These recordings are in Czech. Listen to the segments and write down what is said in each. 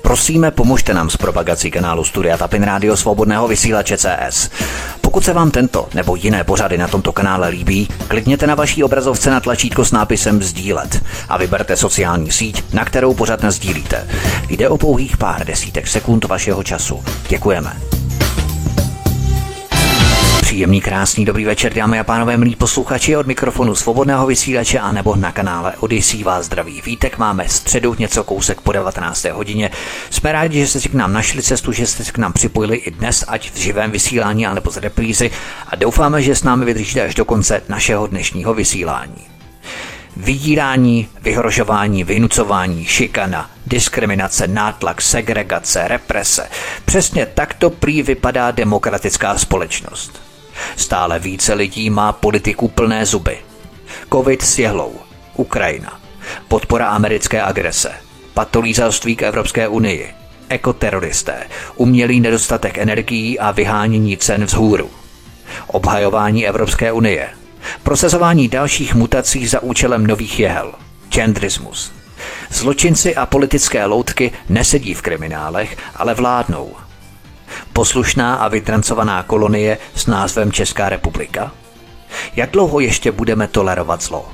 Prosíme, pomožte nám s propagací kanálu Studia Tapin Rádio Svobodného vysílače CS. Pokud se vám tento nebo jiné pořady na tomto kanále líbí, klikněte na vaší obrazovce na tlačítko s nápisem sdílet a vyberte sociální síť, na kterou pořad nasdílíte. Jde o pouhých pár desítek sekund vašeho času. Děkujeme. Příjemný, krásný, dobrý večer, dámy a pánové, milí posluchači, od mikrofonu Svobodného vysílače a nebo na kanále Odyssey vás zdraví Vítek. Máme středu, něco kousek po 19. hodině. Jsme rádi, že jste si k nám našli cestu, že jste se k nám připojili i dnes, ať v živém vysílání, anebo z reprízy, a doufáme, že s námi vydržíte až do konce našeho dnešního vysílání. Vydírání, vyhrožování, vynucování, šikana, diskriminace, nátlak, segregace, represe. Přesně takto prý vypadá demokratická společnost. Stále více lidí má politiku plné zuby. Covid s jehlou, Ukrajina, podpora americké agrese, patolízalství k Evropské unii, ekoteroristé, umělý nedostatek energií a vyhánění cen vzhůru, obhajování Evropské unie, prosazování dalších mutací za účelem nových jehel, genderismus. Zločinci a politické loutky nesedí v kriminálech, ale vládnou. Poslušná a vytrancovaná kolonie s názvem Česká republika? Jak dlouho ještě budeme tolerovat zlo?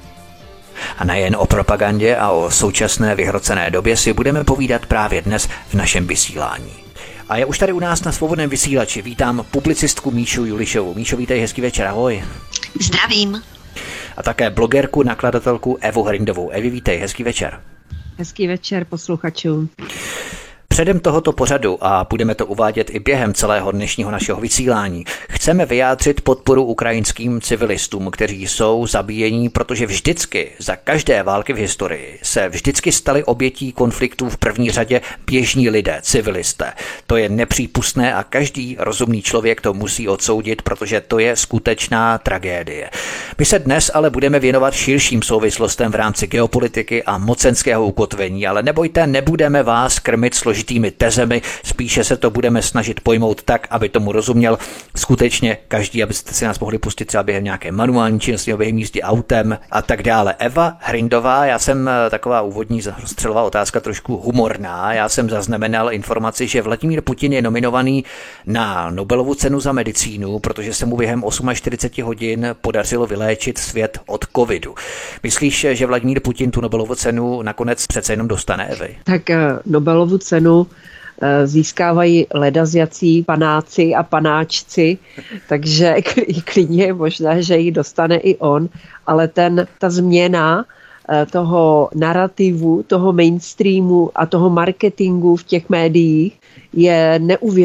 A nejen o propagandě a o současné vyhrocené době si budeme povídat právě dnes v našem vysílání. A je už tady u nás na Svobodném vysílači. Vítám publicistku Míšu Julišovou. Míšo, vítej, hezký večer, ahoj. Zdravím. A také blogerku, nakladatelku Evu Hrindovou. Evi, vítej, hezký večer. Hezký večer posluchačům. Předem tohoto pořadu, a budeme to uvádět i během celého dnešního našeho vysílání, chceme vyjádřit podporu ukrajinským civilistům, kteří jsou zabíjení, protože vždycky za každé války v historii se vždycky stali obětí konfliktů v první řadě běžní lidé, civilisté. To je nepřípustné a každý rozumný člověk to musí odsoudit, protože to je skutečná tragédie. My se dnes ale budeme věnovat širším souvislostem v rámci geopolitiky a mocenského ukotvení, ale nebojte, nebudeme vás krmit složitými tezemi, spíše se to budeme snažit pojmout tak, aby tomu rozuměl skutečně každý, abyste si nás mohli pustit třeba během nějaké manuální činnosti nebo během jízdy autem a tak dále. Eva Hrindová, já jsem taková úvodní rozstřelová otázka trošku humorná, já jsem zaznamenal informaci, že Vladimír Putin je nominovaný na Nobelovu cenu za medicínu, protože se mu během 48 hodin podařilo vyléčit svět od covidu. Myslíš, že Vladimír Putin tu Nobelovu cenu nakonec přece jenom dostane, Evi? Tak Nobelovu cenu získávají ledazjací panáci a panáčci, takže klidně je možné, že ji dostane i on, ale ta změna toho narrativu, toho mainstreamu a toho marketingu v těch médiích je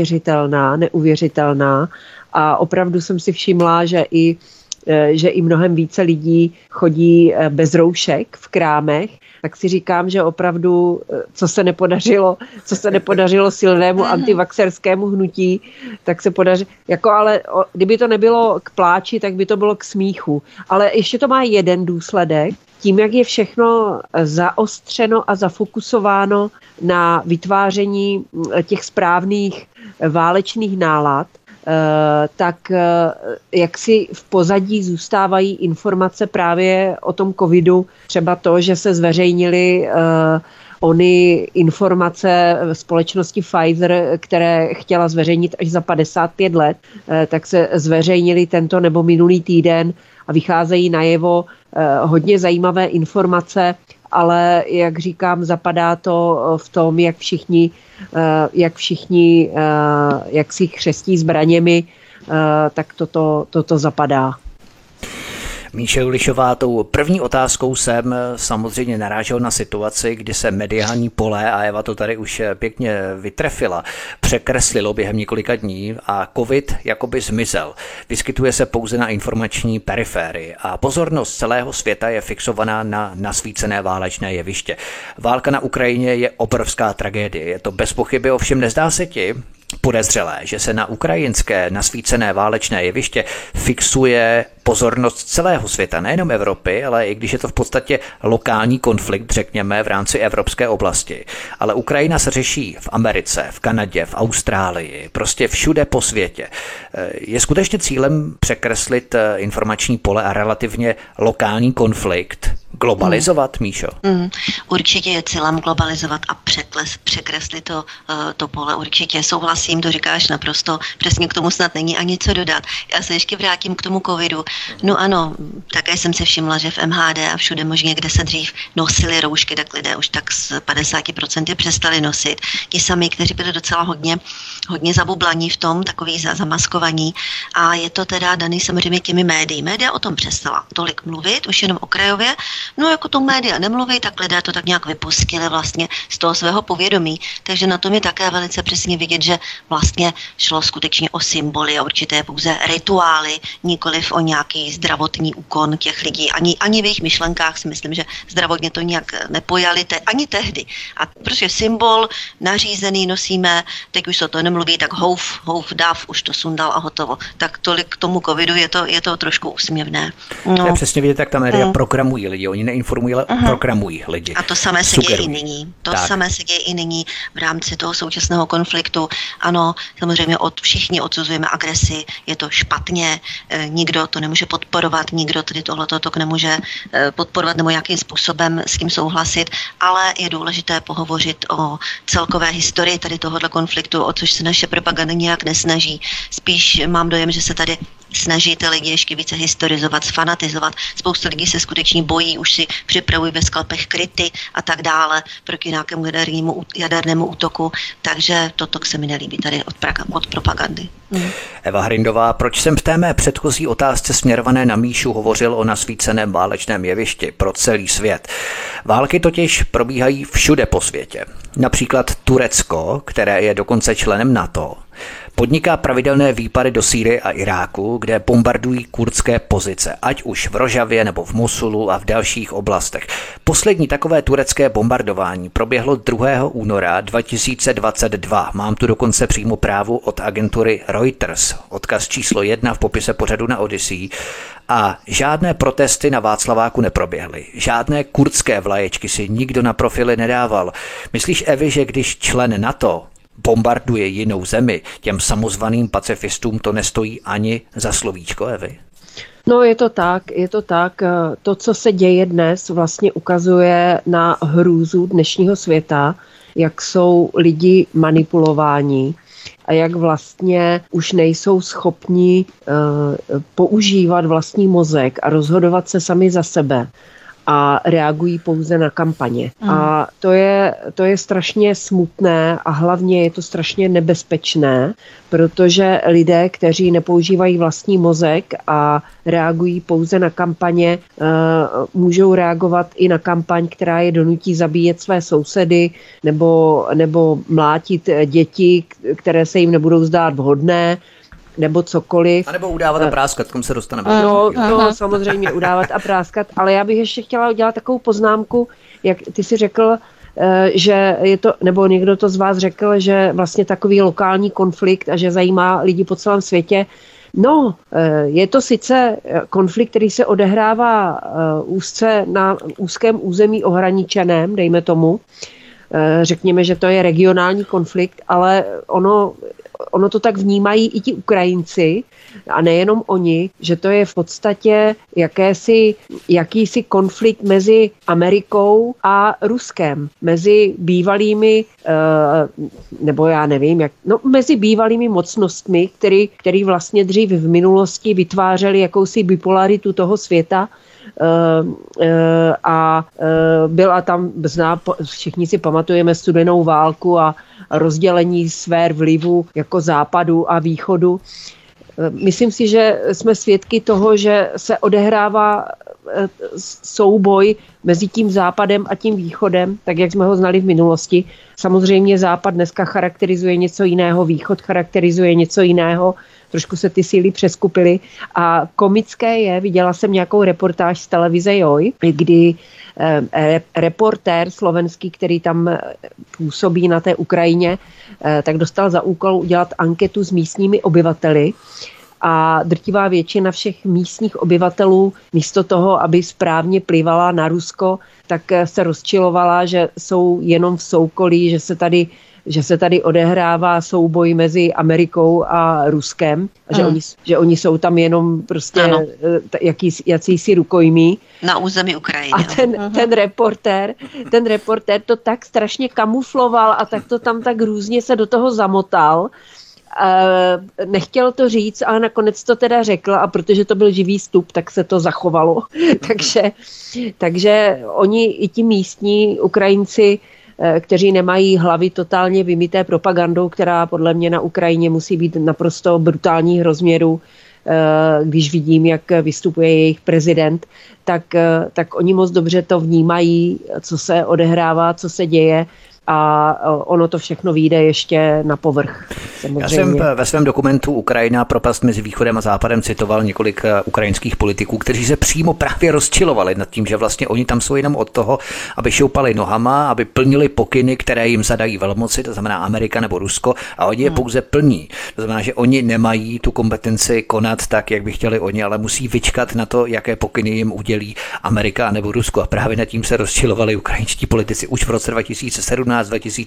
neuvěřitelná a opravdu jsem si všimla, že i mnohem více lidí chodí bez roušek v krámech, tak si říkám, že opravdu, co se nepodařilo silnému antivaxerskému hnutí, tak se podaří, ale kdyby to nebylo k pláči, tak by to bylo k smíchu. Ale ještě to má jeden důsledek, tím, jak je všechno zaostřeno a zafokusováno na vytváření těch správných válečných nálad, tak jak si v pozadí zůstávají informace právě o tom covidu, třeba to, že se zveřejnily ony informace společnosti Pfizer, které chtěla zveřejnit až za 55 let, tak se zveřejnily tento nebo minulý týden a vycházejí najevo hodně zajímavé informace, ale jak říkám, zapadá to v tom, jak si chřestí zbraněmi, tak toto zapadá. Míša Julišová, tou první otázkou jsem samozřejmě narážel na situaci, kdy se mediální pole, a Eva to tady už pěkně vytrefila, překreslilo během několika dní a covid jakoby zmizel. Vyskytuje se pouze na informační periférii a pozornost celého světa je fixovaná na nasvícené válečné jeviště. Válka na Ukrajině je obrovská tragédie, je to bez pochyby, ovšem nezdá se ti podezřelé, že se na ukrajinské nasvícené válečné jeviště fixuje pozornost celého světa, nejenom Evropy, ale i když je to v podstatě lokální konflikt, řekněme, v rámci evropské oblasti. Ale Ukrajina se řeší v Americe, v Kanadě, v Austrálii, prostě všude po světě. Je skutečně cílem překreslit informační pole a relativně lokální konflikt globalizovat, Míšo? Určitě je cílem globalizovat a překreslit to pole. Určitě souhlasím, to říkáš naprosto přesně, k tomu snad není ani co dodat. Já se ještě vrátím k tomu covidu. No ano, také jsem se všimla, že v MHD a všude možně, kde se dřív nosili roušky, tak lidé už tak z 50% přestali nosit. Ti sami, kteří byli docela hodně zabublaní v tom, takový zamaskovaní. A je to teda daný samozřejmě těmi médii. Média o tom přestala tolik mluvit, už jenom okrajově. No jako to média nemluví, tak lidé to tak nějak vypustili vlastně z toho svého povědomí. Takže na tom je také velice přesně vidět, že vlastně šlo skutečně o symboly a určité pouze rituály, nikoliv o nějaký zdravotní úkon těch lidí. Ani v jejich myšlenkách si myslím, že zdravotně to nějak nepojali ani tehdy. A protože symbol nařízený nosíme, teď už se to nemluví, tak houf, dav, už to sundal a hotovo. Tak tolik k tomu covidu je to trošku úsměvné. No. To je přesně vidět, jak ta média programují lidi. Oni neinformují, ale programují lidi. A to samé se děje i nyní. Samé se děje i nyní v rámci toho současného konfliktu. Ano, samozřejmě všichni odsuzujeme agresi, je to špatně, nikdo to nemůže podporovat, nikdo tedy tohleto nemůže podporovat nebo nějakým způsobem s tím souhlasit, ale je důležité pohovořit o celkové historii tady tohoto konfliktu, o což se naše propaganda nějak nesnaží. Spíš mám dojem, že se tady snaží ty lidi ještě více historizovat, sfanatizovat. Spousta lidí se skutečně bojí, už si připravují ve sklepech kryty a tak dále proti nějakému jadernému útoku. Takže toto se mi nelíbí tady od propagandy. Eva Hrindová, proč jsem v té mé předchozí otázce směrované na Míšu hovořil o nasvíceném válečném jevišti pro celý svět? Války totiž probíhají všude po světě. Například Turecko, které je dokonce členem NATO, podniká pravidelné výpady do Sýrie a Iráku, kde bombardují kurdské pozice, ať už v Rožavě nebo v Mosulu a v dalších oblastech. Poslední takové turecké bombardování proběhlo 2. února 2022. Mám tu dokonce přímo právu od agentury Reuters. Odkaz číslo 1 v popise pořadu na Odyssey. A žádné protesty na Václaváku neproběhly. Žádné kurdské vlaječky si nikdo na profily nedával. Myslíš, Evi, že když člen NATO bombarduje jinou zemi, těm samozvaným pacifistům to nestojí ani za slovíčko, Evi? No je to tak. To, co se děje dnes, vlastně ukazuje na hrůzu dnešního světa, jak jsou lidi manipulováni a jak vlastně už nejsou schopni používat vlastní mozek a rozhodovat se sami za sebe. A reagují pouze na kampaně. A to je strašně smutné a hlavně je to strašně nebezpečné, protože lidé, kteří nepoužívají vlastní mozek a reagují pouze na kampaně, můžou reagovat i na kampaň, která je donutí zabíjet své sousedy nebo mlátit děti, které se jim nebudou zdát vhodné, nebo cokoliv. A nebo udávat a práskat, k tomu se dostaneme. No, to samozřejmě udávat a práskat, ale já bych ještě chtěla udělat takovou poznámku, jak ty si řekl, že je to, nebo někdo to z vás řekl, že vlastně takový lokální konflikt a že zajímá lidi po celém světě. No, je to sice konflikt, který se odehrává úzce na úzkém území ohraničeném, dejme tomu. Řekněme, že to je regionální konflikt, ale ono to tak vnímají i ti Ukrajinci a nejenom oni, že to je v podstatě jakýsi konflikt mezi Amerikou a Ruskem, mezi bývalými, nebo já nevím, mezi bývalými mocnostmi, který vlastně dřív v minulosti vytvářeli jakousi bipolaritu toho světa, a byla tam, všichni si pamatujeme studenou válku a rozdělení sfér vlivu jako západu a východu. Myslím si, že jsme svědky toho, že se odehrává souboj mezi tím západem a tím východem, tak jak jsme ho znali v minulosti. Samozřejmě západ dneska charakterizuje něco jiného, východ charakterizuje něco jiného, trošku se ty síly přeskupily. A komické je, viděla jsem nějakou reportáž z televize Joj, kdy reportér slovenský, který tam působí na té Ukrajině, tak dostal za úkol udělat anketu s místními obyvateli a drtivá většina všech místních obyvatelů místo toho, aby správně plivala na Rusko, tak se rozčilovala, že jsou jenom v soukolí, že se tady odehrává souboj mezi Amerikou a Ruskem, a že oni jsou tam jenom prostě jakýsi rukojmí. Na území Ukrajiny. A ten reportér to tak strašně kamufloval a tak to tam tak různě se do toho zamotal. Nechtěl to říct, ale nakonec to teda řekl, a protože to byl živý vstup, tak se to zachovalo. takže oni i ti místní Ukrajinci, kteří nemají hlavy totálně vymyté propagandou, která podle mě na Ukrajině musí být naprosto brutálních rozměrů, když vidím, jak vystupuje jejich prezident, tak oni moc dobře to vnímají, co se odehrává, co se děje, a ono to všechno vyjde ještě na povrch. Samozřejmě. Já jsem ve svém dokumentu Ukrajina, propast mezi východem a západem citoval několik ukrajinských politiků, kteří se přímo právě rozčilovali nad tím, že vlastně oni tam jsou jenom od toho, aby šoupali nohama, aby plnili pokyny, které jim zadají velmoci, to znamená Amerika nebo Rusko, a oni je pouze plní. To znamená, že oni nemají tu kompetenci konat tak, jak by chtěli oni, ale musí vyčkat na to, jaké pokyny jim udělí Amerika nebo Rusko. A právě nad tím se rozčilovali ukrajinští politici už v roce 2017,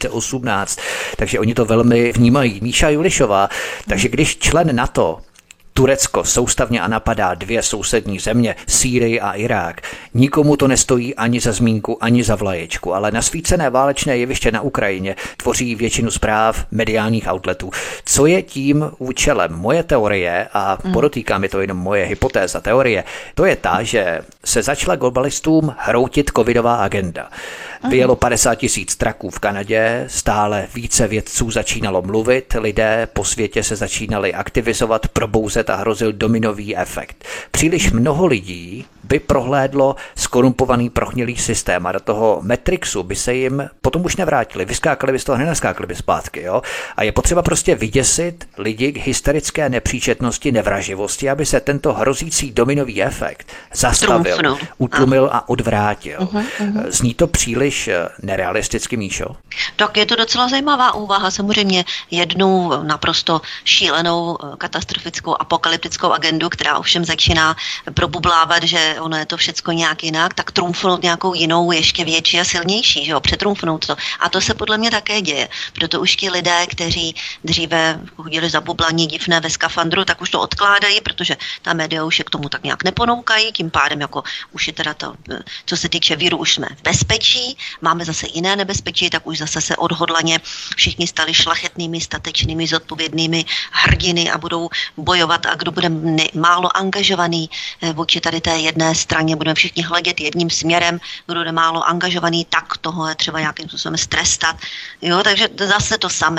2018, takže oni to velmi vnímají. Míša Julišová, takže když člen NATO Turecko soustavně a napadá dvě sousední země, Sýrii a Irák, nikomu to nestojí ani za zmínku, ani za vlaječku, ale nasvícené válečné jeviště na Ukrajině tvoří většinu zpráv mediálních outletů. Co je tím účelem? Moje teorie, a podotýkám, je to jenom moje hypotéza teorie, to je ta, že se začala globalistům hroutit covidová agenda. Vyjelo 50 000 traků v Kanadě, stále více vědců začínalo mluvit, lidé po světě se začínali aktivizovat, probouzet a hrozil dominový efekt. Příliš mnoho lidí by prohlédlo skorumpovaný prohnilý systém a do toho Matrixu by se jim potom už nevrátili. Vyskákali by z toho, nenaskákali by zpátky. Jo? A je potřeba prostě vyděsit lidi k hysterické nepříčetnosti, nevraživosti, aby se tento hrozící dominový efekt zastavil, utlumil a odvrátil. Zní to příliš nerealisticky, Míšo? Tak je to docela zajímavá úvaha. Samozřejmě jednu naprosto šílenou, katastrofickou, apokalyptickou agendu, která ovšem začíná probublávat, že ono je to všecko nějak jinak, tak trumfnout nějakou jinou, ještě větší a silnější, že jo, přetrumfnout to. A to se podle mě také děje. Proto už ti lidé, kteří dříve chodili zabublaní divné ve skafandru, tak už to odkládají, protože ta média už je k tomu tak nějak neponoukají, tím pádem jako už je teda to, co se týče víru, už jsme v bezpečí, máme zase jiné nebezpečí, tak už zase se odhodlaně všichni stali šlachetnými, statečnými, zodpovědnými hrdiny a budou bojovat, a kdo bude málo angažovaný vůči tady té jedné straně, budeme všichni hledět jedním směrem, kdo bude málo angažovaný, tak toho je třeba nějakým způsobem strestat. Jo, takže zase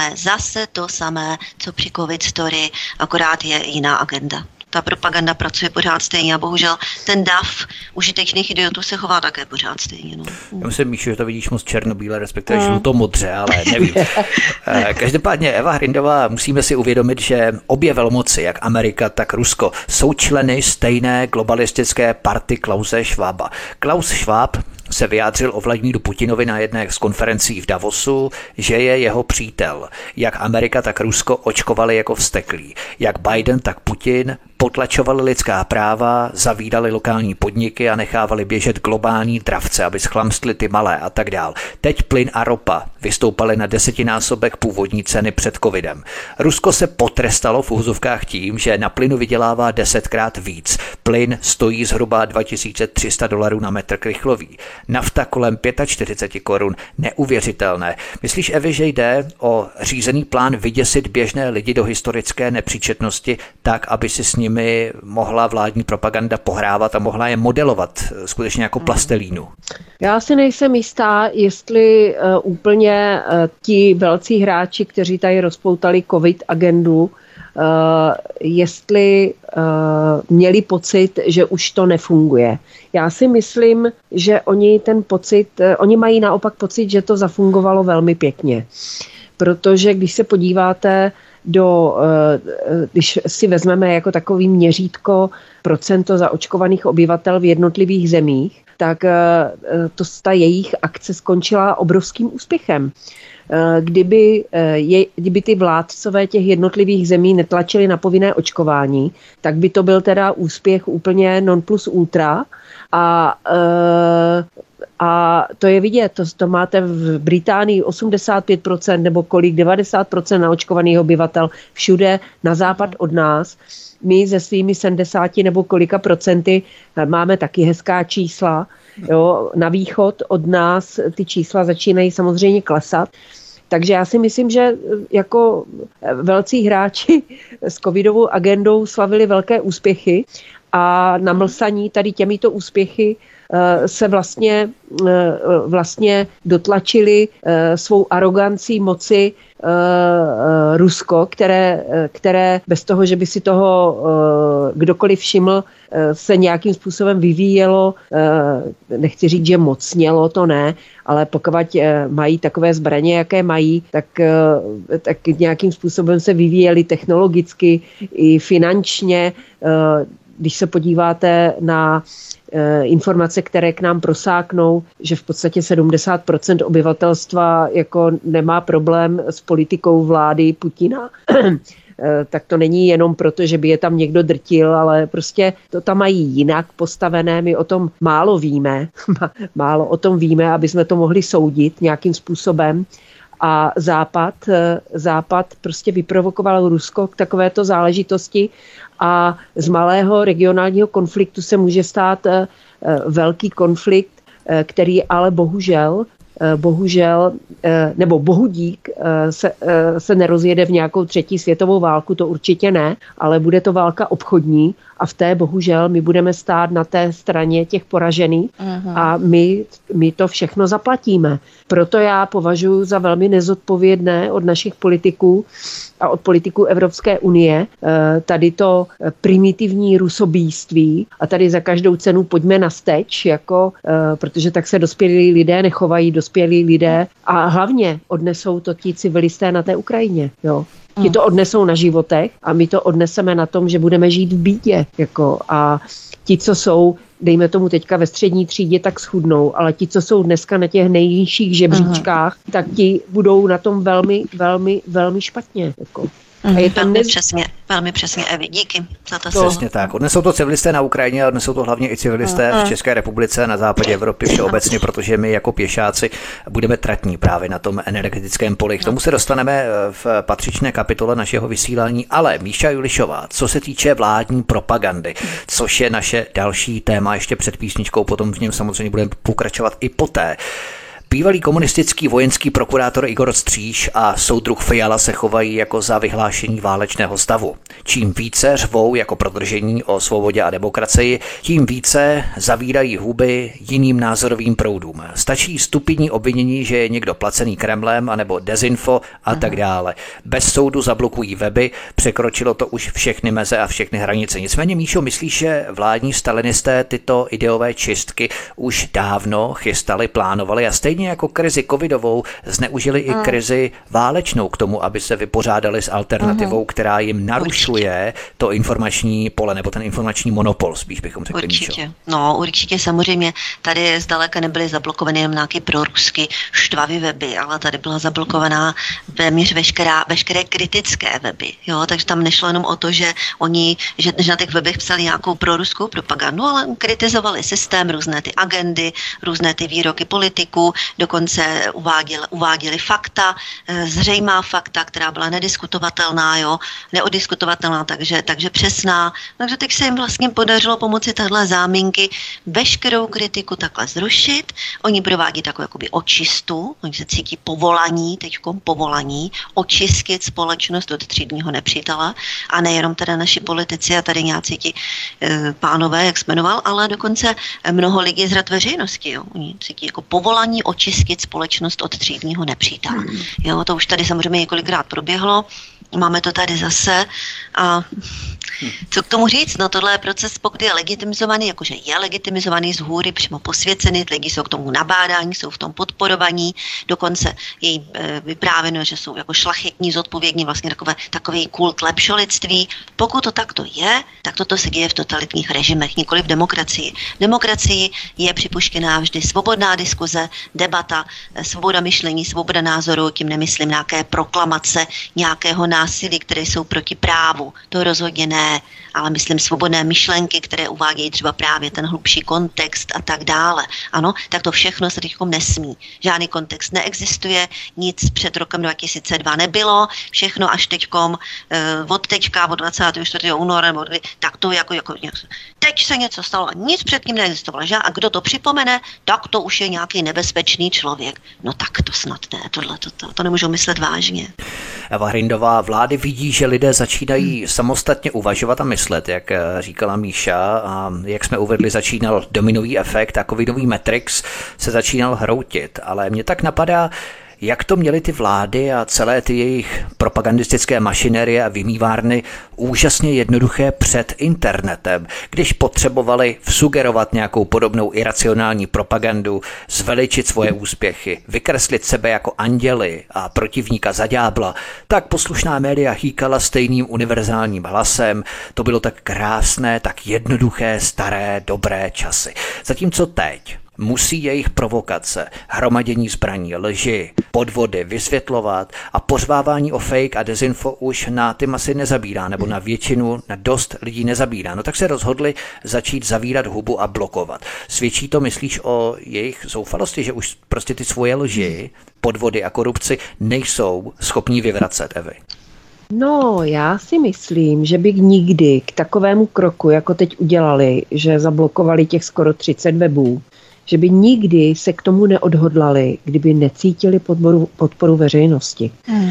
to samé, co při COVID story, akorát je jiná agenda. Ta propaganda pracuje pořád stejně a bohužel ten dav užitečných idiotů se chová také pořád stejně. No. Já myslím, Míšu, že to vidíš moc černobíle, respektive žlutomodře, ale nevím. Každopádně Eva Hrindová, musíme si uvědomit, že obě velmoci, jak Amerika, tak Rusko, jsou členy stejné globalistické party Klause Schwaba. Klaus Schwab se vyjádřil o Vladimíru Putinovi na jedné z konferencí v Davosu, že je jeho přítel. Jak Amerika, tak Rusko očkovali jako vzteklí. Jak Biden, tak Putin potlačovali lidská práva, zavírali lokální podniky a nechávali běžet globální dravce, aby schlamstli ty malé a tak dál. Teď plyn a ropa vystoupaly na 10násobek původní ceny před covidem. Rusko se potrestalo v úzovkách tím, že na plynu vydělává 10krát víc. Plyn stojí zhruba $2300 na metr krychlový. Nafta kolem 45 korun. Neuvěřitelné. Myslíš, Evi, že jde o řízený plán vyděsit běžné lidi do historické nepříčetnosti tak, aby si s nimi mohla vládní propaganda pohrávat a mohla je modelovat skutečně jako plastelínu? Já si nejsem jistá, jestli úplně ti velcí hráči, kteří tady rozpoutali covid agendu, jestli měli pocit, že už to nefunguje. Já si myslím, že oni mají naopak pocit, že to zafungovalo velmi pěkně. Protože když se podíváte když si vezmeme jako takový měřítko procento zaočkovaných obyvatel v jednotlivých zemích, tak ta jejich akce skončila obrovským úspěchem. kdyby ty vládcové těch jednotlivých zemí netlačili na povinné očkování, tak by to byl teda úspěch úplně non plus ultra. A to je vidět, to máte v Británii 85% nebo kolik, 90% naočkovaných obyvatel všude na západ od nás. My se svými 70 nebo kolika procenty máme taky hezká čísla. Jo, na východ od nás ty čísla začínají samozřejmě klesat. Takže já si myslím, že jako velcí hráči s covidovou agendou slavili velké úspěchy a namlsaní tady těmito úspěchy se vlastně dotlačili svou arogancí moci Rusko, které bez toho, že by si toho kdokoliv všiml, se nějakým způsobem vyvíjelo, nechci říct, že mocnělo, to ne, ale pokud mají takové zbraně, jaké mají, tak nějakým způsobem se vyvíjeli technologicky i finančně. Když se podíváte na informace, které k nám prosáknou, že v podstatě 70% obyvatelstva jako nemá problém s politikou vlády Putina, tak to není jenom proto, že by je tam někdo drtil, ale prostě to tam mají jinak postavené. My o tom málo víme, aby jsme to mohli soudit nějakým způsobem. A Západ prostě vyprovokoval Rusko k takovéto záležitosti a z malého regionálního konfliktu se může stát velký konflikt, který ale bohužel nebo bohudík se nerozjede v nějakou třetí světovou válku, to určitě ne, ale bude to válka obchodní a v té bohužel my budeme stát na té straně těch poražených a my to všechno zaplatíme. Proto já považuji za velmi nezodpovědné od našich politiků a od politiků Evropské unie tady to primitivní rusobíjství a tady za každou cenu pojďme na steč, protože tak se dospělí lidé nechovají, dospělí lidé a hlavně odnesou to ti civilisté na té Ukrajině. Jo. Ti to odnesou na životech a my to odneseme na tom, že budeme žít v bídě. A ti, co jsou, dejme tomu teďka ve střední třídě, tak schudnou, ale ti, co jsou dneska na těch nejnižších žebříčkách, tak ti budou na tom velmi, velmi, velmi špatně. A je to velmi přesně, Evi, díky za to. Přesně tak. Odnesou to civilisté na Ukrajině a odnesou to hlavně i civilisté v České republice a na západě Evropy všeobecně, protože my jako pěšáci budeme tratní právě na tom energetickém poli. K tomu se dostaneme v patřičné kapitole našeho vysílání, ale Míša Julišová, co se týče vládní propagandy, což je naše další téma ještě před písničkou, potom v něm samozřejmě budeme pokračovat i poté. Bývalý komunistický vojenský prokurátor Igor Stříž a soudruh Fiala se chovají jako za vyhlášení válečného stavu. Čím více řvou jako prodržení o svobodě a demokracii, tím více zavírají huby jiným názorovým proudům. Stačí stupidní obvinění, že je někdo placený Kremlem anebo dezinfo a tak dále. Bez soudu zablokují weby, překročilo to už všechny meze a všechny hranice. Nicméně, Míšo, myslíš, že vládní stalinisté tyto ideové čistky už dávno chystali, plánovali a stejně jako krizi covidovou zneužili i krizi válečnou k tomu, aby se vypořádali s alternativou, která jim narušuje to informační pole nebo ten informační monopol, spíš bychom řekli. Určitě. No, určitě samozřejmě tady zdaleka nebyly zablokované jen nějaké prorusky štvavý weby, ale tady byla zablokovaná téměř veškeré kritické weby. Jo, takže tam nešlo jenom o to, že oni na těch webech psali nějakou proruskou propagandu, ale kritizovali systém, různé ty agendy, různé ty výroky politiků, dokonce uváděli fakta, zřejmá fakta, která byla neodiskutovatelná, takže přesná. Takže teď se jim vlastně podařilo pomocí téhle záminky veškerou kritiku takhle zrušit. Oni provádí takovou jakoby očistu, oni se cítí povolaní očistit společnost od třídního nepřítele a nejenom teda naši politici a tady nějací ti pánové, jak jsme jmenoval, ale dokonce mnoho lidí z řad veřejnosti. Jo. Oni cítí jako povolaní očistit společnost od třídního nepřítele. Jo, to už tady samozřejmě několikrát proběhlo, máme to tady zase a Co k tomu říct? No tohle je proces, pokud je legitimizovaný, jakože je legitimizovaný z hůry, přímo posvěcený, lidi jsou k tomu nabádání, jsou v tom podporovaní, dokonce je jim vyprávěno, že jsou jako šlachetní, zodpovědní, vlastně takový kult lepšolictví. Pokud to takto je, tak toto se děje v totalitních režimech, nikoli v demokracii. V demokracii je připuštěná vždy svobodná diskuze, debata, svoboda myšlení, svoboda názoru, tím nemyslím nějaké proklamace, nějakého násilí, které jsou proti právu. To rozhodně ne, ale myslím svobodné myšlenky, které uvádějí třeba právě ten hlubší kontext a tak dále. Ano, tak to všechno se teďkom nesmí. Žádný kontext neexistuje, nic před rokem 2002 nebylo, všechno až teďkom, od teďka, od 24. února, nebo tak to jako teď se něco stalo a nic předtím neexistovalo. A kdo to připomene, tak to už je nějaký nebezpečný člověk. No tak to snad ne, to nemůžu myslet vážně. Eva Hrindová, vlády vidí, že lidé začínají samostatně uvažovat a myslet, jak říkala Míša, a jak jsme uvedli, začínal dominový efekt a covidový Matrix se začínal hroutit, ale mě tak napadá, jak to měly ty vlády a celé ty jejich propagandistické mašinerie a vymývárny úžasně jednoduché před internetem, když potřebovali vsugerovat nějakou podobnou iracionální propagandu, zveličit svoje úspěchy, vykreslit sebe jako anděli a protivníka za ďábla, tak poslušná média hýkala stejným univerzálním hlasem. To bylo tak krásné, tak jednoduché, staré, dobré časy. Zatímco teď musí jejich provokace, hromadění zbraní, lži, podvody vysvětlovat a pořvávání o fake a dezinfo už na ty masy nezabírá, nebo na většinu, na dost lidí nezabírá. No tak se rozhodli začít zavírat hubu a blokovat. Svědčí to, myslíš, o jejich zoufalosti, že už prostě ty svoje lži, podvody a korupci nejsou schopní vyvracet, Evy? No, já si myslím, že by nikdy k takovému kroku, jako teď udělali, že zablokovali těch skoro 30 webů, že by nikdy se k tomu neodhodlali, kdyby necítili podporu veřejnosti.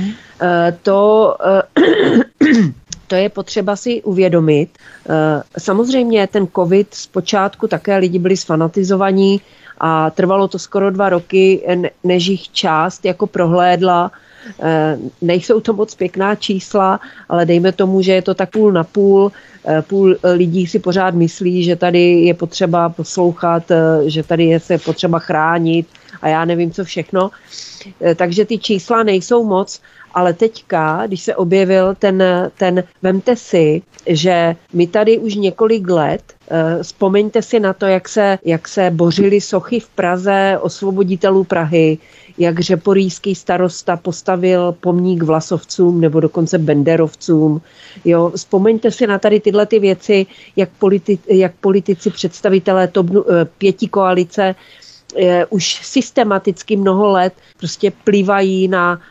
To je potřeba si uvědomit. Samozřejmě ten covid zpočátku také lidi byli sfanatizovaní a trvalo to skoro 2 roky, než jich část jako prohlédla. Nejsou to moc pěkná čísla, ale dejme tomu, že je to tak půl na půl. Půl lidí si pořád myslí, že tady je potřeba poslouchat, že tady je se potřeba chránit a já nevím co všechno. Takže ty čísla nejsou moc, ale teďka, když se objevil ten vemte si, že my tady už několik let, vzpomeňte si na to, jak se bořily sochy v Praze osvoboditelů Prahy, jak řeporyjský starosta postavil pomník Vlasovcům nebo dokonce Benderovcům. Jo, vzpomeňte si na tady tyhle ty věci, jak politici, představitelé pětikoalice už systematicky mnoho let prostě plivají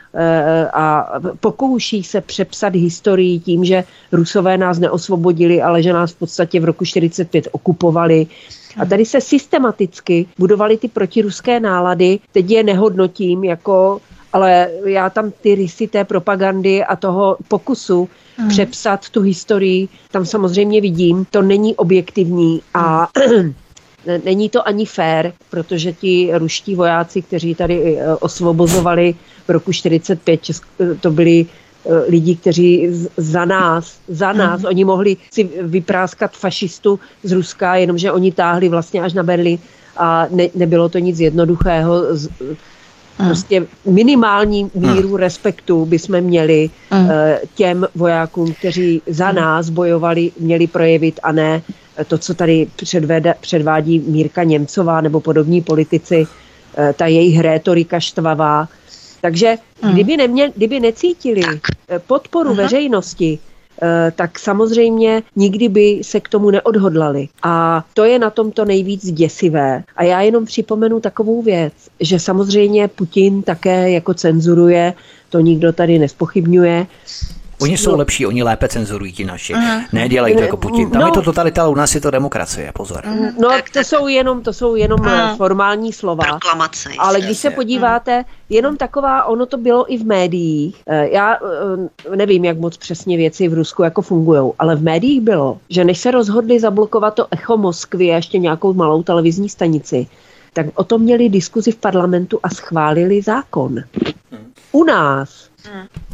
a pokouší se přepsat historii tím, že Rusové nás neosvobodili, ale že nás v podstatě v roku 1945 okupovali. A tady se systematicky budovaly ty protiruské nálady, teď je nehodnotím, ale já tam ty rysy té propagandy a toho pokusu přepsat tu historii, tam samozřejmě vidím, to není objektivní a není to ani fér, protože ti ruští vojáci, kteří tady osvobozovali v roku 1945, to byli lidi, kteří za nás, oni mohli si vypráskat fašistu z Ruska, jenomže oni táhli vlastně až na Berlín a nebylo to nic jednoduchého. Prostě minimální míru respektu bychom měli těm vojákům, kteří za nás bojovali, měli projevit a ne to, co tady předvádí Mírka Němcová nebo podobní politici, ta jejich rétorika štvavá. Takže kdyby necítili podporu veřejnosti, tak samozřejmě nikdy by se k tomu neodhodlali. A to je na tom to nejvíc děsivé. A já jenom připomenu takovou věc, že samozřejmě Putin také jako cenzuruje, to nikdo tady nespochybňuje. Oni jsou lepší, oni lépe cenzurují ti naši. Nedělají to jako Putin. Tam je to totalita, u nás je to demokracie, pozor. No, to jsou jenom formální slova. Proklamace. Ale když se podíváte, jenom taková, ono to bylo i v médiích. Já nevím, jak moc přesně věci v Rusku jako fungujou, ale v médiích bylo, že než se rozhodli zablokovat to Echo Moskvy a ještě nějakou malou televizní stanici, tak o tom měli diskuzi v parlamentu a schválili zákon. U nás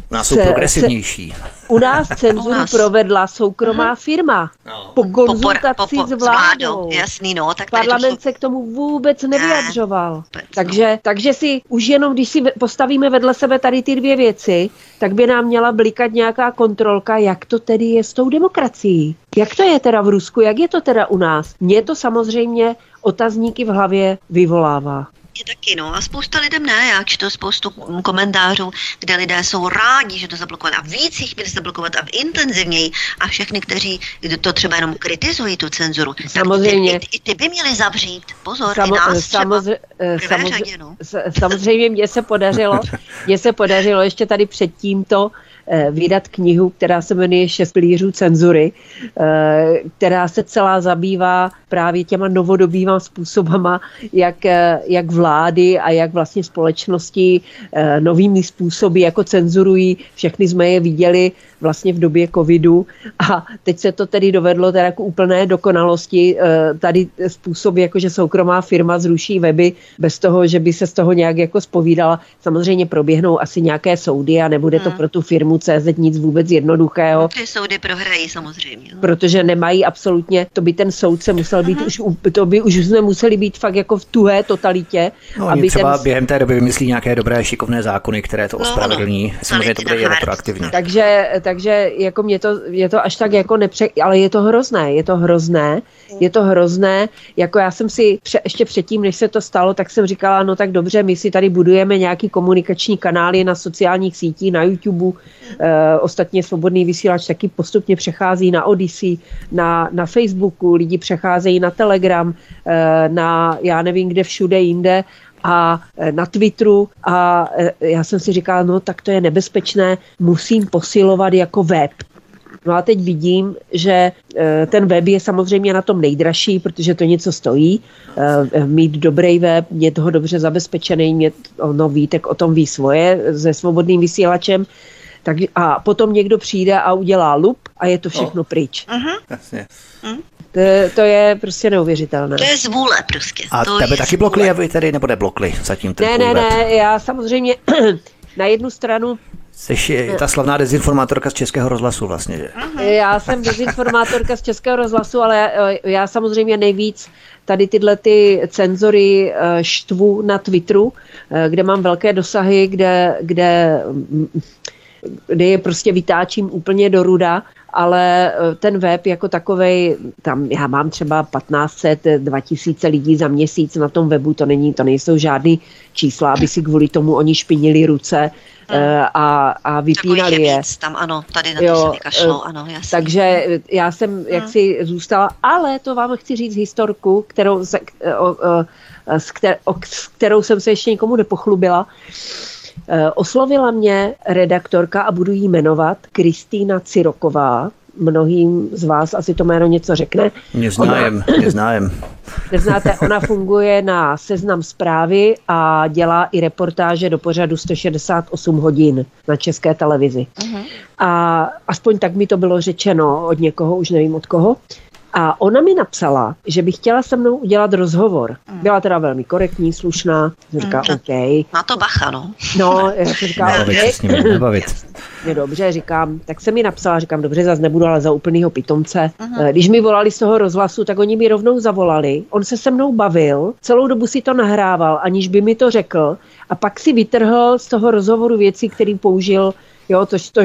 U nás jsou progresivnější. U nás cenzuru provedla soukromá firma. Po konzultaci s vládou. Jasný, no. Tak Parlament se k tomu vůbec nevyjadřoval. Takže si už jenom, když si postavíme vedle sebe tady ty dvě věci, tak by nám měla blikat nějaká kontrolka, jak to tedy je s tou demokracií. Jak to je teda v Rusku, jak je to teda u nás? Mně to samozřejmě otazníky v hlavě vyvolává. Taky, no. A spousta lidem ne. Já čtu spoustu komentářů, kde lidé jsou rádi, že to zablokovat a víc jich měli zablokovat a intenzivněji a všechny, kteří to třeba jenom kritizují tu cenzuru. Samozřejmě. I ty by měli zavřít. Pozor, i nás třeba. Samozřejmě mně se podařilo ještě tady před tímto vydat knihu, která se jmenuje 6 pilířů cenzury, která se celá zabývá právě těma novodobýma způsobama, jak vlády a jak vlastně společnosti novými způsoby jako cenzurují. Všechny jsme je viděli vlastně v době covidu a teď se to tedy dovedlo teda k úplné dokonalosti. Tady způsob, jakože soukromá firma zruší weby bez toho, že by se z toho nějak jako zpovídala. Samozřejmě proběhnou asi nějaké soudy a nebude to pro tu firmu CZ nic vůbec jednoduchého. Ty soudy prohrají samozřejmě. No. Protože nemají absolutně, to by ten soudce musel být to by už jsme museli být fakt jako v tuhé totalitě. No, aby třeba během té doby vymyslí nějaké dobré šikovné zákony, které to ospravedlní. Samozřejmě to bude i retroaktivně. Takže jako mě to až tak jako ale je to hrozné, jako já jsem si ještě předtím, než se to stalo, tak jsem říkala, no tak dobře, my si tady budujeme nějaký komunikační kanály na sociálních sítích, na YouTube, ostatně Svobodný vysílač taky postupně přechází na Odyssey, na Facebooku, lidi přecházejí na Telegram, na já nevím kde všude jinde, a na Twitteru a já jsem si říkala, no tak to je nebezpečné, musím posilovat jako web. No a teď vidím, že ten web je samozřejmě na tom nejdražší, protože to něco stojí. Mít dobrý web, mít toho dobře zabezpečený, Vítek o tom ví svoje se Svobodným vysílačem. A potom někdo přijde a udělá lup a je to všechno pryč. Jasně. To je prostě neuvěřitelné. To je zvůle prostě. A tebe taky blokli, aby tedy nebo neblokli zatím ten Ne, já samozřejmě na jednu stranu jsi ta slavná dezinformátorka z Českého rozhlasu vlastně, že? Já jsem dezinformátorka z Českého rozhlasu, ale já samozřejmě nejvíc tady tyhle ty cenzory štvu na Twitteru, kde mám velké dosahy, kde je prostě vytáčím úplně do ruda, ale ten web jako takovej, tam já mám třeba 1500, 2000 lidí za měsíc na tom webu, to nejsou žádný čísla, aby si kvůli tomu oni špinili ruce a vypínali je. Tam ano, tady na to se vykašlou, ano, jasně. Takže já jsem jaksi zůstala, ale to vám chci říct historku, s kterou jsem se ještě nikomu nepochlubila. Oslovila mě redaktorka a budu jí jmenovat Kristýna Ciroková. Mnohým z vás asi to jméno něco řekne. Neznájem. Neznáte, ona funguje na Seznam Zprávy a dělá i reportáže do pořadu 168 hodin na České televizi. A aspoň tak mi to bylo řečeno od někoho, už nevím od koho. A ona mi napsala, že by chtěla se mnou udělat rozhovor. Byla teda velmi korektní, slušná. Jsem říkala, OK. Na to bacha, no. No, já jsem říkala, nebavit. Je dobře, říkám, tak se mi napsala, říkám, dobře, zase nebudu, ale za úplnýho pitomce. Když mi volali z toho rozhlasu, tak oni mi rovnou zavolali. On se mnou bavil, celou dobu si to nahrával, aniž by mi to řekl. A pak si vytrhl z toho rozhovoru věci, který použil. Jo,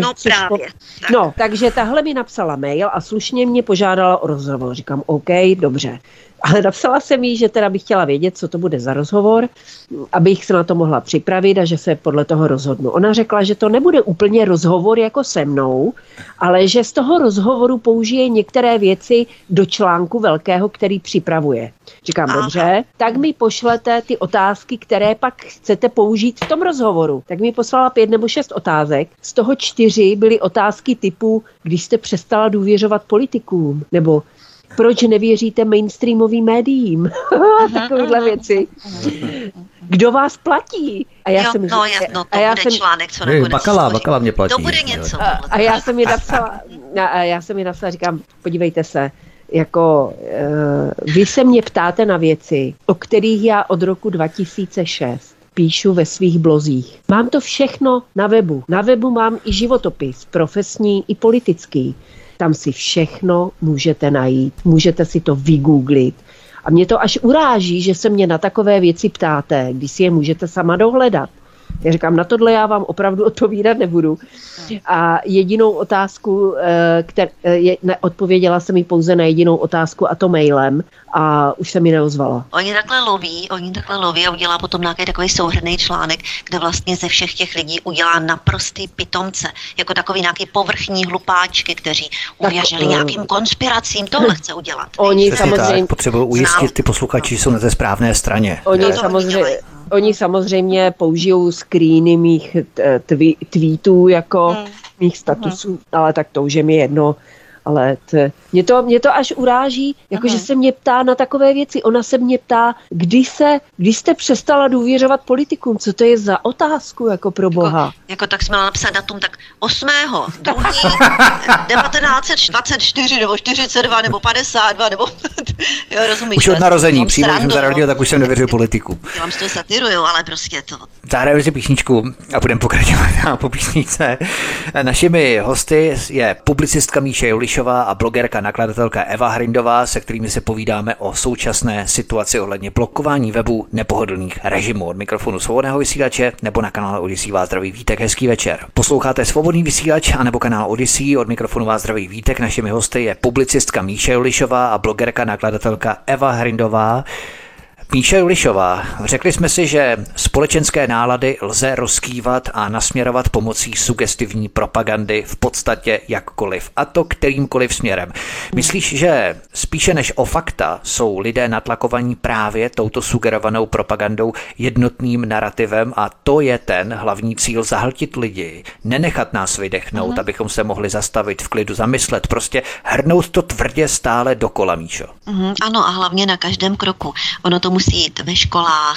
takže tahle mi napsala mail a slušně mě požádala o rozhovor. Říkám, OK, dobře. Ale napsala jsem jí, že teda bych chtěla vědět, co to bude za rozhovor, abych se na to mohla připravit a že se podle toho rozhodnu. Ona řekla, že to nebude úplně rozhovor jako se mnou, ale že z toho rozhovoru použije některé věci do článku velkého, který připravuje. Říkám, dobře, tak mi pošlete ty otázky, které pak chcete použít v tom rozhovoru. Tak mi poslala 5 nebo 6 otázek. Z toho 4 byly otázky typu, když jste přestala důvěřovat politikům, nebo proč nevěříte mainstreamovým médiím? Takovéhle věci. Kdo vás platí? A já jsem článek, co nakonec Bakala mě platí. To bude něco. A já jsem mi napsala, říkám, podívejte se, jako vy se mě ptáte na věci, o kterých já od roku 2006 píšu ve svých blozích. Mám to všechno na webu. Na webu mám i životopis, profesní i politický. Tam si všechno můžete najít, můžete si to vygooglit. A mě to až uráží, že se mě na takové věci ptáte, když si je můžete sama dohledat. Já říkám, na tohle já vám opravdu odpovídat nebudu. A jedinou otázku, odpověděla jsem mi pouze na jedinou otázku, a to mailem, a už se mi neozvala. Oni takhle loví a udělá potom nějaký takový souhrnný článek, kde vlastně ze všech těch lidí udělá naprostý pitomce, jako takový nějaký povrchní hlupáčky, kteří uvěřili nějakým konspiracím, tohle chce udělat. Oni samozřejmě potřebují ujistit ty posluchači, jsou na té správné straně. Oni samozřejmě použijou screeny mých tweetů jako mých statusů, ale tak to už je mi jedno. Ale mě to až uráží, jakože se mě ptá na takové věci. Ona se mě ptá, kdy jste přestala důvěřovat politikům, co to je za otázku, jako pro Boha. Jako tak jsme měla napsat datum, tak 8.2.1924 nebo 42 nebo 52 nebo jo, rozumíš. Už od narození, přímo když jsem zarodil, tak už jsem nevěřil politiku. Já vám to satiruju, ale prostě to. Zahrajeme si písničku a budeme pokračovat po písničce. Našimi hosty je publicistka Míša Julišová a blogerka, nakladatelka Eva Hrindová, se kterými se povídáme o současné situaci ohledně blokování webu nepohodlných režimů. Od mikrofonu Svobodného vysílače nebo na kanále Odyssey vás zdraví Vítek, hezký večer. Posloucháte Svobodný vysílač a nebo kanál Odyssey, od mikrofonu vás zdraví Vítek. Našimi hosty je publicistka Míša Julišová a blogerka, nakladatelka Eva Hrindová. Míša Julišová, řekli jsme si, že společenské nálady lze rozkývat a nasměrovat pomocí sugestivní propagandy v podstatě jakkoliv, a to kterýmkoliv směrem. Myslíš, že spíše než o fakta jsou lidé natlakovaní právě touto sugerovanou propagandou, jednotným narrativem, a to je ten hlavní cíl, zahltit lidi, nenechat nás vydechnout, abychom se mohli zastavit, v klidu zamyslet, prostě hrnout to tvrdě stále dokola, Míšo. Ano, a hlavně na každém kroku. Ono to musí jít ve školách,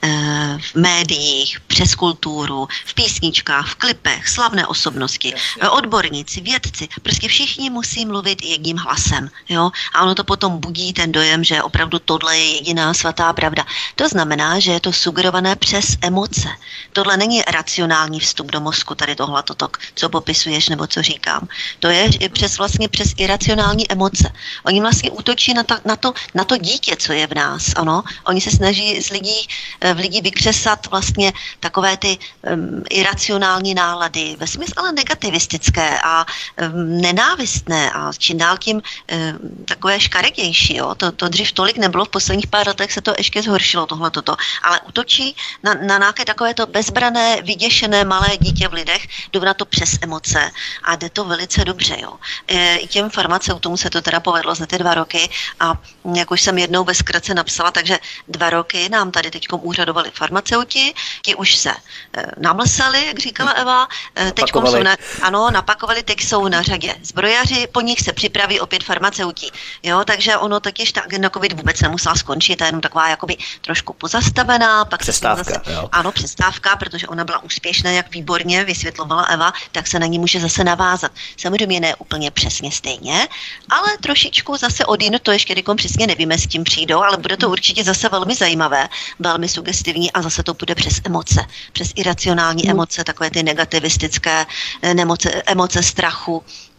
v médiích, přes kulturu, v písničkách, v klipech, slavné osobnosti, odborníci, vědci. Prostě všichni musí mluvit jedním hlasem. Jo? A ono to potom budí ten dojem, že opravdu tohle je jediná svatá pravda. To znamená, že je to sugerované přes emoce. Tohle není racionální vstup do mozku, tady tohle, co popisuješ nebo co říkám. To je přes iracionální emoce. Oni vlastně útočí na to dítě, co je v nás. Ano? Oni se snaží v lidí vykřesat vlastně takové ty iracionální nálady, ve smyslu ale negativistické a nenávistné a čím dál tím takové škaredější. Jo? To dřív tolik nebylo, v posledních pár letech se to ještě zhoršilo tohleto. Ale útočí na nějaké takovéto bezbrané, vyděšené malé dítě v lidech, jdou na to přes emoce a jde to velice dobře. Jo? I těm farmaceutům se to teda povedlo za ty 2 roky a jak už jsem jednou ve zkratce napsala, takže 2 roky nám tady teďkom úřadovali farmaceuti, ti už se namlsali, jak říkala Eva, teďkom jsou napakovali, teď jsou na řadě zbrojaři, po nich se připraví opět farmaceuti. Jo, takže ono totiž ta agenda COVID vůbec nemusela skončit, ta jenom taková jakoby trošku pozastavená, pak přestávka, přestávka, protože ona byla úspěšná, jak výborně vysvětlovala Eva, tak se na ní může zase navázat. Samozřejmě ne úplně přesně stejně, ale trošičku zase odjinud, to ještě kdykom přesně nevíme, s tím přijdou, ale bude to určitě zase velmi zajímavé, velmi sugestivní a zase to bude přes emoce, přes iracionální emoce, takové ty negativistické emoce strachu,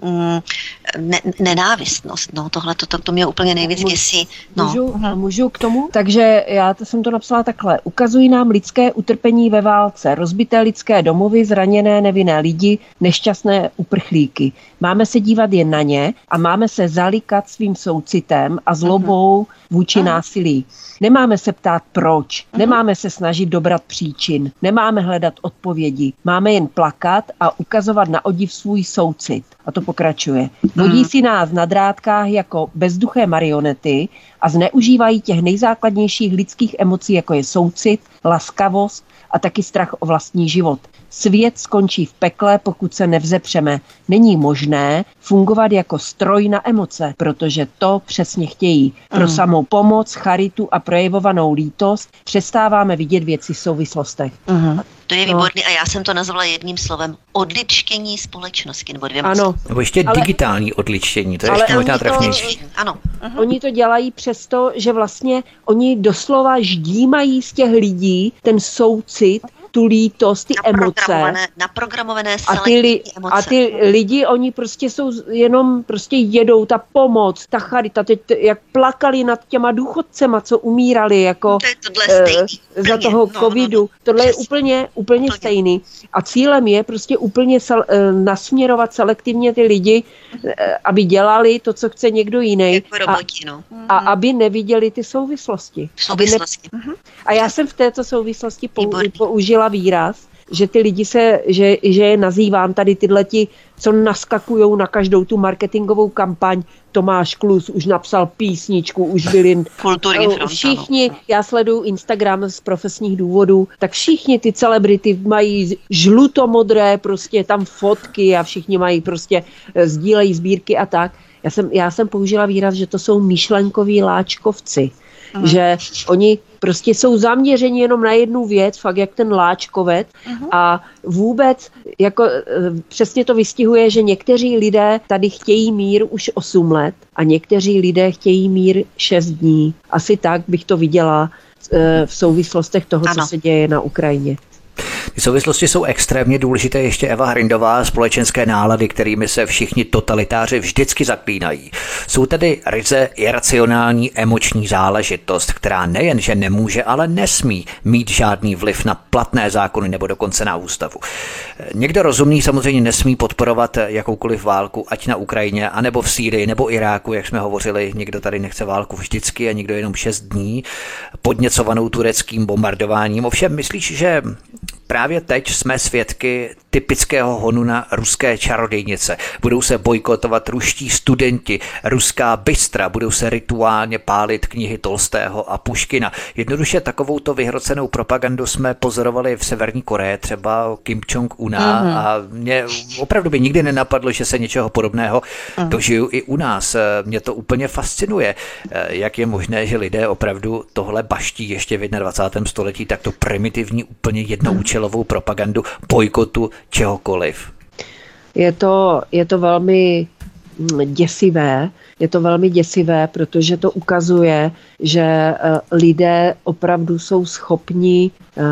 nenávistnost. No, tohle to mě úplně nejvíc děsí. No. Můžu k tomu? Takže já jsem to napsala takhle. Ukazují nám lidské utrpení ve válce, rozbité lidské domovy, zraněné nevinné lidi, nešťastné uprchlíky. Máme se dívat jen na ně a máme se zalikat svým soucitem a zlobou vůči násilí. Nemáme se ptát proč, nemáme se snažit dobrat příčin, nemáme hledat odpovědi, máme jen plakat a ukazovat na odiv svůj soucit. A to pokračuje. Vodí si nás na drátkách jako bezduché marionety a zneužívají těch nejzákladnějších lidských emocí, jako je soucit, laskavost a taky strach o vlastní život. Svět skončí v pekle, pokud se nevzepřeme. Není možné fungovat jako stroj na emoce, protože to přesně chtějí. Pro samou pomoc, charitu a projevovanou lítost přestáváme vidět věci v souvislostech. To je výborný a já jsem to nazvala jedním slovem odličtění společnosti, nebo dvěma Ano. slovy. Nebo ještě digitální odličtění, to je ještě možná trefnější. Ano. Oni to dělají přesto, že vlastně oni doslova ždímají z těch lidí ten soucit, tu lítost, ty emoce. Naprogramované A emoce. a ty lidi, oni prostě jsou jenom prostě jedou, ta pomoc, ta charita, teď jak plakali nad těma důchodcema, co umírali jako za toho covidu. Tohle je úplně stejný. A cílem je prostě úplně nasměrovat selektivně ty lidi, aby dělali to, co chce někdo jiný. Jako roboti, a aby neviděli ty souvislosti. A já jsem v této souvislosti použila výraz, že ty lidi že je nazývám tady tyhleti, co naskakujou na každou tu marketingovou kampaň. Tomáš Klus už napsal písničku, už byli všichni, já sleduju Instagram z profesních důvodů, tak všichni ty celebrity mají žlutomodré prostě tam fotky a všichni mají prostě sdílejí sbírky a tak. Já jsem použila výraz, že to jsou myšlenkoví láčkovci. Že oni prostě jsou zaměřeni jenom na jednu věc, fakt jak ten láčkovec a vůbec jako přesně to vystihuje, že někteří lidé tady chtějí mír už 8 let a někteří lidé chtějí mír 6 dní. Asi tak bych to viděla v souvislostech toho, co se děje na Ukrajině. Ty souvislosti jsou extrémně důležité, ještě Eva Hrindová, společenské nálady, kterými se všichni totalitáři vždycky zaklínají. Jsou tedy ryze iracionální emoční záležitost, která nejenže nemůže, ale nesmí mít žádný vliv na platné zákony nebo dokonce na ústavu. Někdo rozumný samozřejmě nesmí podporovat jakoukoliv válku, ať na Ukrajině, anebo v Sýrii, nebo Iráku, jak jsme hovořili, někdo tady nechce válku vždycky a někdo jenom 6 dní, podněcovanou tureckým bombardováním. Ovšem, myslíš, že právě teď jsme svědky typického honu na ruské čarodějnice. Budou se bojkotovat ruští studenti, ruská bystra, budou se rituálně pálit knihy Tolstého a Puškina. Jednoduše takovouto vyhrocenou propagandu jsme pozorovali v Severní Koreji, třeba o Kim Jong-una a mě opravdu by nikdy nenapadlo, že se něčeho podobného dožiju i u nás. Mě to úplně fascinuje, jak je možné, že lidé opravdu tohle baští ještě v 21. století, takto primitivní, úplně jednoúčelovou propagandu bojkotu čehokoliv. Je to velmi děsivé. Je to velmi děsivé, protože to ukazuje, že lidé opravdu jsou schopni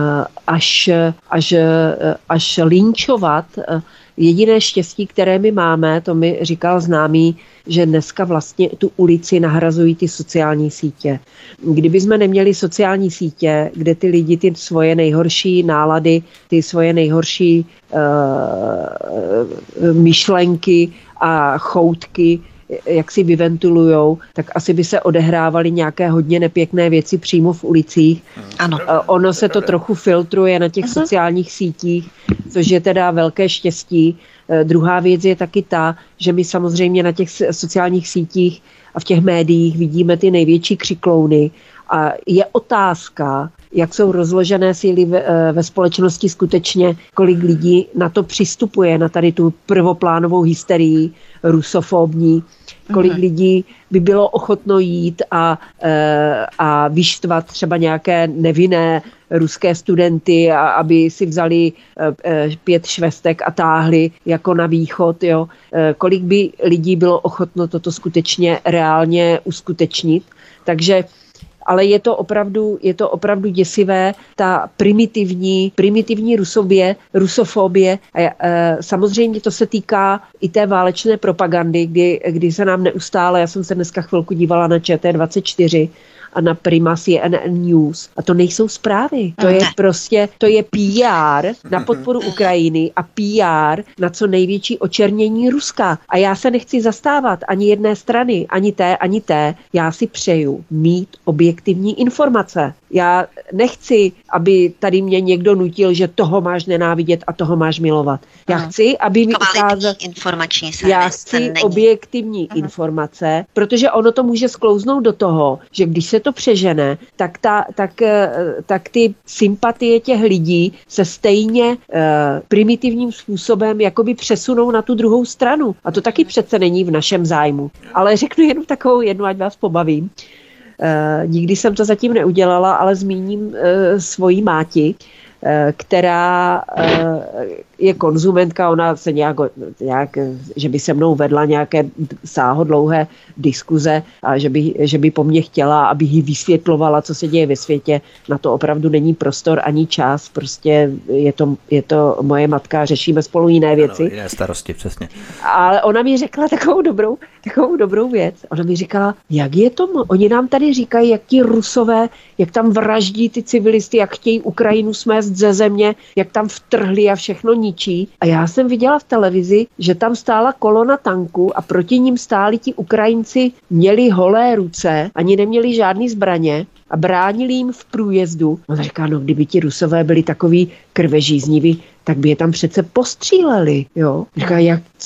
až linčovat. Jediné štěstí, které my máme, to mi říkal známý, že dneska vlastně tu ulici nahrazují ty sociální sítě. Kdyby jsme neměli sociální sítě, kde ty lidi ty svoje nejhorší nálady, ty svoje nejhorší myšlenky a choutky, jak si vyventilujou, tak asi by se odehrávaly nějaké hodně nepěkné věci přímo v ulicích. Ano. Ono se to trochu filtruje na těch sociálních sítích, což je teda velké štěstí. Druhá věc je taky ta, že my samozřejmě na těch sociálních sítích a v těch médiích vidíme ty největší křiklouny a je otázka, jak jsou rozložené síly ve společnosti skutečně, kolik lidí na to přistupuje, na tady tu prvoplánovou hysterii rusofobní, kolik lidí by bylo ochotno jít a vyštvat třeba nějaké nevinné ruské studenty, aby si vzali 5 švestek a táhli jako na východ. Jo. Kolik by lidí bylo ochotno toto skutečně reálně uskutečnit. Takže ale je to opravdu děsivé, ta primitivní rusofobie. Samozřejmě to se týká i té válečné propagandy, kdy se nám neustále, já jsem se dneska chvilku dívala na ČT24 a na Prima CNN News. A to nejsou zprávy. To je PR na podporu Ukrajiny a PR na co největší očernění Ruska. A já se nechci zastávat ani jedné strany, ani té. Já si přeju mít objektivní informace. Já nechci, aby tady mě někdo nutil, že toho máš nenávidět a toho máš milovat. Já chci, aby mi ukázal... Já chci objektivní informace, protože ono to může sklouznout do toho, že když se to přežene, tak ty sympatie těch lidí se stejně primitivním způsobem jakoby přesunou na tu druhou stranu. A to taky přece není v našem zájmu. Ale řeknu jenom takovou jednu, ať vás pobavím. Nikdy jsem to zatím neudělala, ale zmíním svoji máti. která je konzumentka, ona se nějak, že by se mnou vedla nějaké sáhodlouhé diskuze a že by po mně chtěla, abych jí vysvětlovala, co se děje ve světě. Na to opravdu není prostor ani čas, prostě je to moje matka, řešíme spolu jiné věci. Ano, jiné starosti, přesně. Ale ona mi řekla takovou dobrou věc. Ona mi říkala, jak je to, oni nám tady říkají, jak ti Rusové, jak tam vraždí ty civilisty, jak chtějí Ukrajinu smést ze země, jak tam vtrhli a všechno ničí. A já jsem viděla v televizi, že tam stála kolona tanků a proti ním stáli ti Ukrajinci, měli holé ruce, ani neměli žádný zbraně a bránili jim v průjezdu. On říká, no kdyby ti Rusové byli takový krvežízniví, tak by je tam přece postříleli, jo. Říká,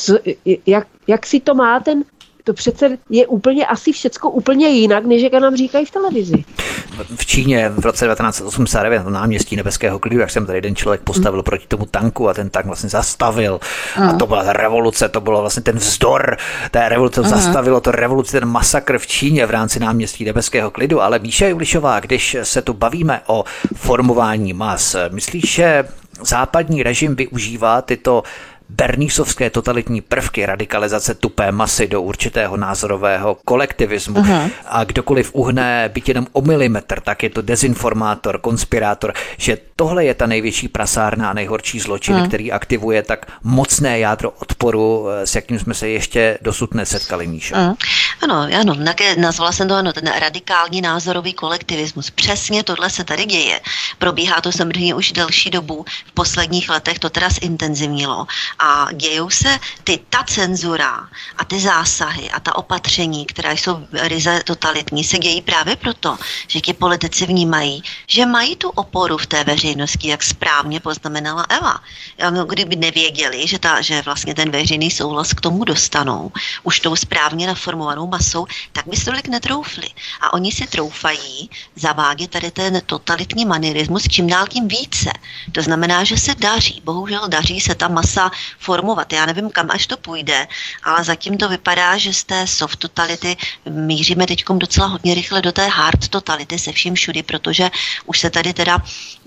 jak si to má to přece je úplně asi všecko úplně jinak, než jak nám říkají v televizi. V Číně v roce 1989 na náměstí Nebeského klidu, jak jsem tady jeden člověk postavil proti tomu tanku a ten tank vlastně zastavil. A to byla revoluce, to bylo vlastně ten vzdor té revoluce, zastavilo to revoluci, ten masakr v Číně v rámci náměstí Nebeského klidu. Ale Míša Julišová, když se tu bavíme o formování mas, myslíš, že západní režim využívá tyto bernísovské totalitní prvky radikalizace tupé masy do určitého názorového kolektivismu a kdokoliv uhne byť jenom o milimetr, tak je to dezinformátor, konspirátor, že tohle je ta největší prasárna a nejhorší zločin, který aktivuje tak mocné jádro odporu, s jakým jsme se ještě dosud nesetkali, Míša. Ano, nazvala jsem to ten radikální názorový kolektivismus. Přesně tohle se tady děje. Probíhá to samozřejmě už delší dobu, v posledních letech to teda zintenzivnilo. A dějou se ta cenzura a ty zásahy a ta opatření, která jsou ryze totalitní, se dějí právě proto, že ti politici vnímají, že mají tu oporu v té veřejnosti, jak správně poznamenala Eva. Kdyby nevěděli, že vlastně ten veřejný souhlas k tomu dostanou, už tou správně naformovanou masou, tak by se tolik netroufli. A oni si troufají zavádět tady ten totalitní manierismus čím dál tím více. To znamená, že se daří, bohužel daří se ta masa formovat. Já nevím, kam až to půjde, ale zatím to vypadá, že z té soft totality míříme teďkom docela hodně rychle do té hard totality se vším všudy, protože už se tady teda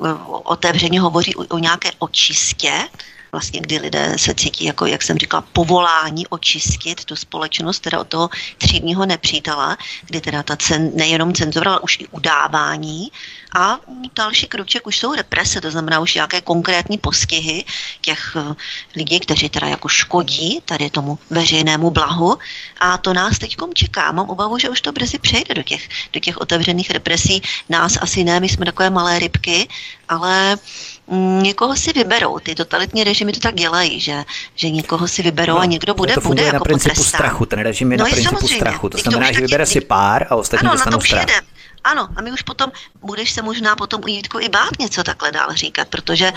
otevřeně hovoří o nějaké očistě, vlastně kdy lidé se cítí jako, jak jsem říkala, povolání očistit tu společnost teda od toho třídního nepřítele, kdy teda nejenom cenzura, ale už i udávání. A další kruček už jsou represe, to znamená už nějaké konkrétní postihy těch lidí, kteří teda jako škodí tady tomu veřejnému blahu. A to nás teďkom čeká. Mám obavu, že už to brzy přejde do těch otevřených represí. Nás asi ne, my jsme takové malé rybky, ale někoho si vyberou. Ty totalitní režimy to tak dělají, že někoho si vyberou a někdo bude jako potrestán. Na principu strachu, ten režim je na principu strachu. To znamená, že vybere si pár a ostatní dostanou strach. Ano, a my už potom, budeš se možná potom i bát něco takhle dál říkat, protože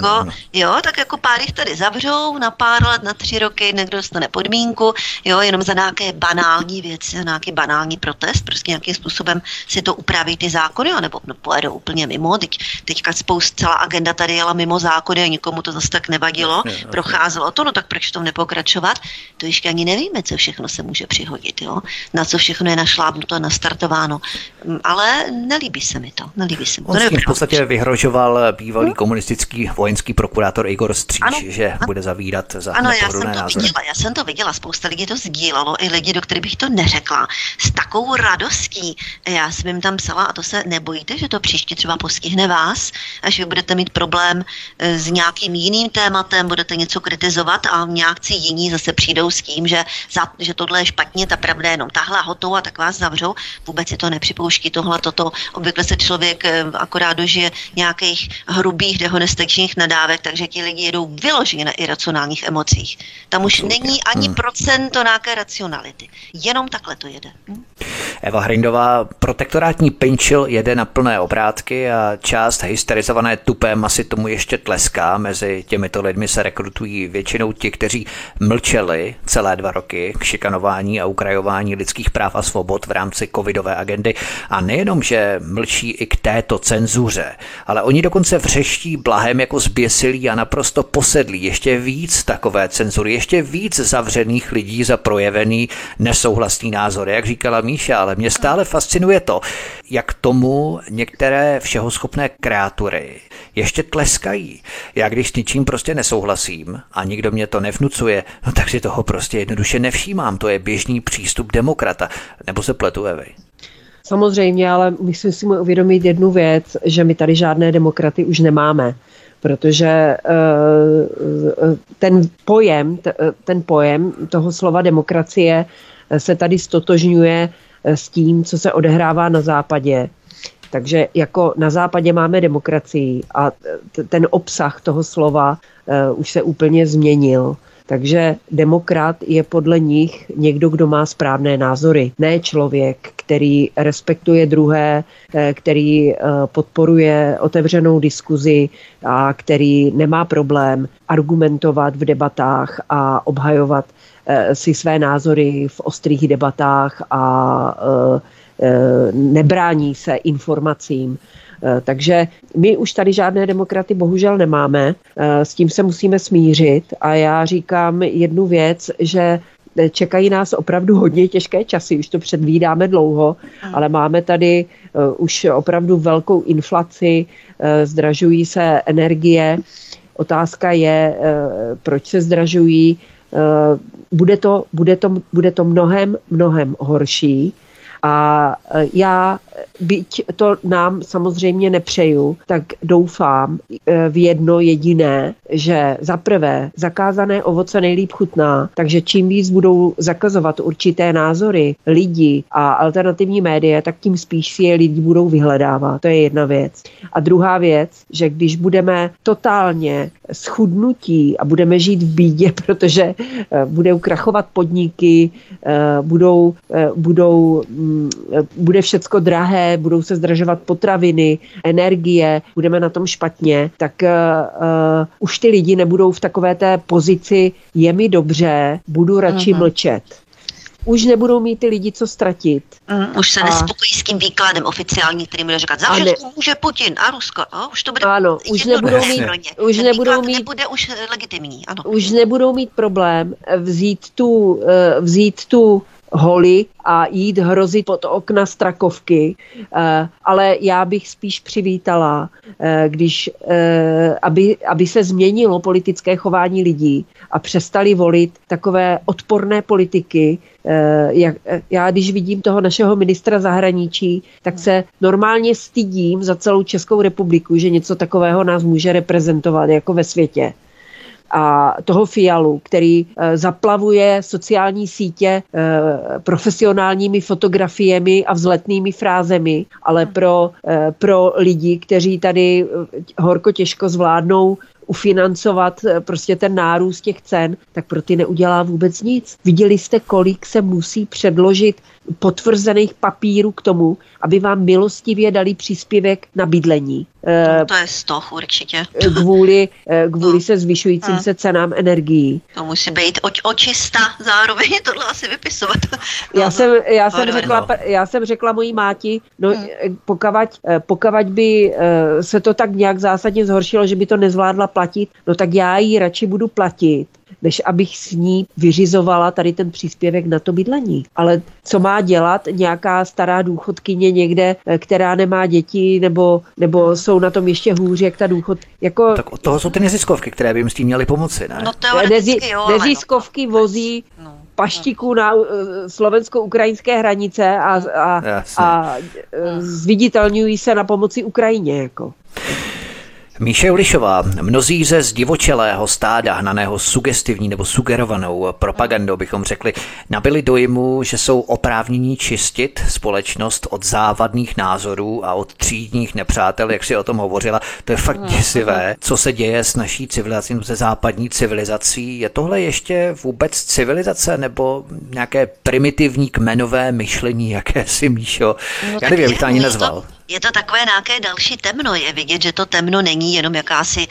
jo, tak jako pár jich tady zavřou na pár let, na 3 roky, někdo dostane podmínku, jo, jenom za nějaké banální věci, nějaký banální protest, prostě nějakým způsobem si to upraví ty zákony, nebo pojedou úplně mimo, teďka celá agenda tady jela mimo zákony a nikomu to zase tak nevadilo, procházelo to, no tak proč tom nepokračovat, to ještě ani nevíme, co všechno se může přihodit, jo, na co všechno je našlápnuto a nastartováno. Ale nelíbí se mi to. On v podstatě vyhrožoval bývalý komunistický vojenský prokurátor Igor Stříž, že bude zavírat za nepohodlné názory. Já jsem to viděla, spousta lidí to sdílelo, i lidi, do kterých bych to neřekla. S takovou radostí. Já jsem jim tam psala, a to se nebojíte, že to příště třeba postihne vás, až vy budete mít problém s nějakým jiným tématem, budete něco kritizovat a nějakci jiní zase přijdou s tím, že tohle je špatně, ta pravda je jenom tahle hotová, tak vás zavřou. Vůbec si to nepřipouští. Toto. Obvykle se člověk akorát dožije nějakých hrubých dehonestačních nadávek, takže ti lidi jedou vyloženě na iracionálních emocích. Tam už není ani procento nějaké racionality. Jenom takhle to jede. Eva Hrindová, protektorátní pinčil jede na plné obrátky a část hysterizované tupé masy tomu ještě tleská. Mezi těmito lidmi se rekrutují většinou ti, kteří mlčeli celé 2 roky k šikanování a ukrajování lidských práv a svobod v rámci covidové agendy a nejenom, že mlčí i k této cenzuře, ale oni dokonce vřeští blahem jako zběsilí a naprosto posedlí ještě víc takové cenzury, ještě víc zavřených lidí za projevený nesouhlasný názor, jak říkala Míša, ale mě stále fascinuje to, jak tomu některé všehoschopné kreatury ještě tleskají. Já když s ničím prostě nesouhlasím a nikdo mě to nevnucuje, no tak si toho prostě jednoduše nevšímám. To je běžný přístup demokrata. Nebo se pletu, Evy? Samozřejmě, ale musím si uvědomit jednu věc, že my tady žádné demokraty už nemáme. Protože ten pojem toho slova demokracie se tady stotožňuje s tím, co se odehrává na západě. Takže jako na západě máme demokracii a ten obsah toho slova už se úplně změnil. Takže demokrat je podle nich někdo, kdo má správné názory. Ne člověk, který respektuje druhé, který podporuje otevřenou diskuzi a který nemá problém argumentovat v debatách a obhajovat si své názory v ostrých debatách a nebrání se informacím. Takže my už tady žádné demokraty bohužel nemáme, s tím se musíme smířit a já říkám jednu věc, že čekají nás opravdu hodně těžké časy, už to předvídáme dlouho, ale máme tady už opravdu velkou inflaci, zdražují se energie, otázka je, proč se zdražují, bude to mnohem horší. A já, byť to nám samozřejmě nepřeju, tak doufám v jedno jediné, že za prvé zakázané ovoce nejlíp chutná, takže čím víc budou zakazovat určité názory lidí a alternativní média, tak tím spíš si je lidi budou vyhledávat. To je jedna věc. A druhá věc, že když budeme totálně schudnutí a budeme žít v bídě, protože budou krachovat podniky, bude všecko drahé, budou se zdražovat potraviny, energie, budeme na tom špatně, tak už ty lidi nebudou v takové té pozici je mi dobře, budu radši mlčet. Už nebudou mít ty lidi co ztratit. Už se nespokojí s tím výkladem oficiální, který bude říkat, za všechno může Putin a Rusko. Už to bude už nebudou mít, nebude už legitimní. Ano. Už nebudou mít problém vzít tu holi a jít hrozit pod okna Strakovky, ale já bych spíš přivítala, aby se změnilo politické chování lidí a přestali volit takové odporné politiky. Já když vidím toho našeho ministra zahraničí, tak se normálně stydím za celou Českou republiku, že něco takového nás může reprezentovat jako ve světě. A toho Fialu, který zaplavuje sociální sítě profesionálními fotografiemi a vzletnými frázemi, ale pro lidi, kteří tady horko těžko zvládnou ufinancovat prostě ten nárůst těch cen, tak pro ty neudělá vůbec nic. Viděli jste, kolik se musí předložit potvrzených papírů k tomu, aby vám milostivě dali příspěvek na bydlení. To je stoch určitě. Kvůli se zvyšujícím se cenám energií. To musí být očista zároveň tohle asi vypisovat. Já jsem řekla mojí máti, pokud by se to tak nějak zásadně zhoršilo, že by to nezvládla platit, no tak já ji radši budu platit, než abych s ní vyřizovala tady ten příspěvek na to bydlení. Ale co má dělat nějaká stará důchodkyně někde, která nemá děti, nebo jsou na tom ještě hůř, jak ta důchod... Jako... Tak od toho jsou ty neziskovky, které by jim s tím měly pomoci, ne? No teoreticky jo, neziskovky vozí paštiku na slovensko-ukrajinské hranice a zviditelňují se na pomoci Ukrajině, jako. Míše Julišová, mnozí ze zdivočelého stáda hnaného sugestivní nebo sugerovanou propagandou, bychom řekli, nabili dojmu, že jsou oprávnění čistit společnost od závadných názorů a od třídních nepřátel, jak si o tom hovořila. To je fakt děsivé, co se děje s naší civilizací, se západní civilizací. Je tohle ještě vůbec civilizace nebo nějaké primitivní kmenové myšlení, jaké si, Míšo? Já nevím, jak to ani nazval. Je to takové nějaké další temno. Je vidět, že to temno není jenom jakási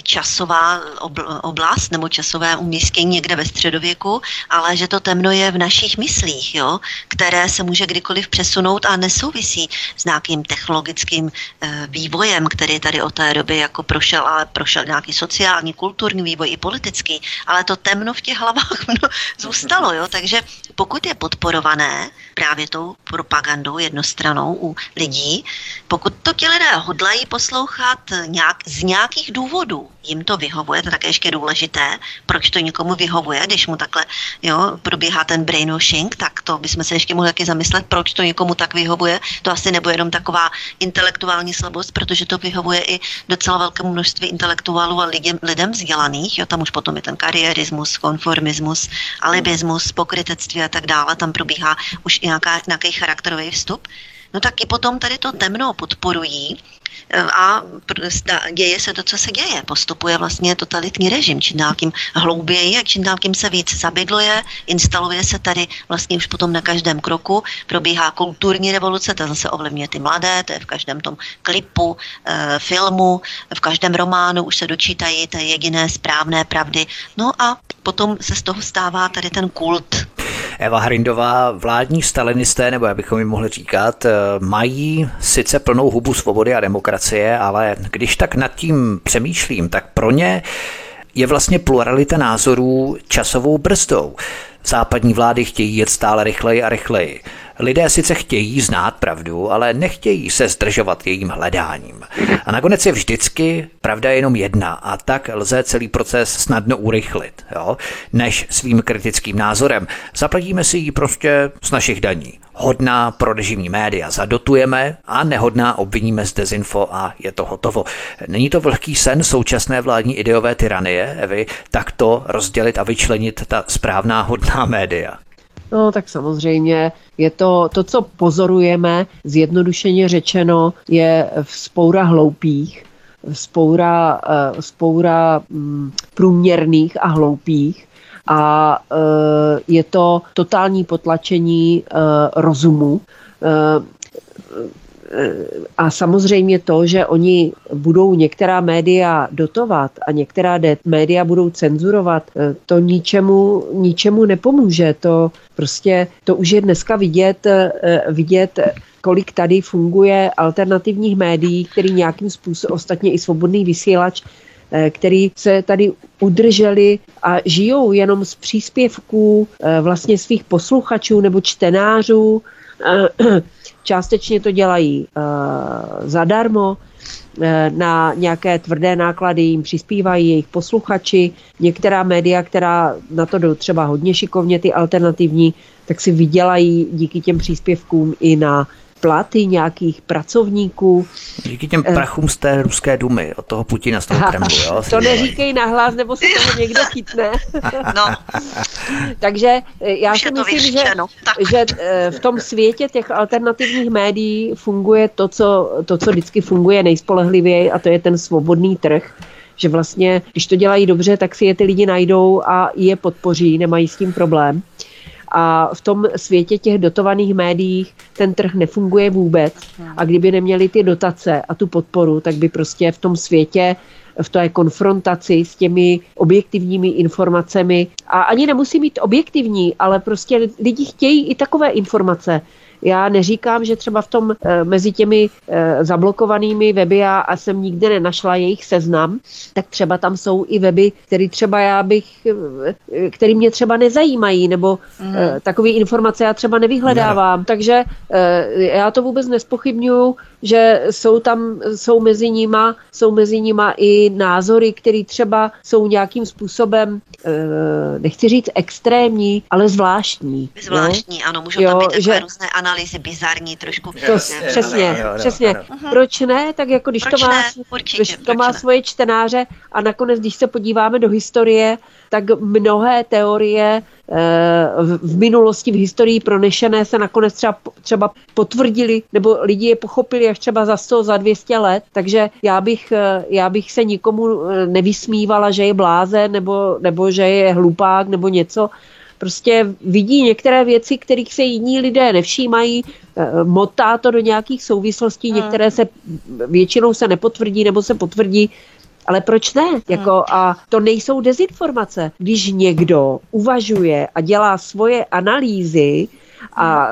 časová oblast nebo časové umístění někde ve středověku, ale že to temno je v našich myslích, jo, které se může kdykoliv přesunout a nesouvisí s nějakým technologickým vývojem, který tady od té doby jako prošel nějaký sociální, kulturní vývoj i politický, ale to temno v těch hlavách zůstalo, jo, takže pokud je podporované právě tou propagandou jednostrannou u lidí, pokud to ti lidé hodlají poslouchat z nějakých důvodů, jim to vyhovuje, to je také ještě důležité, proč to někomu vyhovuje, když mu takhle probíhá ten brainwashing, tak to bychom se ještě mohli taky zamyslet, proč to někomu tak vyhovuje. To asi nebude jenom taková intelektuální slabost, protože to vyhovuje i docela velkému množství intelektuálů a lidem vzdělaných. Jo, tam už potom je ten kariérismus, konformismus, alibismus, pokrytectví a tak dále, tam probíhá už i nějaký charakterový vstup. No tak i potom tady to temno podporují a děje se to, co se děje. Postupuje vlastně totalitní režim, čím dál tím hlouběji a čím dál tím se víc zabydluje, instaluje se tady vlastně už potom na každém kroku, probíhá kulturní revoluce, to zase ovlivňuje ty mladé, to je v každém tom klipu, filmu, v každém románu už se dočítají té jediné správné pravdy. No a potom se z toho stává tady ten kult. Eva Hrindová, vládní stalinisté, nebo jak bychom jim mohli říkat, mají sice plnou hubu svobody a demokracie, ale když tak nad tím přemýšlím, tak pro ně je vlastně pluralita názorů časovou brzdou. Západní vlády chtějí jet stále rychleji a rychleji. Lidé sice chtějí znát pravdu, ale nechtějí se zdržovat jejím hledáním. A nakonec je vždycky pravda jenom jedna a tak lze celý proces snadno urychlit, jo? Než svým kritickým názorem. Zaplatíme si ji prostě z našich daní. Hodná pro režimní média zadotujeme a nehodná obviníme z dezinfo a je to hotovo. Není to vlhký sen současné vládní ideové tyranie, Evi, takto rozdělit a vyčlenit ta správná hodná média? No tak samozřejmě je to, co pozorujeme, zjednodušeně řečeno, je vzpoura hloupých, vzpoura průměrných a hloupých a je to totální potlačení rozumu. A samozřejmě to, že oni budou některá média dotovat a některá média budou cenzurovat, to ničemu nepomůže. To už je dneska vidět, kolik tady funguje alternativních médií, který nějakým způsobem, ostatně i Svobodný vysílač, který se tady udrželi a žijou jenom z příspěvků vlastně svých posluchačů nebo čtenářů. Částečně to dělají zadarmo, na nějaké tvrdé náklady jim přispívají jejich posluchači. Některá média, která na to jdou třeba hodně šikovně, ty alternativní, tak si vydělají díky těm příspěvkům i na platy nějakých pracovníků. Díky těm prachům z té ruské dumy, od toho Putina, z toho Kremlu. Jo, to neříkej nahlas, nebo se toho někdo chytne. No. Takže já si myslím, že v tom světě těch alternativních médií funguje to, co vždycky funguje nejspolehlivěji, a to je ten svobodný trh. Že vlastně, když to dělají dobře, tak si je ty lidi najdou a je podpoří, nemají s tím problém. A v tom světě těch dotovaných médií ten trh nefunguje vůbec. A kdyby neměli ty dotace a tu podporu, tak by prostě v tom světě, v té konfrontaci s těmi objektivními informacemi, a ani nemusí být objektivní, ale prostě lidi chtějí i takové informace. Já neříkám, že třeba mezi těmi zablokovanými weby, já jsem nikde nenašla jejich seznam, tak třeba tam jsou i weby, který mě třeba nezajímají, nebo takové informace já třeba nevyhledávám. Takže já to vůbec nespochybňuju, že jsou mezi nima i názory, které třeba jsou nějakým způsobem, nechci říct extrémní, ale zvláštní. Zvláštní, ano, můžou tam být takové různé analýzy, bizarní trošku. Přesně. Proč ne? Tak jako když to má svoje čtenáře a nakonec, když se podíváme do historie, tak mnohé teorie v minulosti, v historii pronešené se nakonec třeba potvrdili, nebo lidi je pochopili až třeba za 100, za 200 let. Takže já bych se nikomu nevysmívala, že je blázen, nebo že je hlupák, nebo něco. prostě vidí některé věci, kterých se jiní lidé nevšímají, motá to do nějakých souvislostí, některé se většinou se nepotvrdí nebo se potvrdí. Ale proč ne? A to nejsou dezinformace. Když někdo uvažuje a dělá svoje analýzy a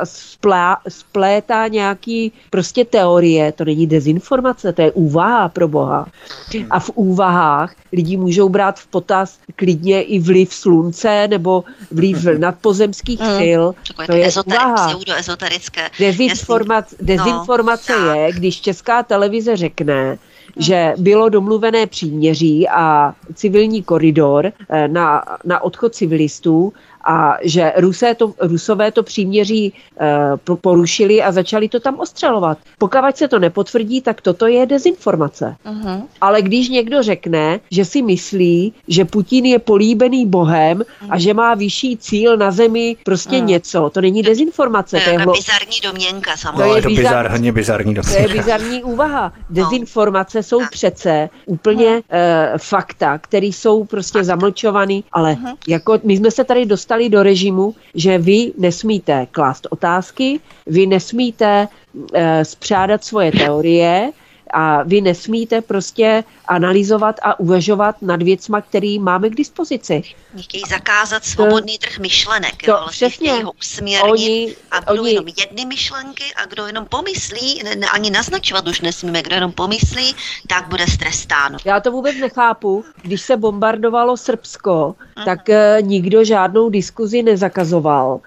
splétá nějaký prostě teorie, to není dezinformace, to je úvaha pro boha. A v úvahách lidi můžou brát v potaz klidně i vliv slunce nebo vliv nadpozemských sil. To je úvaha. Pseudoezoterické. Dezinformace je, když Česká televize řekne, že bylo domluvené příměří a civilní koridor na odchod civilistů a že Rusové to příměří porušili a začali to tam ostřelovat. Pokud se to nepotvrdí, tak toto je dezinformace. Ale když někdo řekne, že si myslí, že Putin je políbený Bohem a že má vyšší cíl na zemi prostě něco, to není dezinformace. To je bizarní domněnka samozřejmě. To je hodně bizarní domněnka. To je bizarní úvaha. Dezinformace jsou přece úplně fakta, které jsou prostě zamlčovaný, ale jako my jsme se tady dostali do režimu, že vy nesmíte klást otázky, vy nesmíte spřádat svoje teorie a vy nesmíte prostě analyzovat a uvažovat nad věcma, který máme k dispozici. Chtějí zakázat svobodný trh myšlenek, přesně. Chtějí ho usměrnit a budou jenom jedny myšlenky a kdo jenom pomyslí, ani naznačovat už nesmíme, kdo jenom pomyslí, tak bude strestáno. Já to vůbec nechápu, když se bombardovalo Srbsko, tak nikdo žádnou diskuzi nezakazoval.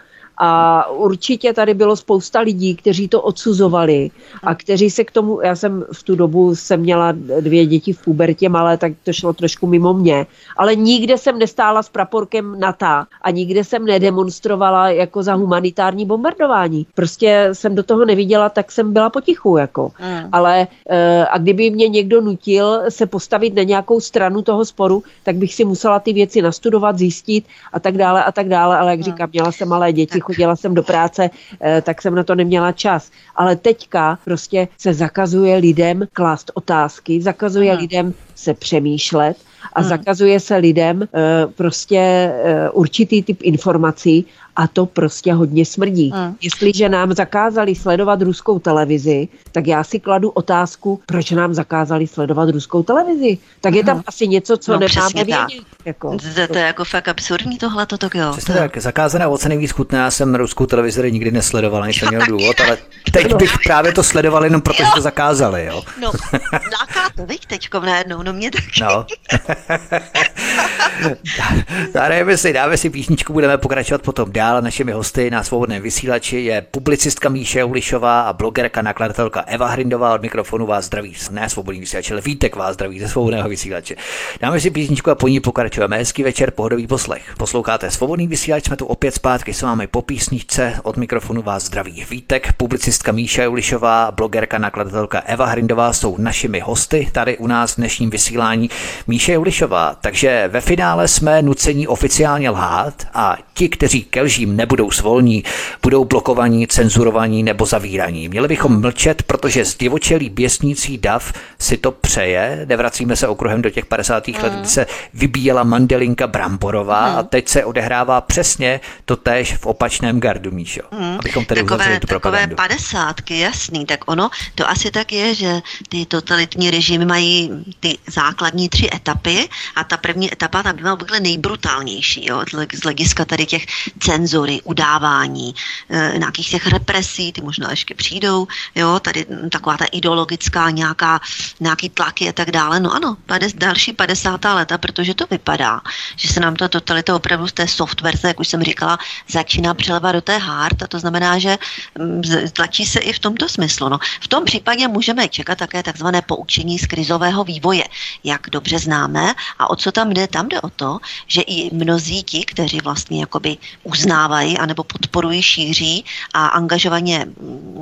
A určitě tady bylo spousta lidí, kteří to odsuzovali a kteří se k tomu, já jsem v tu dobu měla 2 děti v pubertě malé, tak to šlo trošku mimo mě, ale nikde jsem nestála s praporkem NATO a nikde jsem nedemonstrovala jako za humanitární bombardování. Prostě jsem do toho neviděla, tak jsem byla potichu jako. Ale a kdyby mě někdo nutil se postavit na nějakou stranu toho sporu, tak bych si musela ty věci nastudovat, zjistit a tak dále, ale jak říkám, měla jsem malé děti, chodila jsem do práce, tak jsem na to neměla čas. Ale teďka prostě se zakazuje lidem klást otázky, zakazuje lidem se přemýšlet a zakazuje se lidem prostě určitý typ informací a to prostě hodně smrdí. Jestliže nám zakázali sledovat ruskou televizi, tak já si kladu otázku, proč nám zakázali sledovat ruskou televizi. Tak je tam asi něco, co nemáme vědět. Jako. To je jako fakt absurdní tohleto, tak jo. Přesně tak, zakázané ovoce nejvíc chutné, já jsem ruskou televizi nikdy nesledoval, ani jsem měl důvod, ale teď bych právě to sledoval jenom proto, že to zakázali, jo. No, láká to, viď, teďkom najednou, no mě taky. No. Dáme si písničku, budeme pokračovat potom dál. Našimi hosty na Svobodném vysílači je publicistka Míše Julišová a blogerka, nakladatelka Eva Hrindová. Od mikrofonu vás zdraví, ne Svobodný vysílač, ale Vítek vás zdraví ze Svobodného vysílače. Dáme si písničku a po ní pokračujeme. Hezký večer, pohodový poslech. Posloucháte Svobodný vysílač, jsme tu opět zpátky s vámi po písničce. Od mikrofonu vás zdraví Vítek, publicistka Míša Julišová, blogerka, nakladatelka Eva Hrindová jsou našimi hosty tady u nás v dnešním vysílání. Míše Julišová, takže ve finále jsme nuceni oficiálně lhát a ti, kteří ke lžím nebudou svolní, budou blokovaní, cenzurovaní nebo zavíraní. Měli bychom mlčet, protože zdivočelý běsnící dav si to přeje. Nevracíme se okruhem do těch 50. let, kdy se vybíjela mandelinka bramborová a teď se odehrává přesně to též v opačném gardu, Míšo. Abychom tedy uzavřeli tu propagandu. Takové 50, jasný, tak ono, to asi tak je, že ty totalitní režimy mají ty základní 3 etapy a ta první etapa tam byla obvykle nejbrutálnější, jo, z hlediska tady těch cenzury, udávání, nějakých těch represí, ty možná ještě přijdou, jo, tady taková ta ideologická nějaký tlaky a tak dále. No ano, další 50. leta, protože to vypadá, že se nám ta totalita opravdu z té software, jak už jsem říkala, začíná přelevat do té hard a to znamená, že tlačí se i v tomto smyslu. No, v tom případě můžeme čekat také takzvané poučení z krizového vývoje, jak dobře známe a o co tam jde? Tam jde o to, že i mnozí ti, kteří vlastně jakoby uznávají anebo podporují, šíří a angažovaně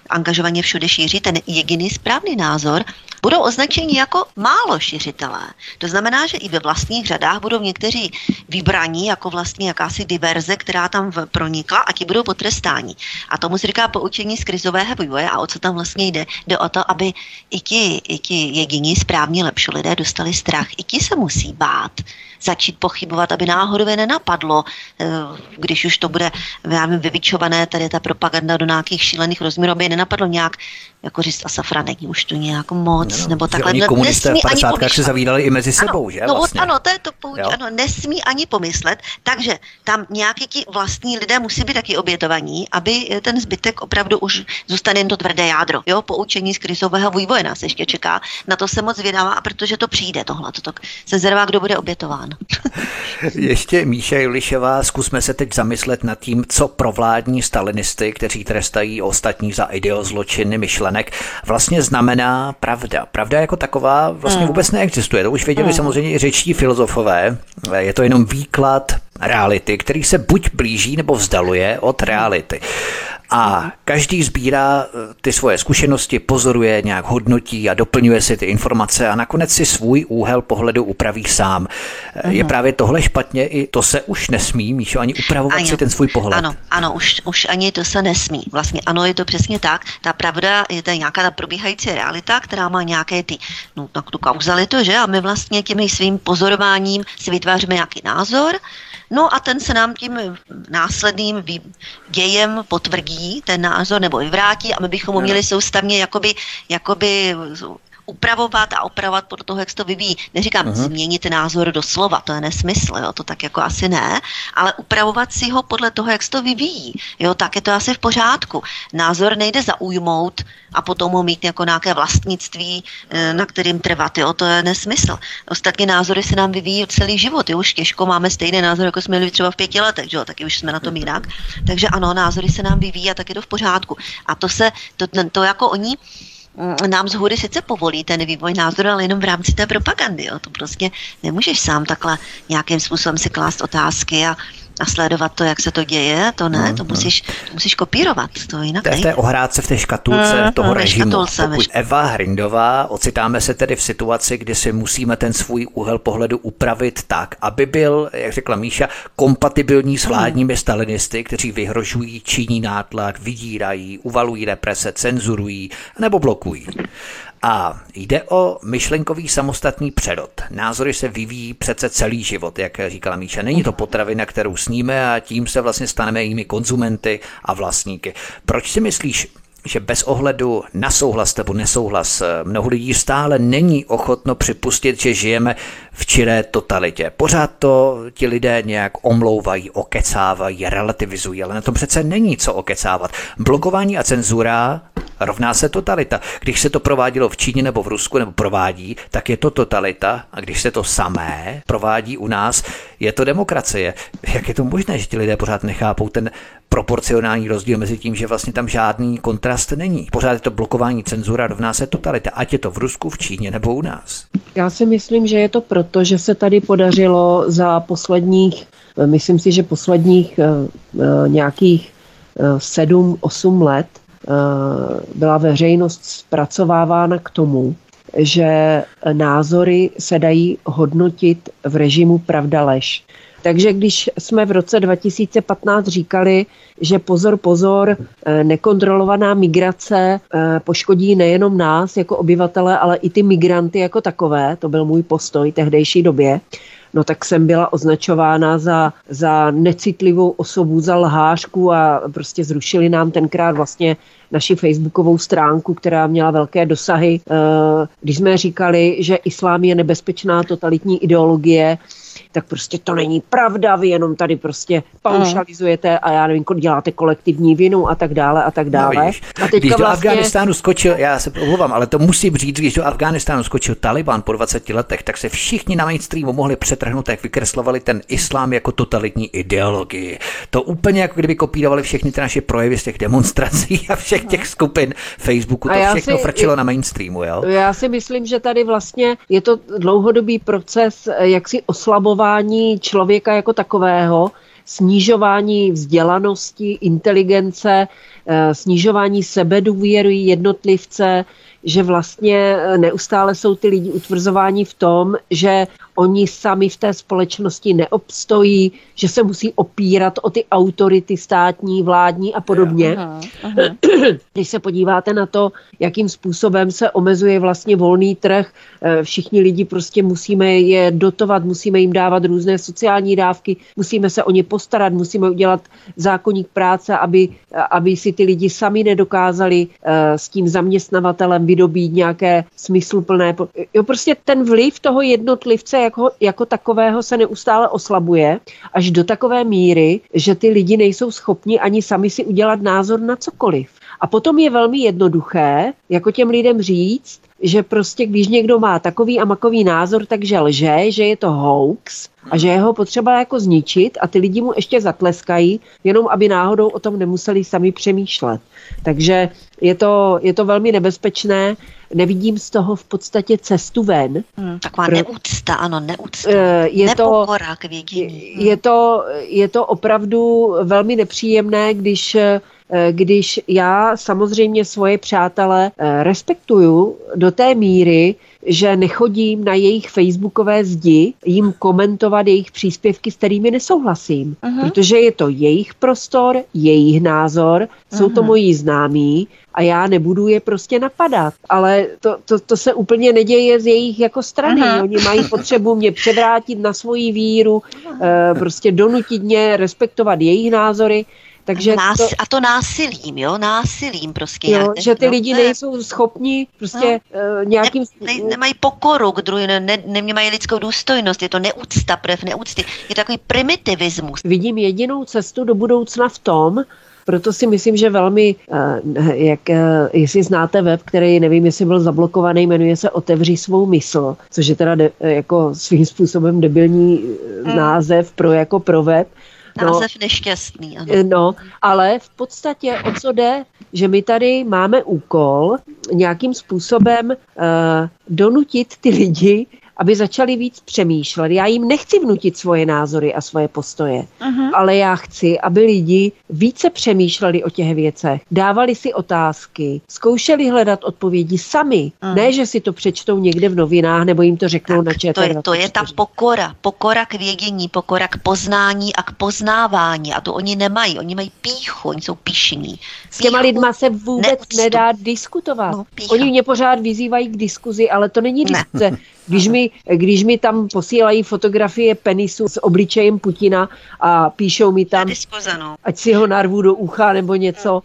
angažovaně všude šíří ten jediný správný názor, budou označeni jako málo šiřitelé. To znamená, že i ve vlastních řadách budou někteří vybraní jako vlastně jakási diverze, která tam pronikla, a ti budou potrestáni. A tomu se říká poučení z krizového vývoje. A o co tam vlastně jde? Jde o to, aby i ti jediní správní lepší lidé dostali strach. I ti se musí bát, začít pochybovat, aby náhodou je nenapadlo, když už to bude vyvičované, tady ta propaganda do nějakých šílených rozměrů, aby je nenapadlo nějak, jako říct, a safra není už tu nějak moc, nebo takhle. Oni komunisté v 50. se zavídali i mezi sebou, ano, že? No, vlastně. Ano, to je to ano, nesmí ani pomyslet, takže tam nějaký ti vlastní lidé musí být taky obětovaní, aby ten zbytek opravdu už zůstane jen to tvrdé jádro. Jo, poučení z krizového vývoje nás ještě čeká. Na to se moc zvědavá, a protože to přijde tohle, to se zvědavá, kdo bude obětován. Ještě Míša Julišová, zkusme se teď zamyslet nad tím, co provládní stalinisty, kteří trestají ostatní za ideozločiny myšlenek, vlastně znamená pravda. Pravda jako taková vlastně vůbec neexistuje. To už věděli samozřejmě i řečtí filozofové. Je to jenom výklad reality, který se buď blíží nebo vzdaluje od reality. A každý sbírá ty svoje zkušenosti, pozoruje, nějak hodnotí a doplňuje si ty informace a nakonec si svůj úhel pohledu upraví sám. Je právě tohle špatně? I to se už nesmí, Míšo, ani upravovat si ten svůj pohled. Ano, už ani to se nesmí. Vlastně ano, je to přesně tak. Ta pravda je to nějaká ta probíhající realita, která má nějaké tu kauzalitu, že? A my vlastně těmi svým pozorováním si vytváříme nějaký názor. No a ten se nám tím následným dějem potvrdí, ten názor, nebo vyvrátí, a my bychom ho měli soustavně jakoby upravovat a opravovat podle toho, jak se to vyvíjí. Neříkám změnit názor doslova, to je nesmysl, jo, to tak jako asi ne, ale upravovat si ho podle toho, jak se to vyvíjí. Jo, tak je to asi v pořádku. Názor nejde zaujmout a potom ho mít jako nějaké vlastnictví, na kterým trvat, jo, to je nesmysl. Ostatně názory se nám vyvíjí celý život, jo, už těžko máme stejný názor, jako jsme měli třeba v 5 letech, jo, taky už jsme na tom jinak. Takže ano, názory se nám vyvíjí a tak je to v pořádku. A to jako oni nám z hůry sice povolí ten vývoj názoru, ale jenom v rámci té propagandy. Jo. To prostě nemůžeš sám takhle nějakým způsobem si klást otázky a sledovat to, jak se to děje, to ne, to musíš kopírovat, to jinak nejde. To je ohrát v té škatulce toho režimu. Pokud Eva Hrindová, ocitáme se tedy v situaci, kdy si musíme ten svůj úhel pohledu upravit tak, aby byl, jak řekla Míša, kompatibilní s vládními stalinisty, kteří vyhrožují, činí nátlak, vydírají, uvalují represe, cenzurují nebo blokují. A jde o myšlenkový samostatný přerod. Názory se vyvíjí přece celý život, jak říkala Míša. Není to potravina, kterou sníme a tím se vlastně staneme jejími konzumenty a vlastníky. Proč si myslíš, že bez ohledu na souhlas nebo nesouhlas mnoho lidí stále není ochotno připustit, že žijeme v čiré totalitě? Pořád to ti lidé nějak omlouvají, okecávají, relativizují, ale na tom přece není co okecávat. Blokování a cenzura rovná se totalita. Když se to provádělo v Číně nebo v Rusku nebo provádí, tak je to totalita, a když se to samé provádí u nás, je to demokracie. Jak je to možné, že ti lidé pořád nechápou ten proporcionální rozdíl mezi tím, že vlastně tam žádný kontrast není? Pořád je to blokování, cenzura, rovná se totalita, ať je to v Rusku, v Číně nebo u nás. Já si myslím, že je to proto, že se tady podařilo za posledních nějakých 7-8 let byla veřejnost zpracovávána k tomu, že názory se dají hodnotit v režimu pravda-lež. Takže když jsme v roce 2015 říkali, že pozor, nekontrolovaná migrace poškodí nejenom nás jako obyvatele, ale i ty migranty jako takové, to byl můj postoj tehdejší době, no tak jsem byla označována za necitlivou osobu, za lhářku a prostě zrušili nám tenkrát vlastně naši facebookovou stránku, která měla velké dosahy. Když jsme říkali, že islám je nebezpečná totalitní ideologie, tak prostě to není pravda, vy jenom tady prostě paušalizujete a já nevím, děláte kolektivní vinu a tak dále a tak dále. No, a teďka když do Afghánistánu skočil, já se omlouvám, ale to musím říct, když do Afghánistánu skočil Taliban po 20 letech, tak se všichni na mainstreamu mohli přetrhnout, jak vykreslovali ten islám jako totalitní ideologii. To úplně jako kdyby kopírovali všechny ty naše projevy z těch demonstrací a všech těch skupin Facebooku, to všechno frčilo na mainstreamu, jo? Já si myslím, že tady vlastně je to dlouhodobý proces jaksi oslabování člověka jako takového snižování vzdělanosti, inteligence, snižování sebedůvěry jednotlivce, že vlastně neustále jsou ty lidi utvrzováni v tom, že oni sami v té společnosti neobstojí, že se musí opírat o ty autority státní, vládní a podobně. Aha. Když se podíváte na to, jakým způsobem se omezuje vlastně volný trh, všichni lidi prostě musíme je dotovat, musíme jim dávat různé sociální dávky, musíme se o ně postarat, musíme udělat zákoník práce, aby si ty lidi sami nedokázali s tím zaměstnavatelem vydobít nějaké smysluplné. Prostě ten vliv toho jednotlivce jako takového se neustále oslabuje až do takové míry, že ty lidi nejsou schopni ani sami si udělat názor na cokoliv. A potom je velmi jednoduché, jako těm lidem říct, že prostě když někdo má takový a makový názor, takže lže, že je to hoax a že je ho potřeba jako zničit a ty lidi mu ještě zatleskají, jenom aby náhodou o tom nemuseli sami přemýšlet. Takže je to velmi nebezpečné. Nevidím z toho v podstatě cestu ven. Taková neúcta, ano, neúcta. Nepokora k vědění. Je to opravdu velmi nepříjemné, když já samozřejmě svoje přátele respektuju do té míry, že nechodím na jejich facebookové zdi jim komentovat jejich příspěvky, s kterými nesouhlasím. Protože je to jejich prostor, jejich názor, jsou to moji známí a já nebudu je prostě napadat. Ale to se úplně neděje z jejich jako strany. Oni mají potřebu mě převrátit na svoji víru, prostě donutit mě respektovat jejich názory. Takže a to násilím, jo? Násilím prostě. Jo, že ty lidi nejsou schopni prostě nějakým... Nemají pokoru k druhým, nemají lidskou důstojnost, je to neúcta, projev neúcty. Je to takový primitivismus. Vidím jedinou cestu do budoucna v tom, proto si myslím, že velmi, jestli znáte web, který nevím, jestli byl zablokovaný, jmenuje se Otevři svou mysl, což je teda jako svým způsobem debilní název pro web. Název nešťastný, ano. No, ale v podstatě o co jde, že my tady máme úkol nějakým způsobem donutit ty lidi, aby začali víc přemýšlet. Já jim nechci vnutit svoje názory a svoje postoje, ale já chci, aby lidi více přemýšleli o těch věcech, dávali si otázky, zkoušeli hledat odpovědi sami. Ne, že si to přečtou někde v novinách nebo jim to řeknou na ČT24. To je ta pokora k vědění, pokora k poznání a k poznávání. A to oni nemají, oni mají pýchu, oni jsou pyšní. S těma lidma se vůbec nedá diskutovat. Oni mě pořád vyzývají k diskuzi, ale to není diskuze. Když mi tam posílají fotografie penisu s obličejem Putina a píšou mi tam, ať si ho narvu do ucha nebo něco.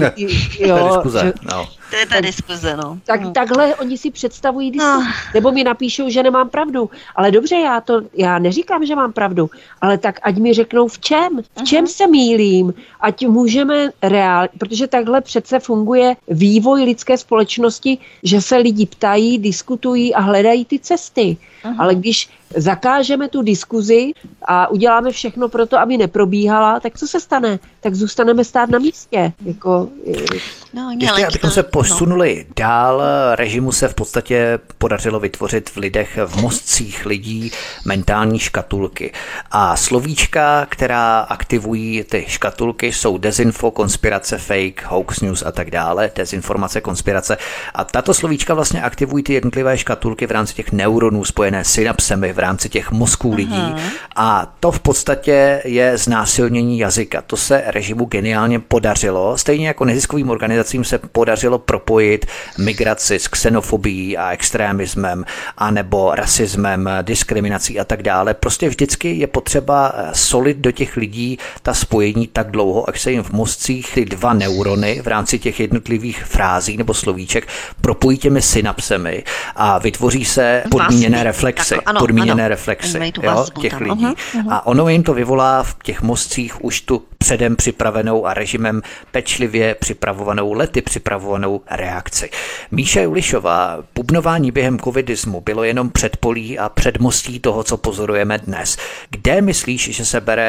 To je ta diskuze, no. Takhle oni si představují diskuzi. Nebo mi napíšou, že nemám pravdu. Ale dobře, já neříkám, že mám pravdu, ale tak ať mi řeknou v čem se mýlím, ať můžeme protože takhle přece funguje vývoj lidské společnosti, že se lidi ptají, diskutují a hledají ty cesty. Ale když zakážeme tu diskuzi a uděláme všechno pro to, aby neprobíhala, tak co se stane? Tak zůstaneme stát na místě. Ještě abychom se posunuli dál, režimu se v podstatě podařilo vytvořit v lidech, v mozcích lidí mentální škatulky. A slovíčka, která aktivují ty škatulky, jsou dezinfo, konspirace, fake, hoax news a tak dále, dezinformace, konspirace. A tato slovíčka vlastně aktivují ty jednotlivé škatulky v rámci těch neuronů spojené synapsemi, v rámci těch mozků lidí. A to v podstatě je znásilnění jazyka. To se režimu geniálně podařilo. Stejně jako neziskovým organizacím se podařilo propojit migraci s xenofobií a extrémismem, anebo rasismem, diskriminací a tak dále. Prostě vždycky je potřeba solit do těch lidí ta spojení tak dlouho, až se jim v mozcích ty dva neurony v rámci těch jednotlivých frází nebo slovíček propojí těmi synapsemi a vytvoří se podmíněné reflexy. Podmíněné reflexy těch lidí. A ono jim to vyvolá v těch mozcích už tu předem připravenou a režimem pečlivě připravovanou, lety připravovanou reakci. Míša Julišová, bubnování během covidismu bylo jenom předpolí a předmostí toho, co pozorujeme dnes. Kde myslíš, že se bere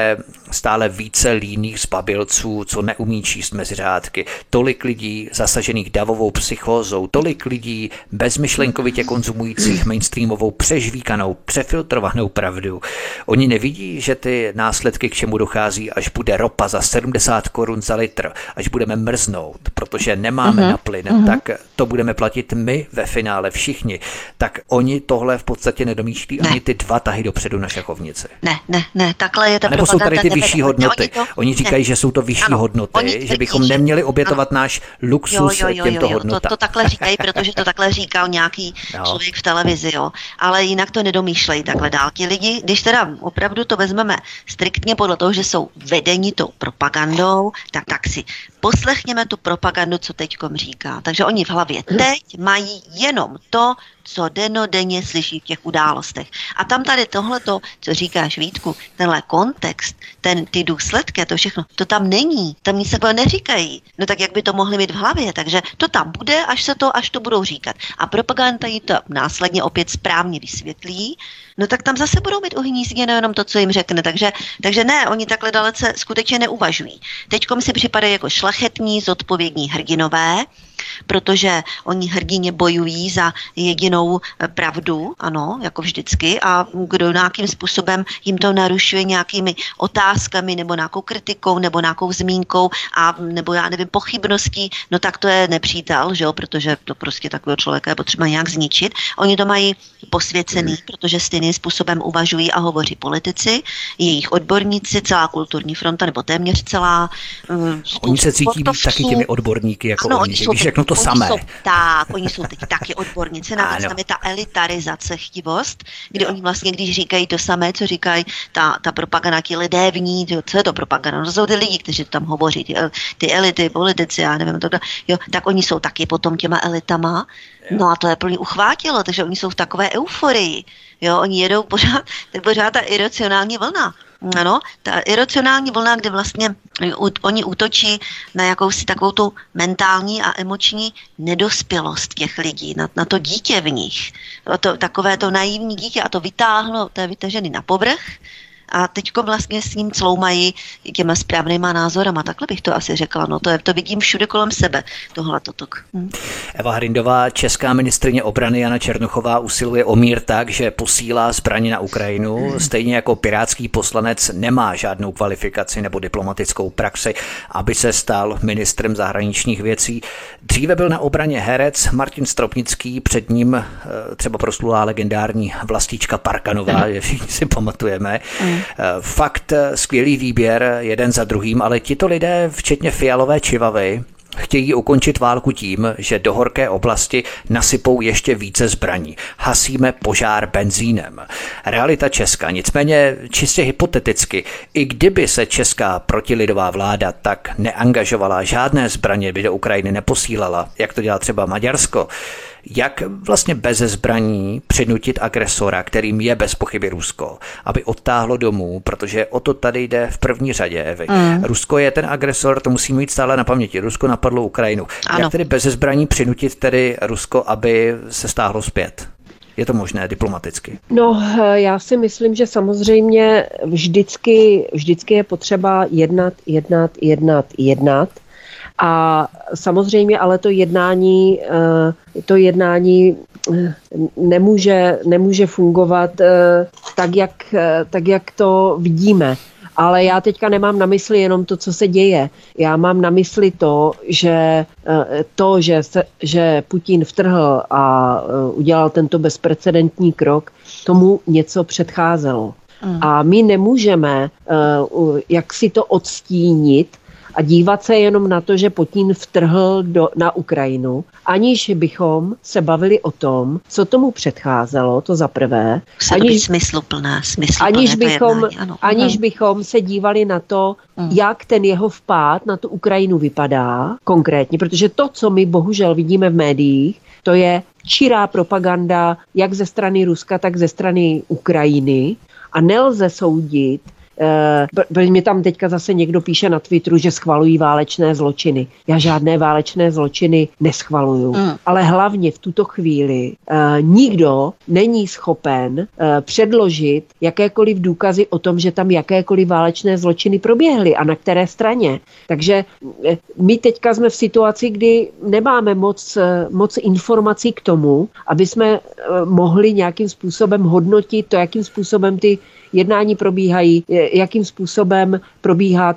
stále více líných zbabilců, co neumí číst mezi řádky, tolik lidí zasažených davovou psychózou, tolik lidí bezmyšlenkovitě konzumujících mainstreamovou přežvíkanou, přefiltrovanou pravdu. Oni nevidí, že ty následky, k čemu dochází, až bude ropa za 70 korun za litr, až budeme mrznout, protože nemáme na plyn, tak to budeme platit my ve finále všichni. Tak oni tohle v podstatě nedomýšlí ani ty 2 tahy dopředu na šachovnici. Ne, takhle je ta nebo propaganda. Nebo jsou tady ty vyšší hodnoty. Oni říkají, že jsou to vyšší hodnoty, že bychom neměli obětovat náš luxus těmto hodnotám. To takhle říkají, protože to takhle říkal nějaký člověk v televizi, jo. Ale jinak to nedomýšlejí takhle dál. Ti lidi, když teda opravdu to vezmeme striktně podle toho, že jsou vedeni tou propagandou, tak si poslechněme tu propagandu, co teďkom říká. Takže oni v hlavě teď mají jenom to, co dennodenně slyší v těch událostech. A tam tady tohleto, co říkáš, Vítku, tenhle kontext, ty důsledky, to všechno, to tam není. Tam nic takového neříkají. No tak jak by to mohli mít v hlavě? Takže to tam bude, až to budou říkat. A propaganda jí to následně opět správně vysvětlí, no tak tam zase budou mít uhnízděno jenom to, co jim řekne. Takže ne, oni takhle dalece skutečně neuvažují. Teďkom si připadají jako šlechetní, zodpovědní hrdinové, protože oni hrdině bojují za jedinou pravdu, ano, jako vždycky, a kdo nějakým způsobem jim to narušuje nějakými otázkami nebo nějakou kritikou nebo nějakou zmínkou a nebo já nevím, pochybností, no tak to je nepřítel, že jo, protože to prostě takového člověka je potřeba nějak zničit. Oni to mají posvěcený, protože stejným způsobem uvažují a hovoří politici, jejich odborníci, celá kulturní fronta, nebo téměř celá. Oni se cítí taky těmi odborníky, jako oni když řeknou to samé. Oni jsou teď taky odborníci, navíc tam je ta elitarizace, chtivost, kdy oni vlastně, když říkají to samé, co říkají ta propaganda, ti lidé v ní, co je to propaganda, to jsou ty lidi, kteří tam hovoří, ty elity, politici, já nevím, tak oni jsou taky potom těma elitama. No a to je plně uchvátilo, takže oni jsou v takové euforii. Jo, oni jedou pořád ta iracionální vlna. Ano, ta iracionální vlna, kde vlastně oni útočí na jakousi takovou tu mentální a emoční nedospělost těch lidí, na to dítě v nich. Takové to naivní dítě a to vytáhlo, to je vytažený na povrch. A teďko vlastně s ním cloumají těma správnýma názorama. Takhle bych to asi řekla. No to vidím všude kolem sebe, tohleto. Eva Hrindová, česká ministryně obrany Jana Černochová usiluje o mír tak, že posílá zbraně na Ukrajinu. Stejně jako pirátský poslanec nemá žádnou kvalifikaci nebo diplomatickou praxi, aby se stal ministrem zahraničních věcí. Dříve byl na obraně herec Martin Stropnický, před ním třeba proslulá legendární Vlastička Parkanová, všichni si pamatujeme. Fakt skvělý výběr, jeden za druhým, ale tito lidé, včetně Fialové čivavy, chtějí ukončit válku tím, že do horké oblasti nasypou ještě více zbraní. Hasíme požár benzínem. Realita Česka, nicméně čistě hypoteticky, i kdyby se česká protilidová vláda tak neangažovala, žádné zbraně by do Ukrajiny neposílala, jak to dělá třeba Maďarsko, jak vlastně beze zbraní přinutit agresora, kterým je bez pochyby Rusko, aby odtáhlo domů, protože o to tady jde v první řadě, Evy. Rusko je ten agresor, to musíme mít stále na paměti. Rusko napadlo Ukrajinu. Ano. Jak tedy beze zbraní přinutit tedy Rusko, aby se stáhlo zpět? Je to možné diplomaticky? No, já si myslím, že samozřejmě vždycky je potřeba jednat. A samozřejmě ale to jednání nemůže fungovat tak, jak to vidíme. Ale já teďka nemám na mysli jenom to, co se děje. Já mám na mysli že Putin vtrhl a udělal tento bezprecedentní krok, tomu něco předcházelo. A my nemůžeme jak si to odstínit a dívat se jenom na to, že Putin vtrhl na Ukrajinu, aniž bychom se bavili o tom, co tomu předcházelo, to za prvé. Aniž bychom se dívali na to, jak ten jeho vpád na tu Ukrajinu vypadá konkrétně, protože to, co my bohužel vidíme v médiích, to je čirá propaganda jak ze strany Ruska, tak ze strany Ukrajiny a nelze soudit, Mě tam teďka zase někdo píše na Twitteru, že schvalují válečné zločiny. Já žádné válečné zločiny neschvaluju. Ale hlavně v tuto chvíli nikdo není schopen předložit jakékoliv důkazy o tom, že tam jakékoliv válečné zločiny proběhly a na které straně. Takže my teďka jsme v situaci, kdy nemáme moc informací k tomu, aby jsme mohli nějakým způsobem hodnotit to, jakým způsobem ty jednání probíhají, jakým způsobem probíhá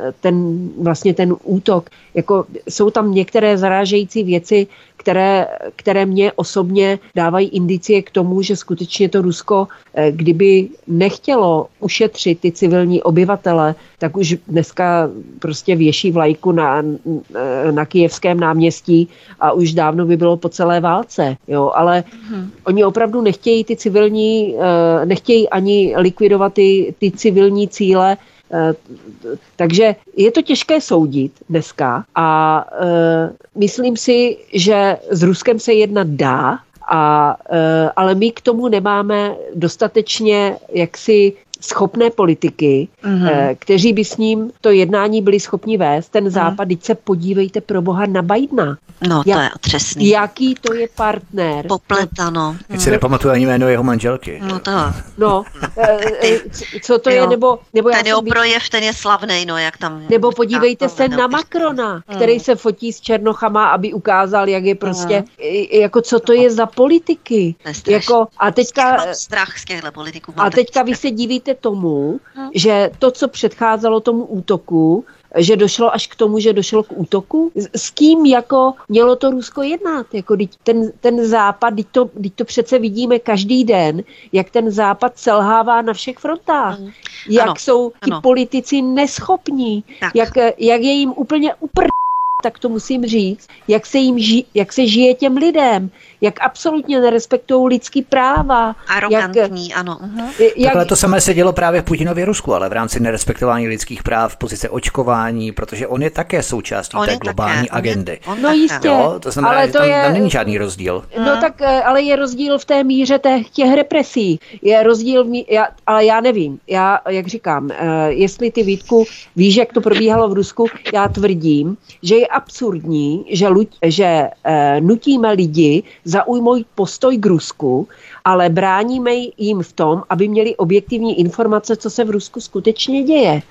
ten útok. Jako, jsou tam některé zarážející věci, které mě osobně dávají indicie k tomu, že skutečně to Rusko, kdyby nechtělo ušetřit ty civilní obyvatele, tak už dneska prostě věší vlajku na Kyjevském náměstí a už dávno by bylo po celé válce. Jo? Ale oni opravdu nechtějí ty civilní, nechtějí ani likvidovat ty civilní cíle, takže je to těžké soudit dneska a myslím si, že s Ruskem se jednat dá, ale my k tomu nemáme dostatečně jaksi schopné politiky, kteří by s ním to jednání byli schopni vést. Ten Západ, teď se podívejte pro boha na Bidena. No, to je otřesný. Jaký to je partner. Popletano. Teď si nepamatuju ani jméno jeho manželky. No to. No, co to je, nebo ten jeho projev, ten je slavnej, no, jak tam... Nebo podívejte se na Macrona, který se fotí s černochama, aby ukázal, jak je prostě, jako co to je za politiky. Jako, a teďka... Mám strach z těchto politiků. A teďka vy se divíte tomu, že to, co předcházelo tomu útoku, že došlo až k tomu, že došlo k útoku? S kým jako mělo to Rusko jednat? Jako ten Západ, teď to přece vidíme každý den, jak ten Západ selhává na všech frontách. Jak jsou ti politici neschopní, jak je jim úplně tak to musím říct, jak se žije těm lidem, jak absolutně nerespektují lidský práva. Arrogantní, ano. Takhle to samé se dělo právě v Putinově Rusku, ale v rámci nerespektování lidských práv, pozice očkování, protože on je také součástí té globální agendy. No jistě. Jo, to znamená, ale že tam není žádný rozdíl. No tak, ale je rozdíl v té míře těch represí. Je rozdíl, ale já nevím. Já, jak říkám, jestli ty, Vítku, víš, jak to probíhalo v Rusku, já tvrdím, že je absurdní, že nutíme lidi zaujmout postoj k Rusku, ale bráníme jim v tom, aby měli objektivní informace, co se v Rusku skutečně děje.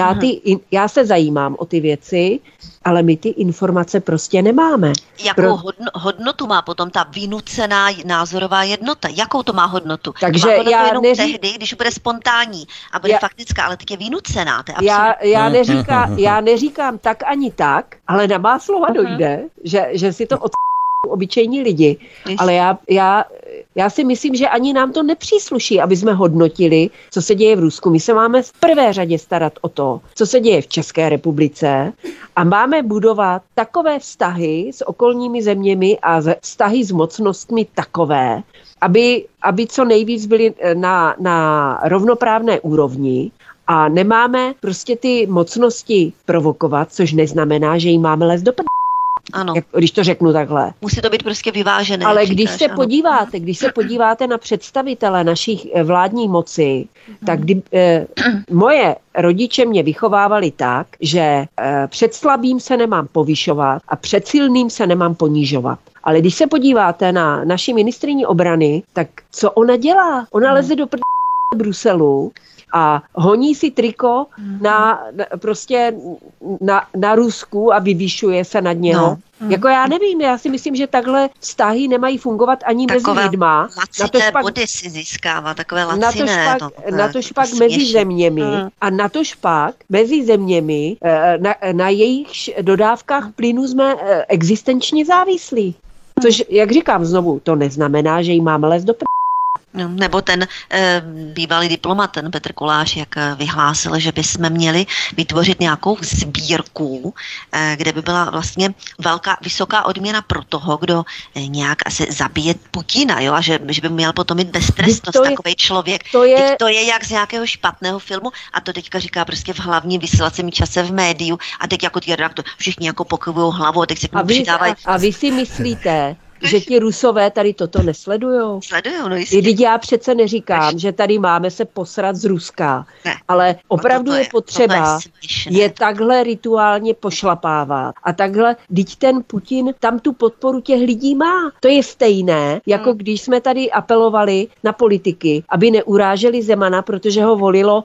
Já se zajímám o ty věci, ale my ty informace prostě nemáme. Jakou hodnotu má potom ta vynucená názorová jednota? Jakou to má hodnotu? Takže má hodnotu jenom tehdy, když bude spontánní a bude faktická, ale teď je vynucená. To je já neříkám tak ani tak, ale na má slova dojde, že si to obyčejní lidi. Ale já si myslím, že ani nám to nepřísluší, aby jsme hodnotili, co se děje v Rusku. My se máme v prvé řadě starat o to, co se děje v České republice a máme budovat takové vztahy s okolními zeměmi a vztahy s mocnostmi takové, aby co nejvíc byly na rovnoprávné úrovni. A nemáme prostě ty mocnosti provokovat, což neznamená, že jim máme lézt do Ano. Když to řeknu takhle. Musí to být prostě vyvážené. Ale když se podíváte na představitele našich vládní moci, tak moje rodiče mě vychovávali tak, že před slabým se nemám povyšovat a před silným se nemám ponižovat. Ale když se podíváte na naši ministryni obrany, tak co ona dělá? Ona leze do Bruselu a honí si triko na Rusku a vyvyšuje se nad něho. No. Jako já nevím, já si myslím, že takhle vztahy nemají fungovat ani takové mezi lidma. Laciné body si získává, takové laciné. Natož pak mezi zeměmi a natož pak mezi zeměmi na jejich dodávkách plynu jsme existenčně závislí. Což, jak říkám znovu, to neznamená, že jí máme lézt do Nebo ten bývalý diplomat, ten Petr Kolář, jak vyhlásil, že bychom měli vytvořit nějakou sbírku, kde by byla vlastně vysoká odměna pro toho, kdo nějak asi zabije Putina, jo? A že by měl potom mít beztrestnost takovej člověk. To je jak z nějakého špatného filmu a to teďka říká prostě v hlavním vysílacím čase v médiu a teď jako ty redaktor všichni jako pokyvují hlavou a teď se k tomu přidávají. A vy si myslíte, že ti Rusové tady toto nesledujou? Sledujou, no jistě. Vždyť já přece neříkám, že tady máme se posrat z Ruska, Ne. ale opravdu je potřeba směšné. je takhle rituálně pošlapávat. A takhle, vždyť ten Putin tam tu podporu těch lidí má. To je stejné, jako když jsme tady apelovali na politiky, aby neuráželi Zemana, protože ho volilo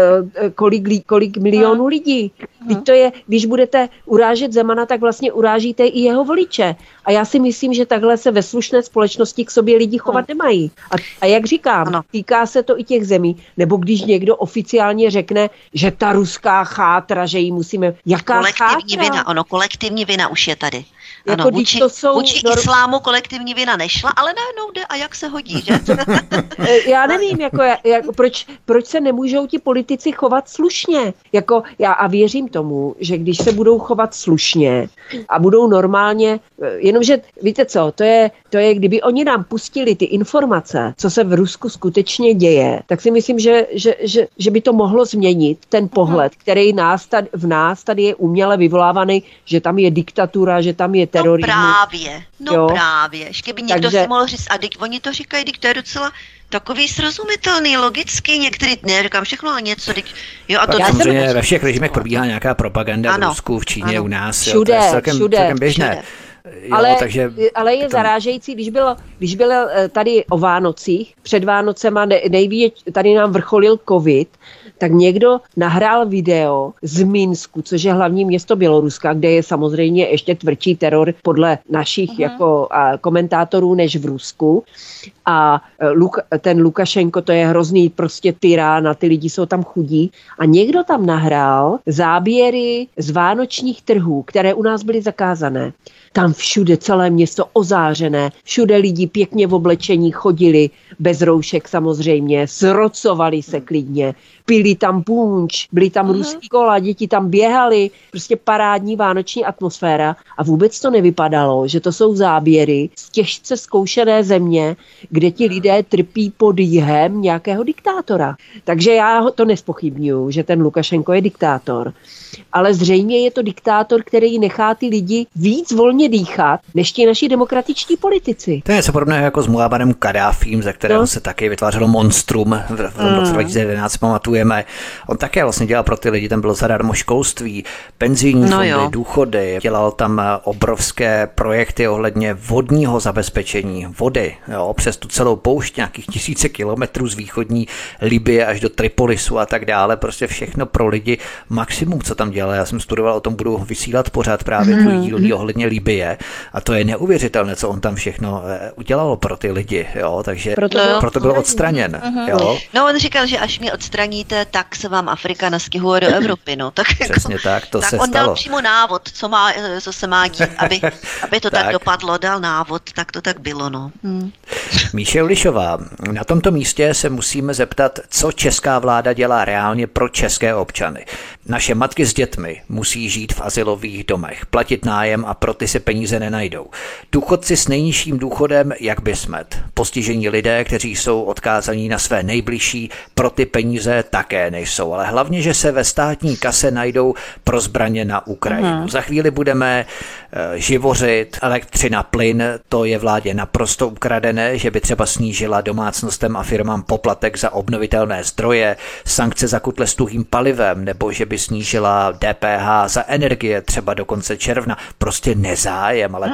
kolik milionů lidí. Teď to je, když budete urážet Zemana, tak vlastně urážíte i jeho voliče. A já si myslím, že takhle se ve slušné společnosti k sobě lidi chovat nemají. A jak říkám, týká se to i těch zemí, nebo když někdo oficiálně řekne, že ta ruská chátra, že jí musíme... Jaká kolektivní chátra? vina, kolektivní vina už je tady. Jako Ano, vůči islámu kolektivní vina nešla, ale najednou jde a jak se hodí, že? Já nevím, proč se nemůžou ti politici chovat slušně. Já věřím tomu, že když se budou chovat slušně a budou normálně, jenomže víte co, to je, kdyby oni nám pustili ty informace, co se v Rusku skutečně děje, tak si myslím, že by to mohlo změnit ten pohled, který v nás tady je uměle vyvolávaný, že tam je diktatura, že tam je terorismus. Právě. Ještě by někdo si mohl říct, a oni to říkají, to je docela takový srozumitelný, logický, některý, neříkám všechno, ale něco. A to samozřejmě ve všech režimech probíhá nějaká propaganda v Rusku, v Číně, u nás. Všude, to je celkem běžné. Všude. Ale je zarážející, když byl tady o Vánocích, před Vánocema tady nám vrcholil covid, tak někdo nahrál video z Minsku, což je hlavní město Běloruska, kde je samozřejmě ještě tvrdší teror podle našich komentátorů než v Rusku. A ten Lukašenko, to je hrozný prostě tyrán a ty lidi jsou tam chudí. A někdo tam nahrál záběry z vánočních trhů, které u nás byly zakázané. Tam všude celé město ozářené, všude lidi pěkně v oblečení chodili, bez roušek samozřejmě, zrocovali se klidně, pili tam punč, byli tam ruský kola, děti tam běhali, prostě parádní vánoční atmosféra a vůbec to nevypadalo, že to jsou záběry z těžce zkoušené země, kde ti lidé trpí pod jihem nějakého diktátora. Takže já to nespochybňuju, že ten Lukašenko je diktátor. Ale zřejmě je to diktátor, který nechá ty lidi víc volně dýchat, než ti naši demokratičtí politici. To je něco podobného jako s Muammarem Kaddáfím, ze kterého se taky vytvářelo monstrum v roce 2011, pamatujeme. On také vlastně dělal pro ty lidi, tam bylo zadarmo školství, penzijní fondy, důchody, dělal tam obrovské projekty ohledně vodního zabezpečení, vody, přes tu celou poušť, nějakých tisíce kilometrů z východní Libye až do Tripolisu a tak dále, prostě všechno pro lidi, maximum, co tam dělal. Já jsem studoval, o tom budu vysílat pořád právě tvůj díl ohledně Libye a to je neuvěřitelné, co on tam všechno udělalo pro ty lidi, takže proto byl odstraněn. Jo? No on říkal, že až mě odstraníte, tak se vám Afrika nastěhuje do Evropy. Tak přesně tak, to tak se on stalo. dal přímo návod, co se má dít, aby to tak dopadlo, dal návod, tak to tak bylo. Míše Ulišová, na tomto místě se musíme zeptat, co česká vláda dělá reálně pro české občany. Naše matky s dětmi musí žít v azylových domech, platit nájem a pro ty se peníze nenajdou. Důchodci s nejnižším důchodem jak by smet. Postižení lidé, kteří jsou odkázaní na své nejbližší, pro ty peníze také nejsou. Ale hlavně, že se ve státní kase najdou pro zbraně na Ukrajinu. Za chvíli budeme živořit, elektřina, plyn, to je vládě naprosto ukradené, že by třeba snížila domácnostem a firmám poplatek za obnovitelné zdroje, sankce za kutle s tuhým palivem, nebo že by snížila DPH za energie třeba do konce června. Prostě nezájem, ale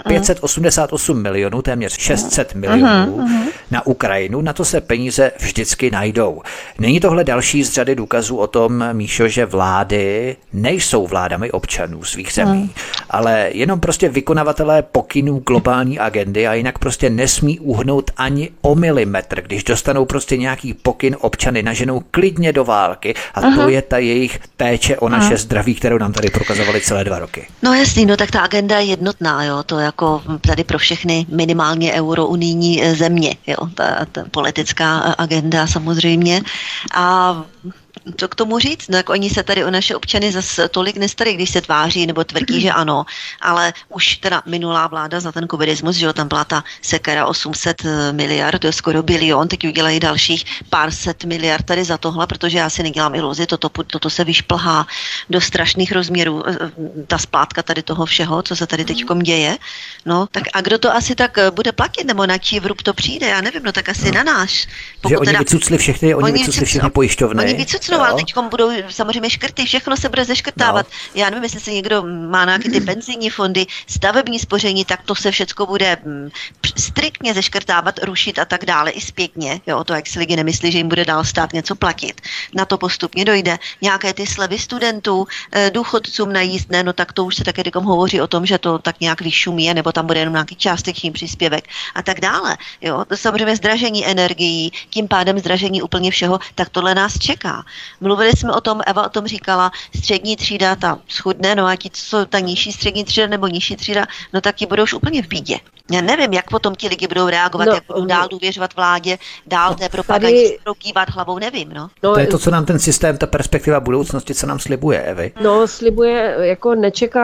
588 milionů, téměř 600 milionů na Ukrajinu, na to se peníze vždycky najdou. Není tohle další z řady důkazů o tom, Míšo, že vlády nejsou vládami občanů svých zemí, ale jenom prostě vykonavatelé pokynů globální agendy a jinak prostě nesmí uhnout ani o milimetr, když dostanou prostě nějaký pokyn, občany naženou klidně do války a to je ta jejich péče o naše zdraví, kterou nám tady prokazovali celé 2 roky. No jasný, tak ta agenda je jednotná, to jako tady pro všechny minimálně eurounijní země, ta politická agenda samozřejmě. A co k tomu říct? No, jak oni se tady o naše občany zase tolik nestarají, když se tváří nebo tvrdí, že ano, ale už teda minulá vláda za ten covidismus, že jo, tam byla ta sekera 800 miliard, to je skoro bilion, teď udělají dalších pár set miliard tady za tohle, protože já si nedělám iluzi, toto se vyšplhá do strašných rozměrů, ta splátka tady toho všeho, co se tady teďkom děje. No, tak a kdo to asi tak bude platit, nebo na čí vrub to přijde, já nevím, no tak asi na náš. Že oni vycucli všechny pojišťovny. Oni vycucnou, ale teďkom budou samozřejmě škrty, všechno se bude zeškrtávat. No. Já nevím, jestli se někdo má nějaké ty penzijní fondy, stavební spoření, tak to se všecko bude striktně zeškrtávat, rušit a tak dále i zpětně. Jo, to jak si lidi nemyslí, že jim bude dál stát něco platit. Na to postupně dojde. Nějaké ty slevy studentů, důchodcům na jízdné, no tak to už se také hovoří o tom, že to tak nějak vyšumí, nebo tam bude jenom nějaký částečný příspěvek a tak dále. Jo, to samozřejmě zdražení energií, tím pádem zdražení úplně všeho, tak tohle nás čeká. Mluvili jsme o tom, Eva o tom říkala, střední třída ta schudne, no a ti, co ta nižší střední třída nebo nižší třída, no tak ti budou už úplně v bídě. Já nevím, jak potom ti lidi budou reagovat, jak budou dál důvěřovat vládě, dál té propagandě budou kývat hlavou, nevím, no. To je to, co nám ten systém, ta perspektiva budoucnosti, co nám slibuje, Evi. No, slibuje, jako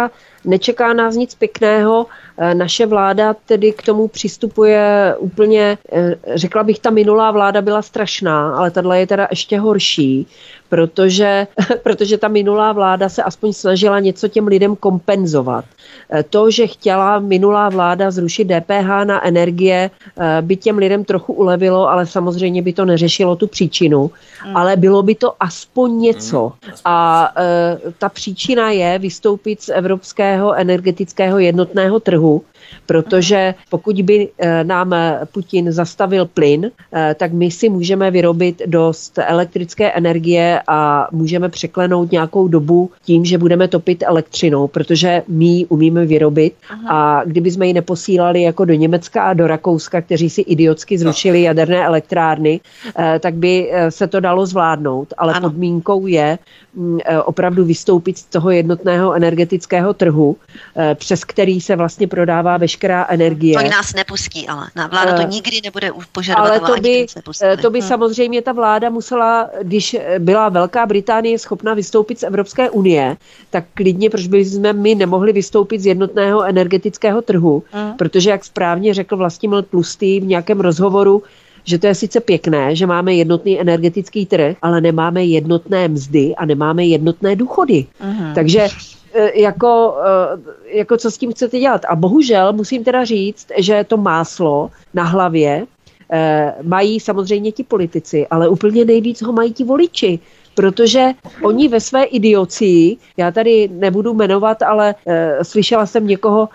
nečeká nás nic pěkného. Naše vláda tedy k tomu přistupuje úplně, řekla bych, ta minulá vláda byla strašná, ale tahle je teda ještě horší, protože ta minulá vláda se aspoň snažila něco těm lidem kompenzovat. To, že chtěla minulá vláda zrušit DPH na energie, by těm lidem trochu ulevilo, ale samozřejmě by to neřešilo tu příčinu, ale bylo by to aspoň něco. A ta příčina je vystoupit z evropského energetického jednotného trhu, protože pokud by nám Putin zastavil plyn, tak my si můžeme vyrobit dost elektrické energie a můžeme překlenout nějakou dobu tím, že budeme topit elektřinou, protože my ji umíme vyrobit. A kdyby jsme ji neposílali jako do Německa a do Rakouska, kteří si idiotsky zrušili jaderné elektrárny, tak by se to dalo zvládnout. Ale podmínkou je opravdu vystoupit z toho jednotného energetického trhu, přes který se vlastně prodává veškerá energie. Oni nás nepustí, ale vláda to nikdy nebude požadovat. Ale to by samozřejmě ta vláda musela, když byla Velká Británie schopna vystoupit z Evropské unie, tak klidně, proč bychom my nemohli vystoupit z jednotného energetického trhu, protože jak správně řekl Vlastimil Tlustý v nějakém rozhovoru, že to je sice pěkné, že máme jednotný energetický trh, ale nemáme jednotné mzdy a nemáme jednotné důchody. Takže jako co s tím chcete dělat? A bohužel musím teda říct, že to máslo na hlavě mají samozřejmě ti politici, ale úplně nejvíc ho mají ti voliči, protože oni ve své idiocii, já tady nebudu jmenovat, ale slyšela jsem někoho,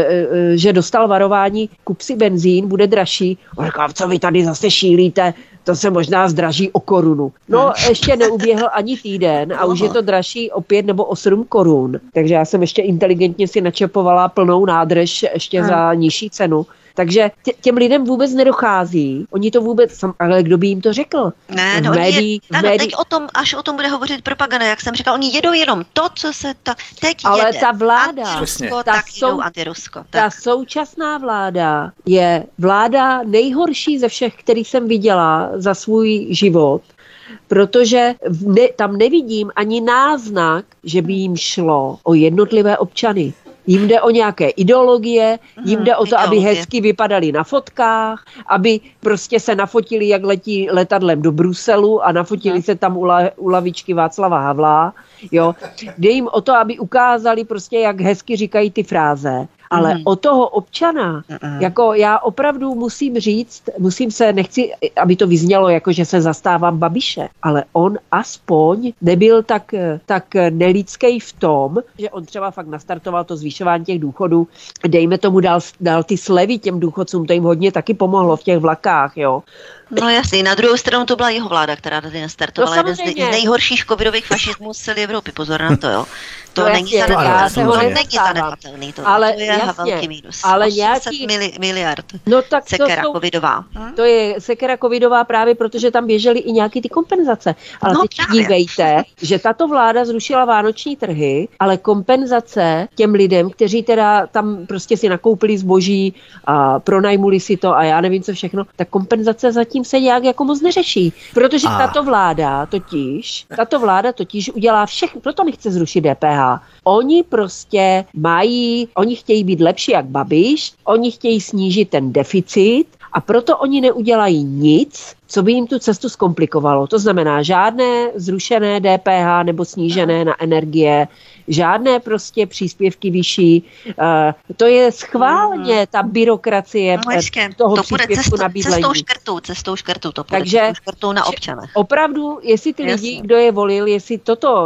že dostal varování, kup si benzín, bude dražší. On říkal, co vy tady zase šílíte, to se možná zdraží o korunu. No, ještě neuběhl ani týden a už je to dražší o 5 nebo o 7 korun. Takže já jsem ještě inteligentně si načepovala plnou nádrž ještě za nižší cenu. Takže těm lidem vůbec nedochází. Oni to vůbec, ale kdo by jim to řekl? Ne, no teď až o tom bude hovořit propaganda, jak jsem říkal, oni jedou jenom to, co se teď ale jede. Ta vláda, antirusko, tak jedou antirusko. Ta současná vláda je vláda nejhorší ze všech, kterých jsem viděla za svůj život, protože tam nevidím ani náznak, že by jim šlo o jednotlivé občany. Jim jde o nějaké ideologie, jim jde o to, aby hezky vypadali na fotkách, aby prostě se nafotili, jak letí letadlem do Bruselu a nafotili se tam u lavičky Václava Havla. Jo. Jde jim o to, aby ukázali prostě, jak hezky říkají ty fráze. Ale o toho občana, jako já opravdu musím říct, nechci, aby to vyznělo, jako že se zastávám Babiše, ale on aspoň nebyl tak nelidský v tom, že on třeba fakt nastartoval to zvýšování těch důchodů, dejme tomu dal ty slevy těm důchodcům, to jim hodně taky pomohlo v těch vlakách, jo. No jasně, na druhou stranu to byla jeho vláda, která tady nastartovala. Jeden z nejhorších covidových fašismů celé Evropy, pozor na to, jo. To No není jasně, zanedbatelný, to je jasně, velký mínus. ale 800 miliard. No tak sekera covidová. To je sekera covidová právě, protože tam běžely i nějaký ty kompenzace. Ale No teď dívejte, že tato vláda zrušila vánoční trhy, ale kompenzace těm lidem, kteří teda tam prostě si nakoupili zboží a pronajmuli si to a já nevím co všechno, tak kompenzace zatím se nějak jako moc neřeší. Protože tato vláda totiž udělá všechno, proto nechce zrušit DPH. Oni prostě oni chtějí být lepší jak Babiš, oni chtějí snížit ten deficit a proto oni neudělají nic, co by jim tu cestu zkomplikovalo. To znamená žádné zrušené DPH nebo snížené na energie, žádné prostě příspěvky vyšší. To je schválně ta byrokracie toho příspěvku na bydlení. Cestou škrtů, to bude cestou škrtů na občanech. Opravdu, jestli ty lidi, kdo je volil, jestli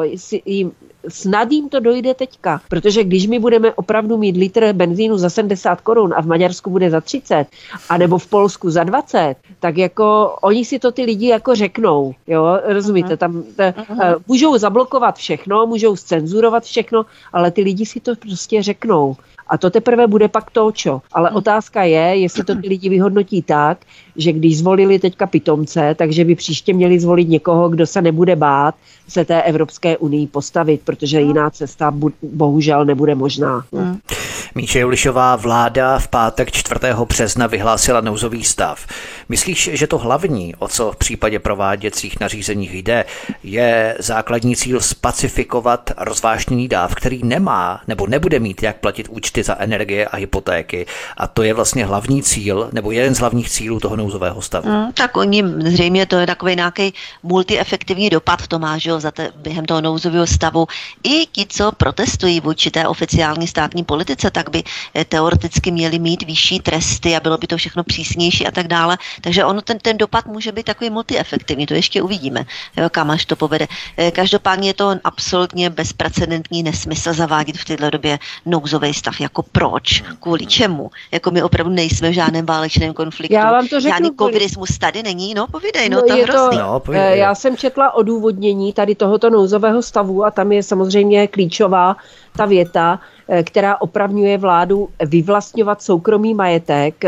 snad jim to dojde teďka, protože když my budeme opravdu mít litr benzínu za 70 korun a v Maďarsku bude za 30, anebo v Polsku za 20, tak jako oni si to ty lidi jako řeknou, jo, rozumíte, tam můžou zablokovat všechno, můžou zcenzurovat všechno, ale ty lidi si to prostě řeknou. A to teprve bude pak točo. Ale otázka je, jestli to ty lidi vyhodnotí tak, že když zvolili teďka pitomce, takže by příště měli zvolit někoho, kdo se nebude bát se té Evropské unii postavit, protože jiná cesta bohužel nebude možná. Míše Julišová, vláda v pátek 4. března vyhlásila nouzový stav. Myslíš, že to hlavní, o co v případě prováděcích nařízení jde, je základní cíl spacifikovat rozvážněný dáv, který nemá nebo nebude mít jak platit účty za energie a hypotéky. A to je vlastně hlavní cíl, nebo jeden z hlavních cílů toho nouzového stavu. Tak oni zřejmě to je takový nějaký multiefektivní dopad to má, že jo, během toho nouzového stavu. I ti, co protestují vůči té oficiální státní politice, tak by teoreticky měli mít vyšší tresty a bylo by to všechno přísnější a tak dále. Takže ono ten dopad může být takový multiefektivní, to ještě uvidíme, jo, kam až to povede. Každopádně je to absolutně bezprecedentní nesmysl zavádět v této době nouzový stav. Jako proč? Kvůli čemu? Jako my opravdu nejsme v žádném válečném konfliktu. Já vám to řeknu. Žádný covidismus tady není, no povídej, no to je hrozný. Já jsem četla odůvodnění tady tohoto nouzového stavu a tam je samozřejmě klíčová ta věta, která opravňuje vládu vyvlastňovat soukromý majetek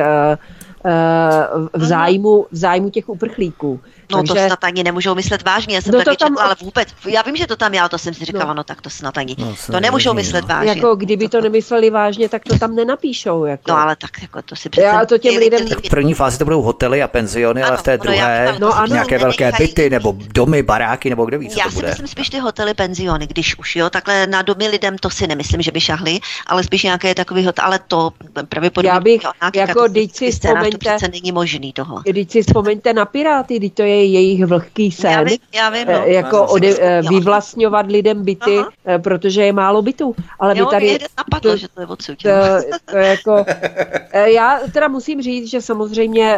v zájmu těch uprchlíků. No takže, to snad ani nemůžou myslet vážně, já jsem taky četla, ale vůbec, já vím, že to tam já, to jsem si říkala, no tak to snad ani, to nemůžou myslet vážně. Jako kdyby to nemysleli vážně, tak to tam nenapíšou. Jako. No ale tak jako to si přece... Já to těm lidem... V první fázi to budou hotely a penziony, ale v té druhé nějaké velké byty nebo domy, baráky, nebo kdo ví, co to bude. Já si myslím spíš ty hotely, penziony, když už, jo, takhle na domy lidem to si nemyslím, že by šahli, ale spíš nějaké takový hotel, ale to pravděpodobně... Já bych, jako když si vzpomeňte... To přece není možný tohle. Když si vzpomeňte na Piráty, když to je jejich vlhký sen, já vím, no. jako vyvlastňovat lidem byty, protože je málo bytů. Ale jo, by tady napadlo, že to je odsud. To jako, já teda musím říct, že samozřejmě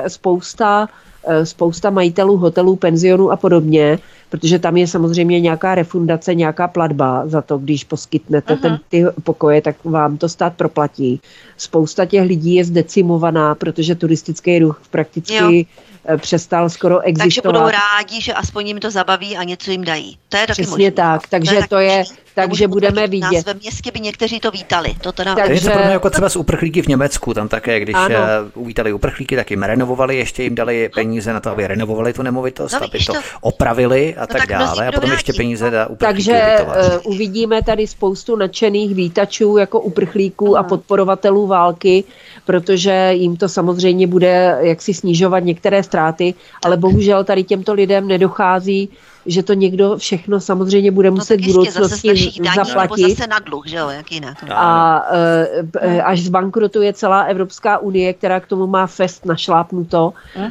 spousta majitelů hotelů, penzionů a podobně, protože tam je samozřejmě nějaká refundace, nějaká platba za to, když poskytnete ty pokoje, tak vám to stát proplatí. Spousta těch lidí je zdecimovaná, protože turistický ruch prakticky přestal skoro existovat. Takže budou rádi, že aspoň jim to zabaví a něco jim dají. To je taky přesně možný. Tak, takže to je, takže budeme vidět. Ve městě by někteří to vítali. To je to podobně jako třeba z uprchlíky v Německu, tam také, když uvítali uprchlíky, tak jim renovovali, ještě jim dali peníze na to, aby renovovali tu nemovitost, aby to opravili a tak dále. A potom ještě peníze na uprchlíky. Takže uvidíme tady spoustu nadšených vítačů jako uprchlíků a podporovatelů války, protože jim to samozřejmě bude jaksi snižovat některé ztráty, ale bohužel tady těmto lidem nedochází, že to někdo všechno samozřejmě bude muset v budoucnosti zaplatit. Nebo zase na dluh, že jo, jak jinak. A až zbankrotuje celá Evropská unie, která k tomu má fest našlápnuto,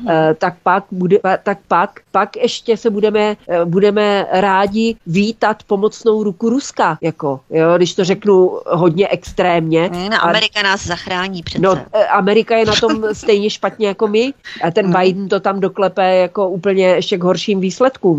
tak pak ještě se budeme rádi vítat pomocnou ruku Ruska, jako, jo, když to řeknu hodně extrémně. Amerika nás zachrání přece. No, Amerika je na tom stejně špatně jako my a ten Biden to tam doklepe jako úplně ještě k horším výsledkům, takže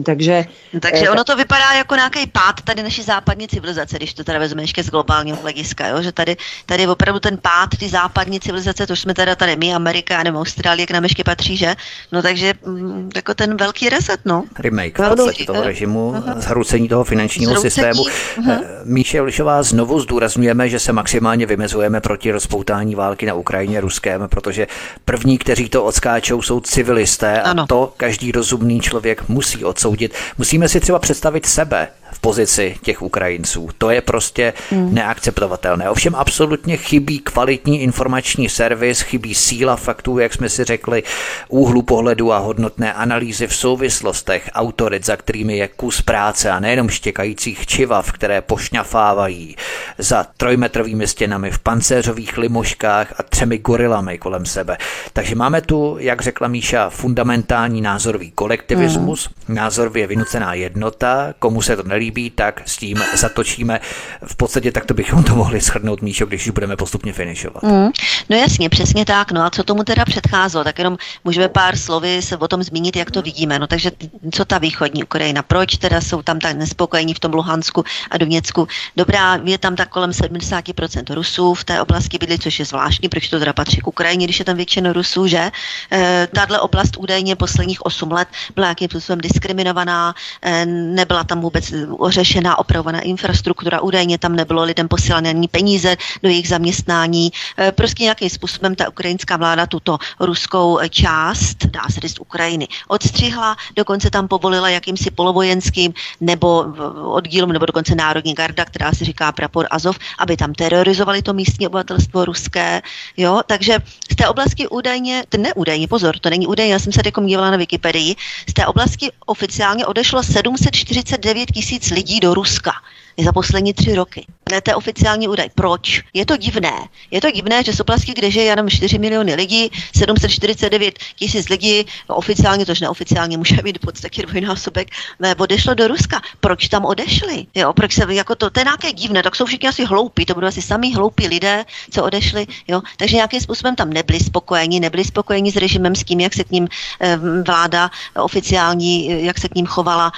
Takže ono to vypadá jako nějaký pád tady naší západní civilizace, když to teda vezme ještě z globálního hlediska, jo? Že tady opravdu ten pád ty západní civilizace, to už jsme teda tady my, Amerika nebo Austrálie, k nám ještě patří, že? No takže jako ten velký reset, no. Remake v podstatě toho režimu, zhroucení toho finančního systému. Míše Lišová, znovu zdůrazňujeme, že se maximálně vymezujeme proti rozpoutání války na Ukrajině Ruskem, protože první, kteří to odskáčou, jsou civilisté a to každý rozumný člověk musí odsoudit. Musíme si třeba představit sebe v pozici těch Ukrajinců. To je prostě neakceptovatelné. Ovšem absolutně chybí kvalitní informační servis, chybí síla faktů, jak jsme si řekli, úhlu pohledu a hodnotné analýzy v souvislostech autorit, za kterými je kus práce a nejenom štěkajících čivav, které pošňafávají za 3metrovými stěnami v pancéřových limoškách a 3 gorilami kolem sebe. Takže máme tu, jak řekla Míša, fundamentální názorový kolektivismus, názorově vynucená jednota, komu se to nelíbí, tak s tím zatočíme. V podstatě takto bychom to mohli shrnout, Míšo, když už budeme postupně finišovat. No jasně, přesně tak. No a co tomu teda předcházelo? Tak jenom můžeme pár slovy se o tom zmínit, jak to vidíme. No takže co ta východní Ukrajina? Proč teda jsou tam tak nespokojení v tom Luhansku a Doněcku? Dobrá, je tam tak kolem 70% Rusů v té oblasti bydlí, což je zvláštní, proč to teda patří k Ukrajině, když je tam většina Rusů, že? Tahle oblast údajně posledních 8 let byla nějakým způsobem diskriminovaná, nebyla tam vůbec ořešená, opravovaná infrastruktura, údajně tam nebylo lidem posílané ani peníze do jejich zaměstnání. Prostě nějakým způsobem ta ukrajinská vláda tuto ruskou část, dá se říct Ukrajiny, odstřihla, dokonce tam povolila jakýmsi polovojenským nebo oddílům, nebo dokonce Národní garda, která se říká Prapor Azov, aby tam terorizovali to místní obyvatelstvo ruské. Jo? Takže z té oblasti údajně, pozor, to není údajně, já jsem se teď dívala na Wikipedii, z té oblasti oficiálně odešlo 749 000 lidí do Ruska za poslední 3 roky. To je oficiální údaj. Proč? Je to divné. Je to divné, že z oblasti, kde žije jenom 4 miliony lidí, 749 000 lidí, oficiálně, tož neoficiálně může být v podstatě dvojnásobek, odešlo do Ruska. Proč tam odešli? Jo, proč se, jako to je nějaké divné, tak jsou všichni asi hloupí, to budou asi sami hloupí lidé, co odešli. Jo? Takže nějakým způsobem tam nebyli spokojeni s režimem, s tím, jak se k ním vláda oficiální, jak se k ním chovala,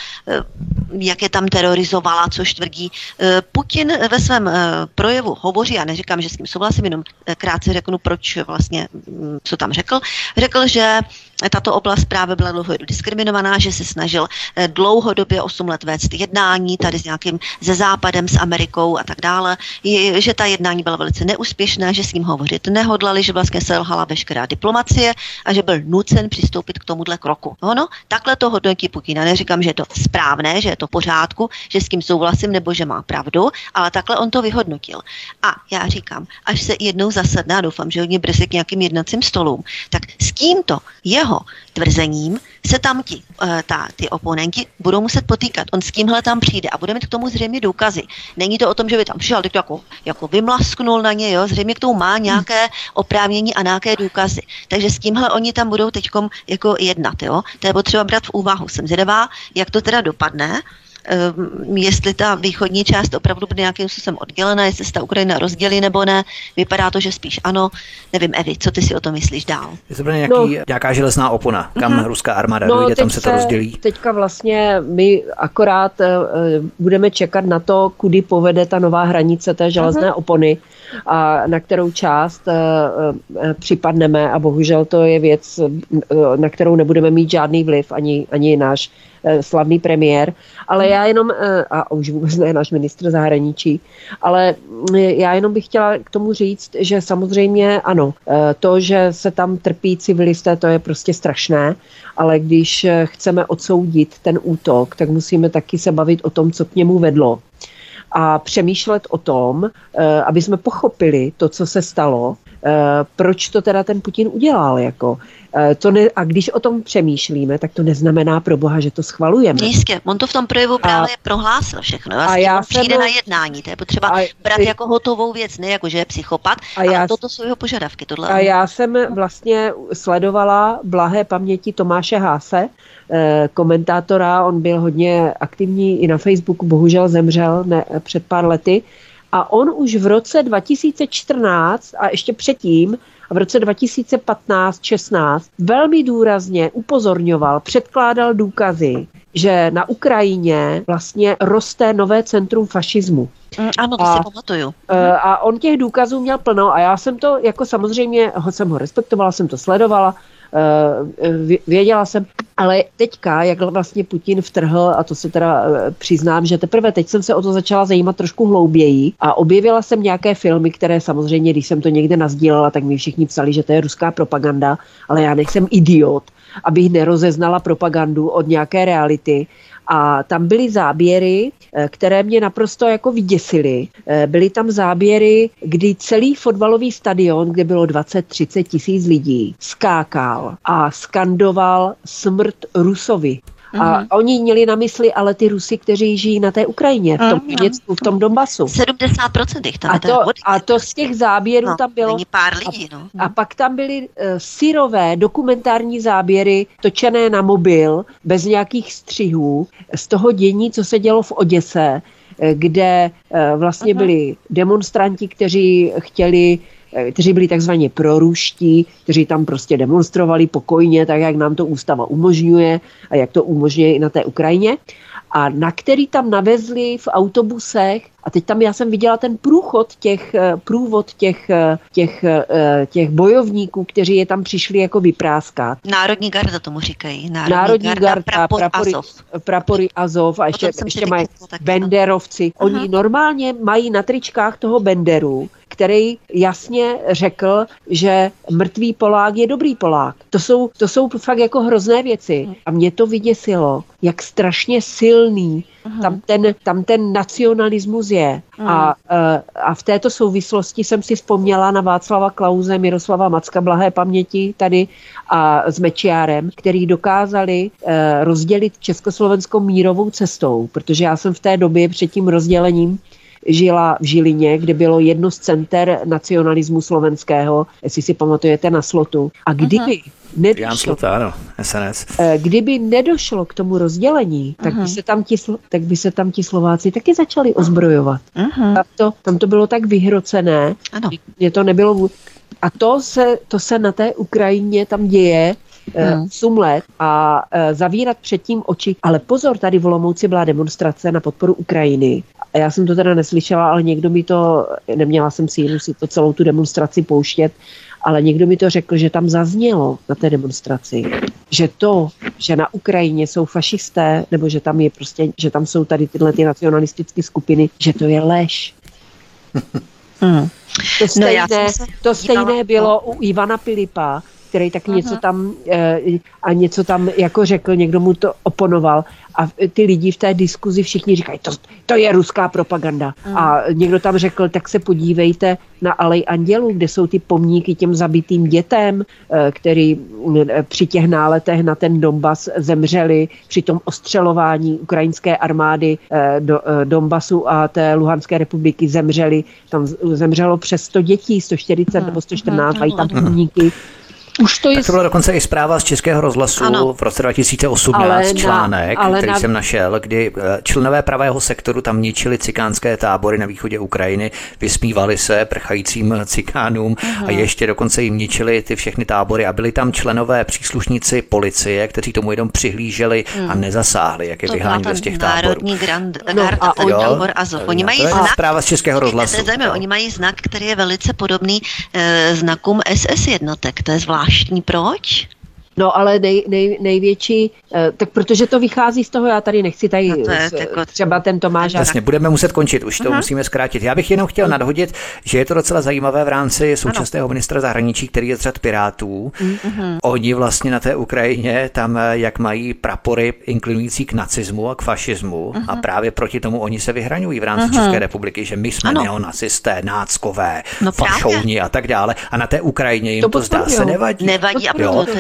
jak je tam terorizovala, což tvrdí Putin ve svém projevu hovoří, já neříkám, že s tím souhlasím, jenom krátce řeknu, proč vlastně, co tam řekl. Řekl, že tato oblast právě byla dlouhodobě diskriminovaná, že se snažil dlouhodobě 8 let vést jednání tady s nějakým se Západem, s Amerikou a tak dále, že ta jednání byla velice neúspěšná, že s ním hovořit nehodlali, že vlastně selhala veškerá diplomacie a že byl nucen přistoupit k tomuhle kroku. No, takhle to hodnotí Putina. Neříkám, že je to správné, že je to v pořádku, že s tím souhlasím nebo že má pravdu, ale takhle on to vyhodnotil. A já říkám, až se jednou zasedne, a doufám, že hodně brzy k nějakým jednacím stolům, tak s tímto jeho tvrzením se tam ty oponenti budou muset potýkat. On s tímhle tam přijde a bude mít k tomu zřejmě důkazy. Není to o tom, že by tam přišel, tak to jako vymlasknul na ně, jo? Zřejmě k tomu má nějaké oprávnění a nějaké důkazy. Takže s tímhle oni tam budou teďkom jako jednat, jo? To je potřeba brát v úvahu. Jsem zvědavá, jak to teda dopadne. Jestli ta východní část opravdu bude nějakým způsobem oddělená, jestli se ta Ukrajina rozdělí nebo ne. Vypadá to, že spíš ano. Nevím, Evi, co ty si o tom myslíš dál? Je to nějaká železná opona, kam ruská armáda dojde, tam se to rozdělí? Teďka vlastně my akorát budeme čekat na to, kudy povede ta nová hranice té železné opony a na kterou část připadneme a bohužel to je věc, na kterou nebudeme mít žádný vliv, ani náš slavný premiér, ale já jenom, a už vůbec ne náš ministr zahraničí, ale já jenom bych chtěla k tomu říct, že samozřejmě ano, to, že se tam trpí civilisté, to je prostě strašné, ale když chceme odsoudit ten útok, tak musíme taky se bavit o tom, co k němu vedlo. A přemýšlet o tom, aby jsme pochopili to, co se stalo, proč to teda ten Putin udělal. A když o tom přemýšlíme, tak to neznamená pro Boha, že to schvalujeme. Jistě, on to v tom projevu právě prohlásil všechno. Vlastně on přijde na jednání, to je potřeba brát jako hotovou věc, ne jako, že je psychopat, ale toto jsou jeho požadavky. A já jsem vlastně sledovala blahé paměti Tomáše Haase, komentátora, on byl hodně aktivní i na Facebooku, bohužel zemřel před pár lety, A on už v roce 2014 a ještě předtím, v roce 2015-16 velmi důrazně upozorňoval, předkládal důkazy, že na Ukrajině vlastně roste nové centrum fašismu. Ano, to si pamatuju. A on těch důkazů měl plno a já jsem to, jako samozřejmě, jsem ho respektovala, jsem to sledovala, věděla jsem, ale teďka, jak vlastně Putin vtrhl, a to se teda přiznám, že teprve teď jsem se o to začala zajímat trošku hlouběji a objevila jsem nějaké filmy, které samozřejmě, když jsem to někde nasdílela, tak mi všichni psali, že to je ruská propaganda, ale já nejsem idiot, abych nerozeznala propagandu od nějaké reality. A tam byly záběry, které mě naprosto jako vyděsily. Byly tam záběry, kdy celý fotbalový stadion, kde bylo 20-30 tisíc lidí, skákal a skandoval smrt Rusovi. A oni měli na mysli ale ty Rusy, kteří žijí na té Ukrajině, v tom Německu, v tom Donbasu. 70% jich tam. A to z těch záběrů tam bylo. Není pár lidí, A pak tam byly syrové dokumentární záběry, točené na mobil, bez nějakých střihů, z toho dění, co se dělo v Oděse, kde vlastně byli demonstranti, kteří byli takzvaně proruští, kteří tam prostě demonstrovali pokojně, tak jak nám to ústava umožňuje a jak to umožňuje i na té Ukrajině. A na který tam navezli v autobusech, a teď tam já jsem viděla ten průvod těch bojovníků, kteří je tam přišli jako vypráskat. Národní garda tomu říkají. Národní garda, prapory Azov a ještě mají Benderovci. Oni normálně mají na tričkách toho Benderu, který jasně řekl, že mrtvý Polák je dobrý Polák. To jsou fakt jako hrozné věci. A mě to vyděsilo, jak strašně silný tam ten nacionalismus je. A v této souvislosti jsem si vzpomněla na Václava Klause, Miroslava Macka, blahé paměti tady a s Mečiarem, který dokázali rozdělit Československou mírovou cestou, protože já jsem v té době před tím rozdělením žila v Žilině, kde bylo jedno z center nacionalismu slovenského, jestli si pamatujete, na Slotu. A kdyby nedošlo k tomu rozdělení, tak by se tam ti Slováci taky začali ozbrojovat. Tam to bylo tak vyhrocené, že to nebylo. A to se na té Ukrajině tam děje 8 let a zavírat předtím oči. Ale pozor, tady v Olomouci byla demonstrace na podporu Ukrajiny. A já jsem to teda neslyšela, ale někdo mi to, neměla jsem sílu si to celou tu demonstraci pouštět, ale někdo mi to řekl, že tam zaznělo na té demonstraci, že na Ukrajině jsou fašisté, nebo že tam je prostě, že tam jsou tady tyhle ty nacionalistické skupiny, že to je lež. To stejné bylo u Ivana Pilipa, který taky něco tam jako řekl, někdo mu to oponoval a ty lidi v té diskuzi všichni říkají, to je ruská propaganda. A někdo tam řekl, tak se podívejte na Alej Andělů, kde jsou ty pomníky těm zabitým dětem, který při těch náletech na ten Donbas zemřeli, při tom ostřelování ukrajinské armády do Donbasu a té Luhanské republiky zemřelo přes 100 dětí, 140 nebo 114, mají tam pomníky. Tak to byla dokonce i zpráva z Českého rozhlasu v roce 2018, článek, který jsem našel, kdy členové pravého sektoru tam ničili cikánské tábory na východě Ukrajiny, vysmívali se prchajícím cikánům a ještě dokonce jim ničili ty všechny tábory a byli tam členové příslušníci policie, kteří tomu jenom přihlíželi a nezasáhli, jak je vyhánili z těch táborů. Národní tábor Azov. Oni mají znak, zpráva z Českého rozhlasu. To je zajímavé, oni mají znak, který je velice podobný znakům SS jednotek, to je zvláštní. Proč? No ale největší, tak protože to vychází z toho, já tady nechci třeba ten Tomáš. Jasně, budeme muset končit, už to musíme zkrátit. Já bych jenom chtěl nadhodit, že je to docela zajímavé v rámci současného ministra zahraničí, který je z řad Pirátů. Oni vlastně na té Ukrajině tam, jak mají prapory inklinující k nacismu a k fašismu a právě proti tomu oni se vyhraňují v rámci České republiky, že my jsme neonacisté, náckové, fašouni a tak dále. A na té Ukrajině jim to zdá se nevadí. Nevadí a proto to je to je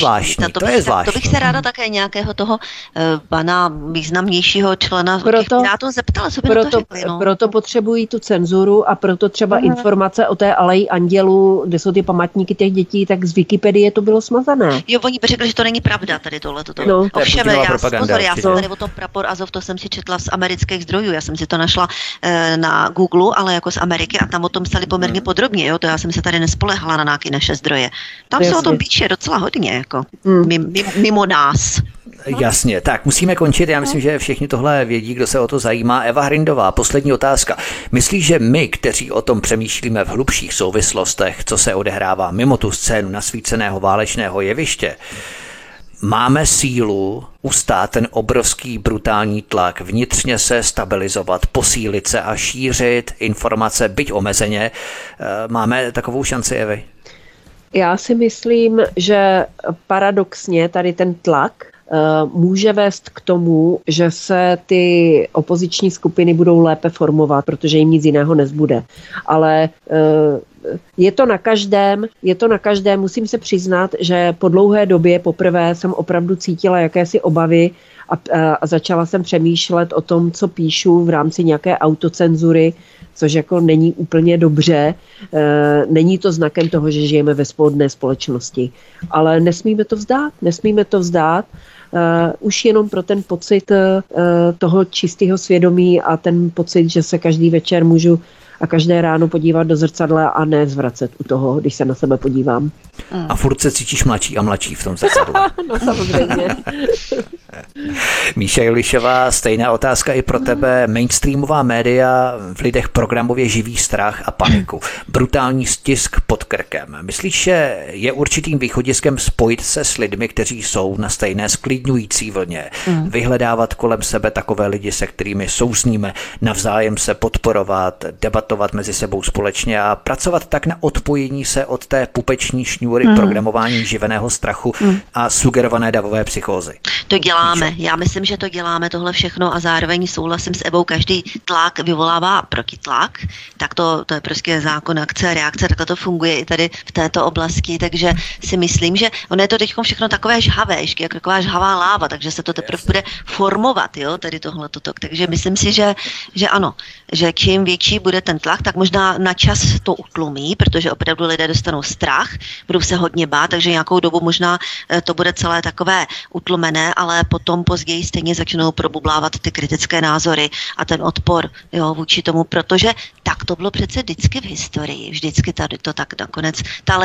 zvláštní. To bych se ráda také nějakého toho pana významnějšího člena Pirátů zeptala, co by na to řekli. No. Proto potřebují tu cenzuru a proto třeba informace o té aleji andělů, kde jsou ty památníky těch dětí, tak z Wikipedie to bylo smazané. Jo, oni by řekli, že to není pravda tady tohleto. No. Ovšem, já jsem tady o tom prapor Azov, to jsem si četla z amerických zdrojů, já jsem si to našla na Google, ale jako z Ameriky a tam o tom psali poměrně podrobně, jo, to já jsem se tady nespolehala na nějaké naše zdroje. Tam se o tom píše docela hodně, jako mimo nás. Jasně, tak musíme končit, já myslím, že všichni tohle vědí, kdo se o to zajímá. Eva Hrindová, poslední otázka. Myslíš, že my, kteří o tom přemýšlíme v hlubších souvislostech, co se odehrává mimo tu scénu nasvíceného válečného jeviště, máme sílu ustát ten obrovský brutální tlak, vnitřně se stabilizovat, posílit se a šířit informace, byť omezeně? Máme takovou šanci, Evy? Já si myslím, že paradoxně tady ten tlak může vést k tomu, že se ty opoziční skupiny budou lépe formovat, protože jim nic jiného nezbude. Ale je to na každém, musím se přiznat, že po dlouhé době poprvé jsem opravdu cítila jakési obavy a začala jsem přemýšlet o tom, co píšu v rámci nějaké autocenzury, což jako není úplně dobře. Není to znakem toho, že žijeme ve svobodné společnosti. Ale nesmíme to vzdát. Už jenom pro ten pocit toho čistého svědomí a ten pocit, že se každý večer můžu a každé ráno podívat do zrcadla a ne zvracet u toho, když se na sebe podívám. A furt se cítíš mladší a mladší v tom zrcadlu. No samozřejmě. Míša Julišová, stejná otázka i pro tebe. Mainstreamová média v lidech programově živí strach a paniku. Brutální stisk pod krkem. Myslíš, že je určitým východiskem spojit se s lidmi, kteří jsou na stejné sklidňující vlně? Vyhledávat kolem sebe takové lidi, se kterými souzníme, navzájem se podporovat, debatovat mezi sebou společně a pracovat tak na odpojení se od té pupeční šňůry programování živeného strachu a sugerované davové psychózy. To děláme. Já myslím, že to děláme tohle všechno a zároveň souhlasím s Evou, každý tlak vyvolává protitlak, tak to je prostě zákon akce a reakce, takhle to funguje i tady v této oblasti, takže si myslím, že ono je to teď všechno takové žhavé, jako taková žhavá láva, takže se to teprve bude formovat, jo, tady tohleto. Takže myslím si, že ano, že čím větší bude ten tlak, tak možná na čas to utlumí, protože opravdu lidé dostanou strach, budou se hodně bát, takže nějakou dobu možná to bude celé takové utlumené, ale potom později stejně začnou probublávat ty kritické názory a ten odpor, jo, vůči tomu, protože tak to bylo přece vždycky v historii, vždycky tady to tak nakonec,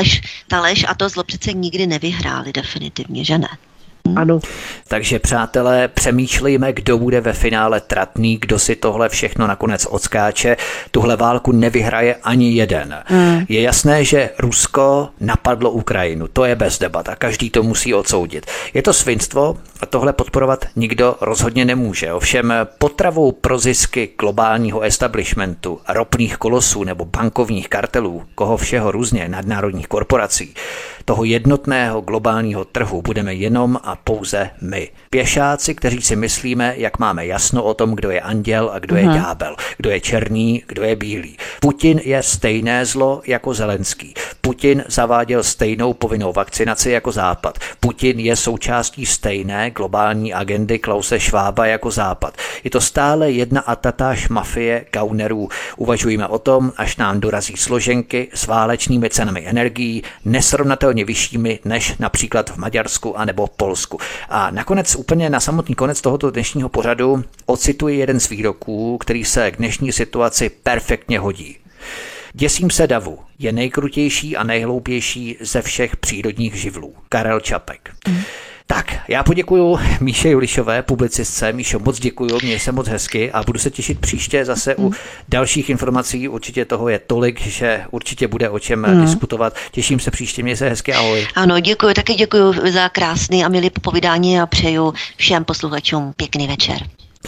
ta lež a to zlo přece nikdy nevyhráli definitivně, že ne? Ano. Takže přátelé, přemýšlejme, kdo bude ve finále tratný, kdo si tohle všechno nakonec odskáče. Tuhle válku nevyhraje ani jeden. Je jasné, že Rusko napadlo Ukrajinu, to je bez debat a každý to musí odsoudit. Je to svinstvo a tohle podporovat nikdo rozhodně nemůže. Ovšem potravou pro zisky globálního establishmentu, ropných kolosů nebo bankovních kartelů, koho všeho různě nadnárodních korporací, toho jednotného globálního trhu budeme jenom a pouze my. Pěšáci, kteří si myslíme, jak máme jasno o tom, kdo je anděl a kdo je ďábel, kdo je černý, kdo je bílý. Putin je stejné zlo jako Zelenský. Putin zaváděl stejnou povinnou vakcinaci jako Západ. Putin je součástí stejné globální agendy Klause Schwaba jako Západ. Je to stále jedna a tatáž mafie gaunerů. Uvažujeme o tom, až nám dorazí složenky s válečnými cenami energií, nesrovnatelně vyššími než například v Maďarsku anebo Polsku. A nakonec úplně na samotný konec tohoto dnešního pořadu ocituji jeden z výroků, který se k dnešní situaci perfektně hodí. Děsím se davu, je nejkrutější a nejhloupější ze všech přírodních živlů. Karel Čapek. Tak, já poděkuju Míše Julišové, publicistce. Míšo, moc děkuju, měj se moc hezky a budu se těšit příště zase u dalších informací. Určitě toho je tolik, že určitě bude o čem diskutovat. Těším se příště, měj se hezky, ahoj. Ano, děkuji, taky děkuji za krásný a milý popovídání a přeju všem posluchačům pěkný večer.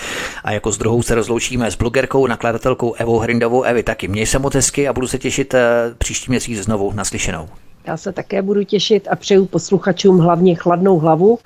A jako s druhou se rozloučíme s blogerkou, nakladatelkou Evou Hrindovou. Evi, taky měj se moc hezky a budu se těšit příští měsíc znovu naslyšenou. Já se také budu těšit a přeju posluchačům hlavně chladnou hlavu,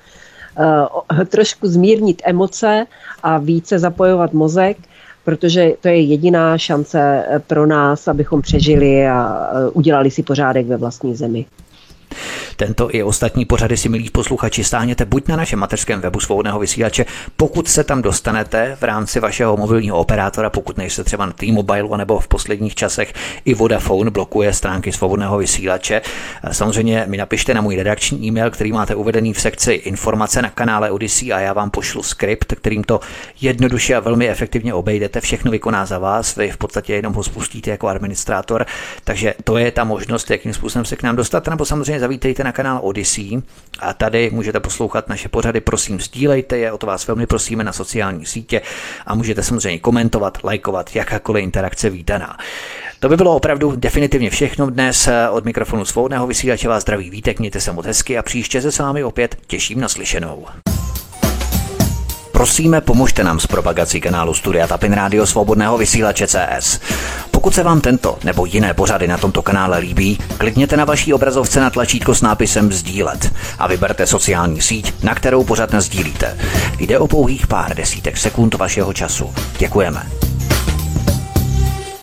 trošku zmírnit emoce a více zapojovat mozek, protože to je jediná šance pro nás, abychom přežili a udělali si pořádek ve vlastní zemi. Tento i ostatní pořady si, milí posluchači, stáhněte buď na našem mateřském webu Svobodného vysílače, pokud se tam dostanete v rámci vašeho mobilního operátora, pokud nejste třeba na T-Mobile, nebo v posledních časech i Vodafone blokuje stránky Svobodného vysílače. Samozřejmě mi napište na můj redakční e-mail, který máte uvedený v sekci informace na kanále Odyssey, a já vám pošlu skript, kterým to jednoduše a velmi efektivně obejdete. Všechno vykoná za vás, vy v podstatě jenom ho spustíte jako administrátor, takže to je ta možnost, jakým způsobem se k nám dostat, nebo samozřejmě zavítejte na kanál Odyssey a tady můžete poslouchat naše pořady. Prosím, sdílejte je, o to vás velmi prosíme, na sociální sítě, a můžete samozřejmě komentovat, lajkovat, jakákoliv interakce vítaná. To by bylo opravdu definitivně všechno dnes. Od mikrofonu Svobodného vysílače vás zdraví Vítek, mějte se moc hezky a příště se s vámi opět těším na slyšenou. Prosíme, pomožte nám s propagací kanálu Studia Tapin Rádio Svobodného vysílače CS. Pokud se vám tento nebo jiné pořady na tomto kanále líbí, klikněte na vaší obrazovce na tlačítko s nápisem sdílet a vyberte sociální síť, na kterou pořad nasdílíte. Jde o pouhých pár desítek sekund vašeho času. Děkujeme.